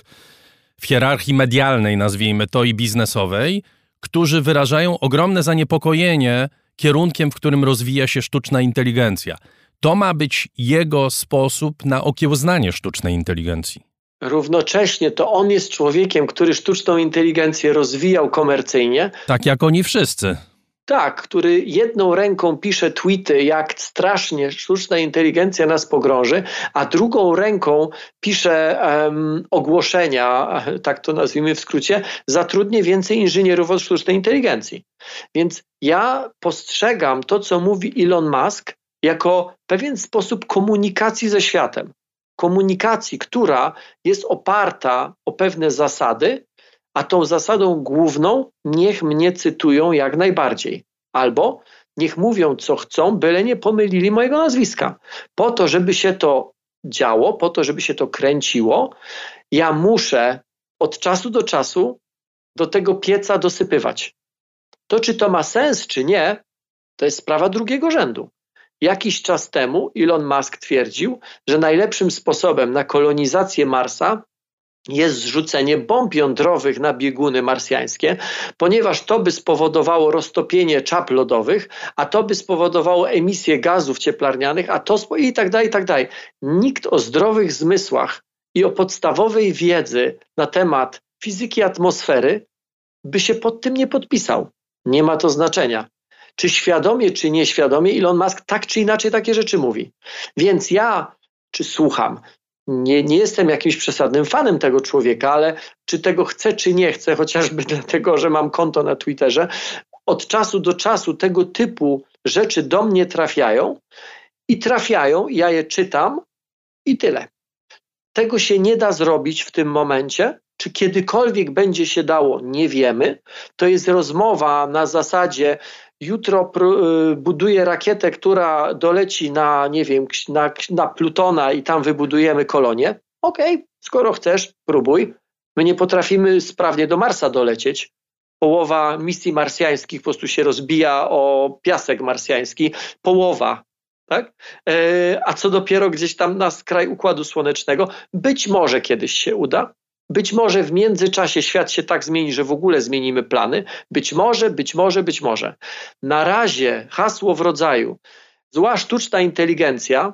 Speaker 1: w hierarchii medialnej, nazwijmy to, i biznesowej, którzy wyrażają ogromne zaniepokojenie kierunkiem, w którym rozwija się sztuczna inteligencja. To ma być jego sposób na okiełznanie sztucznej inteligencji.
Speaker 19: Równocześnie to on jest człowiekiem, który sztuczną inteligencję rozwijał komercyjnie.
Speaker 1: Tak jak oni wszyscy.
Speaker 19: Tak, który jedną ręką pisze tweety, jak strasznie sztuczna inteligencja nas pogrąży, a drugą ręką pisze um, ogłoszenia, tak to nazwijmy w skrócie, zatrudnię więcej inżynierów od sztucznej inteligencji. Więc ja postrzegam to, co mówi Elon Musk, jako pewien sposób komunikacji ze światem. Komunikacji, która jest oparta o pewne zasady, a tą zasadą główną niech mnie cytują jak najbardziej. Albo niech mówią, co chcą, byle nie pomylili mojego nazwiska. Po to, żeby się to działo, po to, żeby się to kręciło, ja muszę od czasu do czasu do tego pieca dosypywać. To, czy to ma sens, czy nie, to jest sprawa drugiego rzędu. Jakiś czas temu Elon Musk twierdził, że najlepszym sposobem na kolonizację Marsa jest zrzucenie bomb jądrowych na bieguny marsjańskie, ponieważ to by spowodowało roztopienie czap lodowych, a to by spowodowało emisję gazów cieplarnianych, a to spo... i tak dalej, i tak dalej. Nikt o zdrowych zmysłach i o podstawowej wiedzy na temat fizyki atmosfery by się pod tym nie podpisał. Nie ma to znaczenia. Czy świadomie, czy nieświadomie Elon Musk tak czy inaczej takie rzeczy mówi. Więc ja, czy słucham, nie, nie jestem jakimś przesadnym fanem tego człowieka, ale czy tego chcę, czy nie chcę, chociażby dlatego, że mam konto na Twitterze, od czasu do czasu tego typu rzeczy do mnie trafiają i trafiają, ja je czytam i tyle. Tego się nie da zrobić w tym momencie. Czy kiedykolwiek będzie się dało, nie wiemy. To jest rozmowa na zasadzie jutro buduję rakietę, która doleci na, nie wiem, na, na Plutona i tam wybudujemy kolonię. Okej, okay, skoro chcesz, próbuj. My nie potrafimy sprawnie do Marsa dolecieć. Połowa misji marsjańskich po prostu się rozbija o piasek marsjański. Połowa. Tak? E, a co dopiero gdzieś tam na skraj Układu Słonecznego. Być może kiedyś się uda. Być może w międzyczasie świat się tak zmieni, że w ogóle zmienimy plany. Być może, być może, być może. Na razie hasło w rodzaju zła sztuczna inteligencja,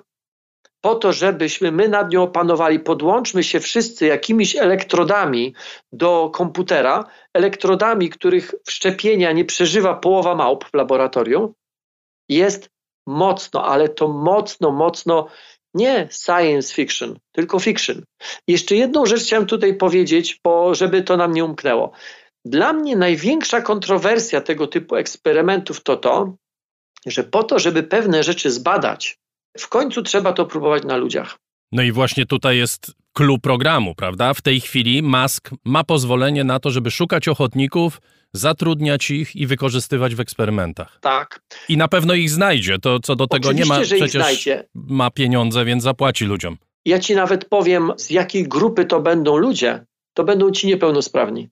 Speaker 19: po to, żebyśmy my nad nią opanowali, podłączmy się wszyscy jakimiś elektrodami do komputera, elektrodami, których wszczepienia nie przeżywa połowa małp w laboratorium, jest mocno, ale to mocno, mocno nie science fiction, tylko fiction. Jeszcze jedną rzecz chciałem tutaj powiedzieć, bo żeby to nam nie umknęło. Dla mnie największa kontrowersja tego typu eksperymentów to to, że po to, żeby pewne rzeczy zbadać, w końcu trzeba to próbować na ludziach.
Speaker 1: No i właśnie tutaj jest clou programu, prawda? W tej chwili Musk ma pozwolenie na to, żeby szukać ochotników, zatrudniać ich i wykorzystywać w eksperymentach.
Speaker 19: Tak.
Speaker 1: I na pewno ich znajdzie. To co do tego
Speaker 19: Oczywiście,
Speaker 1: nie ma,
Speaker 19: że ich
Speaker 1: przecież
Speaker 19: znajdzie.
Speaker 1: Ma pieniądze, więc zapłaci ludziom.
Speaker 19: Ja ci nawet powiem, z jakiej grupy to będą ludzie. To będą ci niepełnosprawni.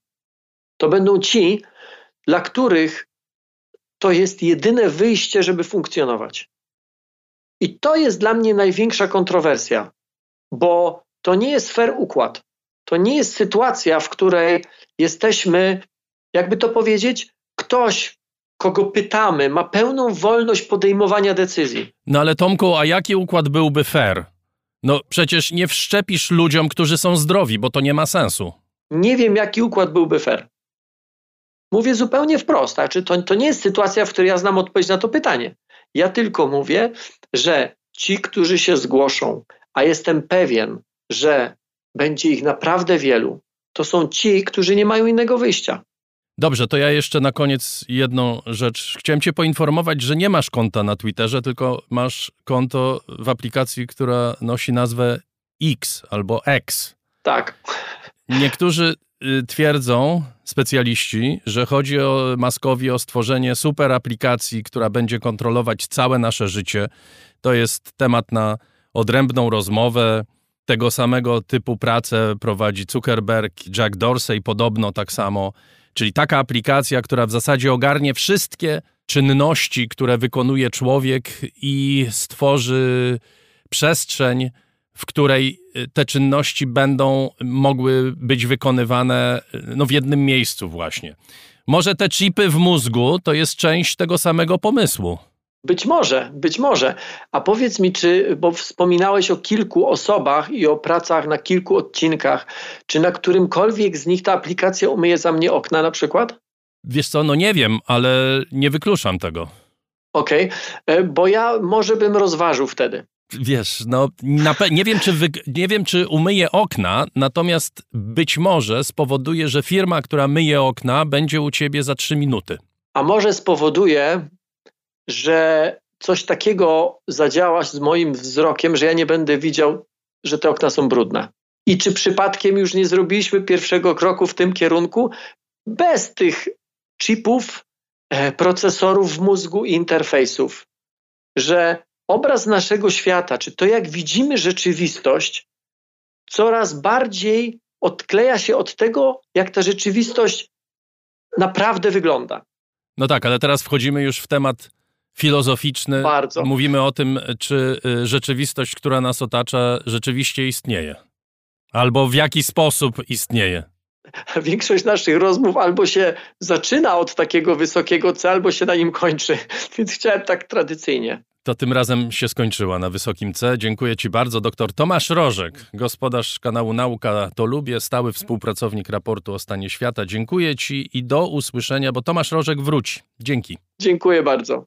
Speaker 19: To będą ci, dla których to jest jedyne wyjście, żeby funkcjonować. I to jest dla mnie największa kontrowersja, bo to nie jest fair układ. To nie jest sytuacja, w której jesteśmy jakby to powiedzieć, ktoś, kogo pytamy, ma pełną wolność podejmowania decyzji.
Speaker 1: No ale Tomku, a jaki układ byłby fair? No przecież nie wszczepisz ludziom, którzy są zdrowi, bo to nie ma sensu.
Speaker 19: Nie wiem, jaki układ byłby fair. Mówię zupełnie wprost, znaczy to, to nie jest sytuacja, w której ja znam odpowiedź na to pytanie. Ja tylko mówię, że ci, którzy się zgłoszą, a jestem pewien, że będzie ich naprawdę wielu, to są ci, którzy nie mają innego wyjścia.
Speaker 1: Dobrze, to ja jeszcze na koniec jedną rzecz. Chciałem cię poinformować, że nie masz konta na Twitterze, tylko masz konto w aplikacji, która nosi nazwę X albo X.
Speaker 19: Tak.
Speaker 1: Niektórzy twierdzą, specjaliści, że chodzi o Muskowi o stworzenie super aplikacji, która będzie kontrolować całe nasze życie. To jest temat na odrębną rozmowę. Tego samego typu pracę prowadzi Zuckerberg, Jack Dorsey podobno tak samo. Czyli taka aplikacja, która w zasadzie ogarnie wszystkie czynności, które wykonuje człowiek i stworzy przestrzeń, w której te czynności będą mogły być wykonywane no, w jednym miejscu właśnie. Może te chipy w mózgu to jest część tego samego pomysłu.
Speaker 19: Być może, być może. A powiedz mi, czy, bo wspominałeś o kilku osobach i o pracach na kilku odcinkach, czy na którymkolwiek z nich ta aplikacja umyje za mnie okna na przykład?
Speaker 1: Wiesz co, no nie wiem, ale nie wykluczam tego.
Speaker 19: Okej, okay. Bo ja może bym rozważył wtedy.
Speaker 1: Wiesz, no na pe- nie wiem, czy wy- nie wiem, czy umyje okna, natomiast być może spowoduje, że firma, która myje okna, będzie u ciebie za trzy minuty.
Speaker 19: A może spowoduje, że coś takiego zadziała z moim wzrokiem, że ja nie będę widział, że te okna są brudne. I czy przypadkiem już nie zrobiliśmy pierwszego kroku w tym kierunku bez tych chipów, e, procesorów w mózgu i interfejsów, że obraz naszego świata, czy to jak widzimy rzeczywistość, coraz bardziej odkleja się od tego, jak ta rzeczywistość naprawdę wygląda.
Speaker 1: No tak, ale teraz wchodzimy już w temat filozoficzny.
Speaker 19: Bardzo.
Speaker 1: Mówimy o tym, czy rzeczywistość, która nas otacza, rzeczywiście istnieje. Albo w jaki sposób istnieje.
Speaker 19: Większość naszych rozmów albo się zaczyna od takiego wysokiego C, albo się na nim kończy. Więc chciałem tak tradycyjnie.
Speaker 1: To tym razem się skończyła na wysokim C. Dziękuję ci bardzo. Doktor Tomasz Rożek, gospodarz kanału Nauka to Lubię, stały współpracownik raportu o stanie świata. Dziękuję ci i do usłyszenia, bo Tomasz Rożek wróci. Dzięki.
Speaker 19: Dziękuję bardzo.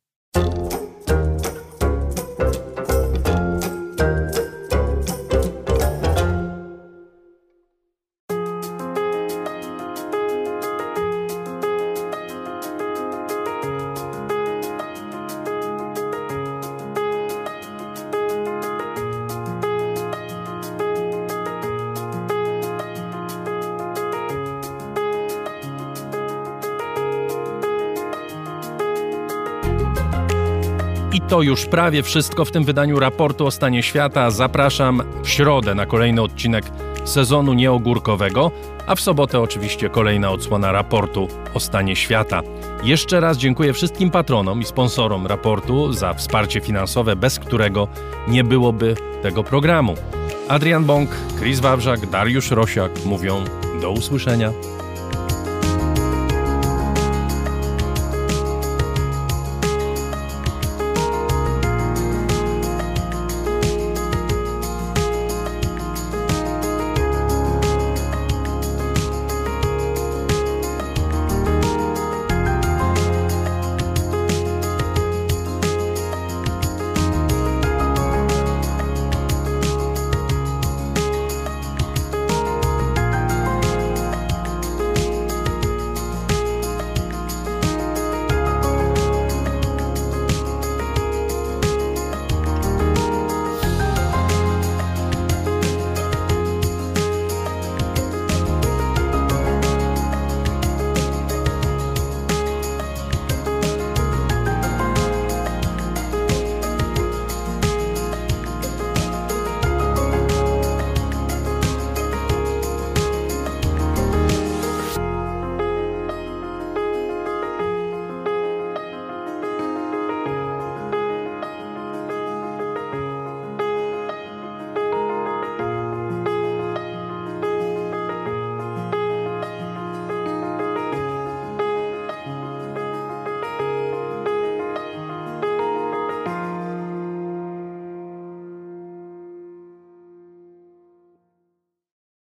Speaker 1: I to już prawie wszystko w tym wydaniu raportu o stanie świata. Zapraszam w środę na kolejny odcinek sezonu nieogórkowego, a w sobotę oczywiście kolejna odsłona raportu o stanie świata. Jeszcze raz dziękuję wszystkim patronom i sponsorom raportu za wsparcie finansowe, bez którego nie byłoby tego programu. Adrian Bąk, Chris Wawrzak, Dariusz Rosiak mówią do usłyszenia.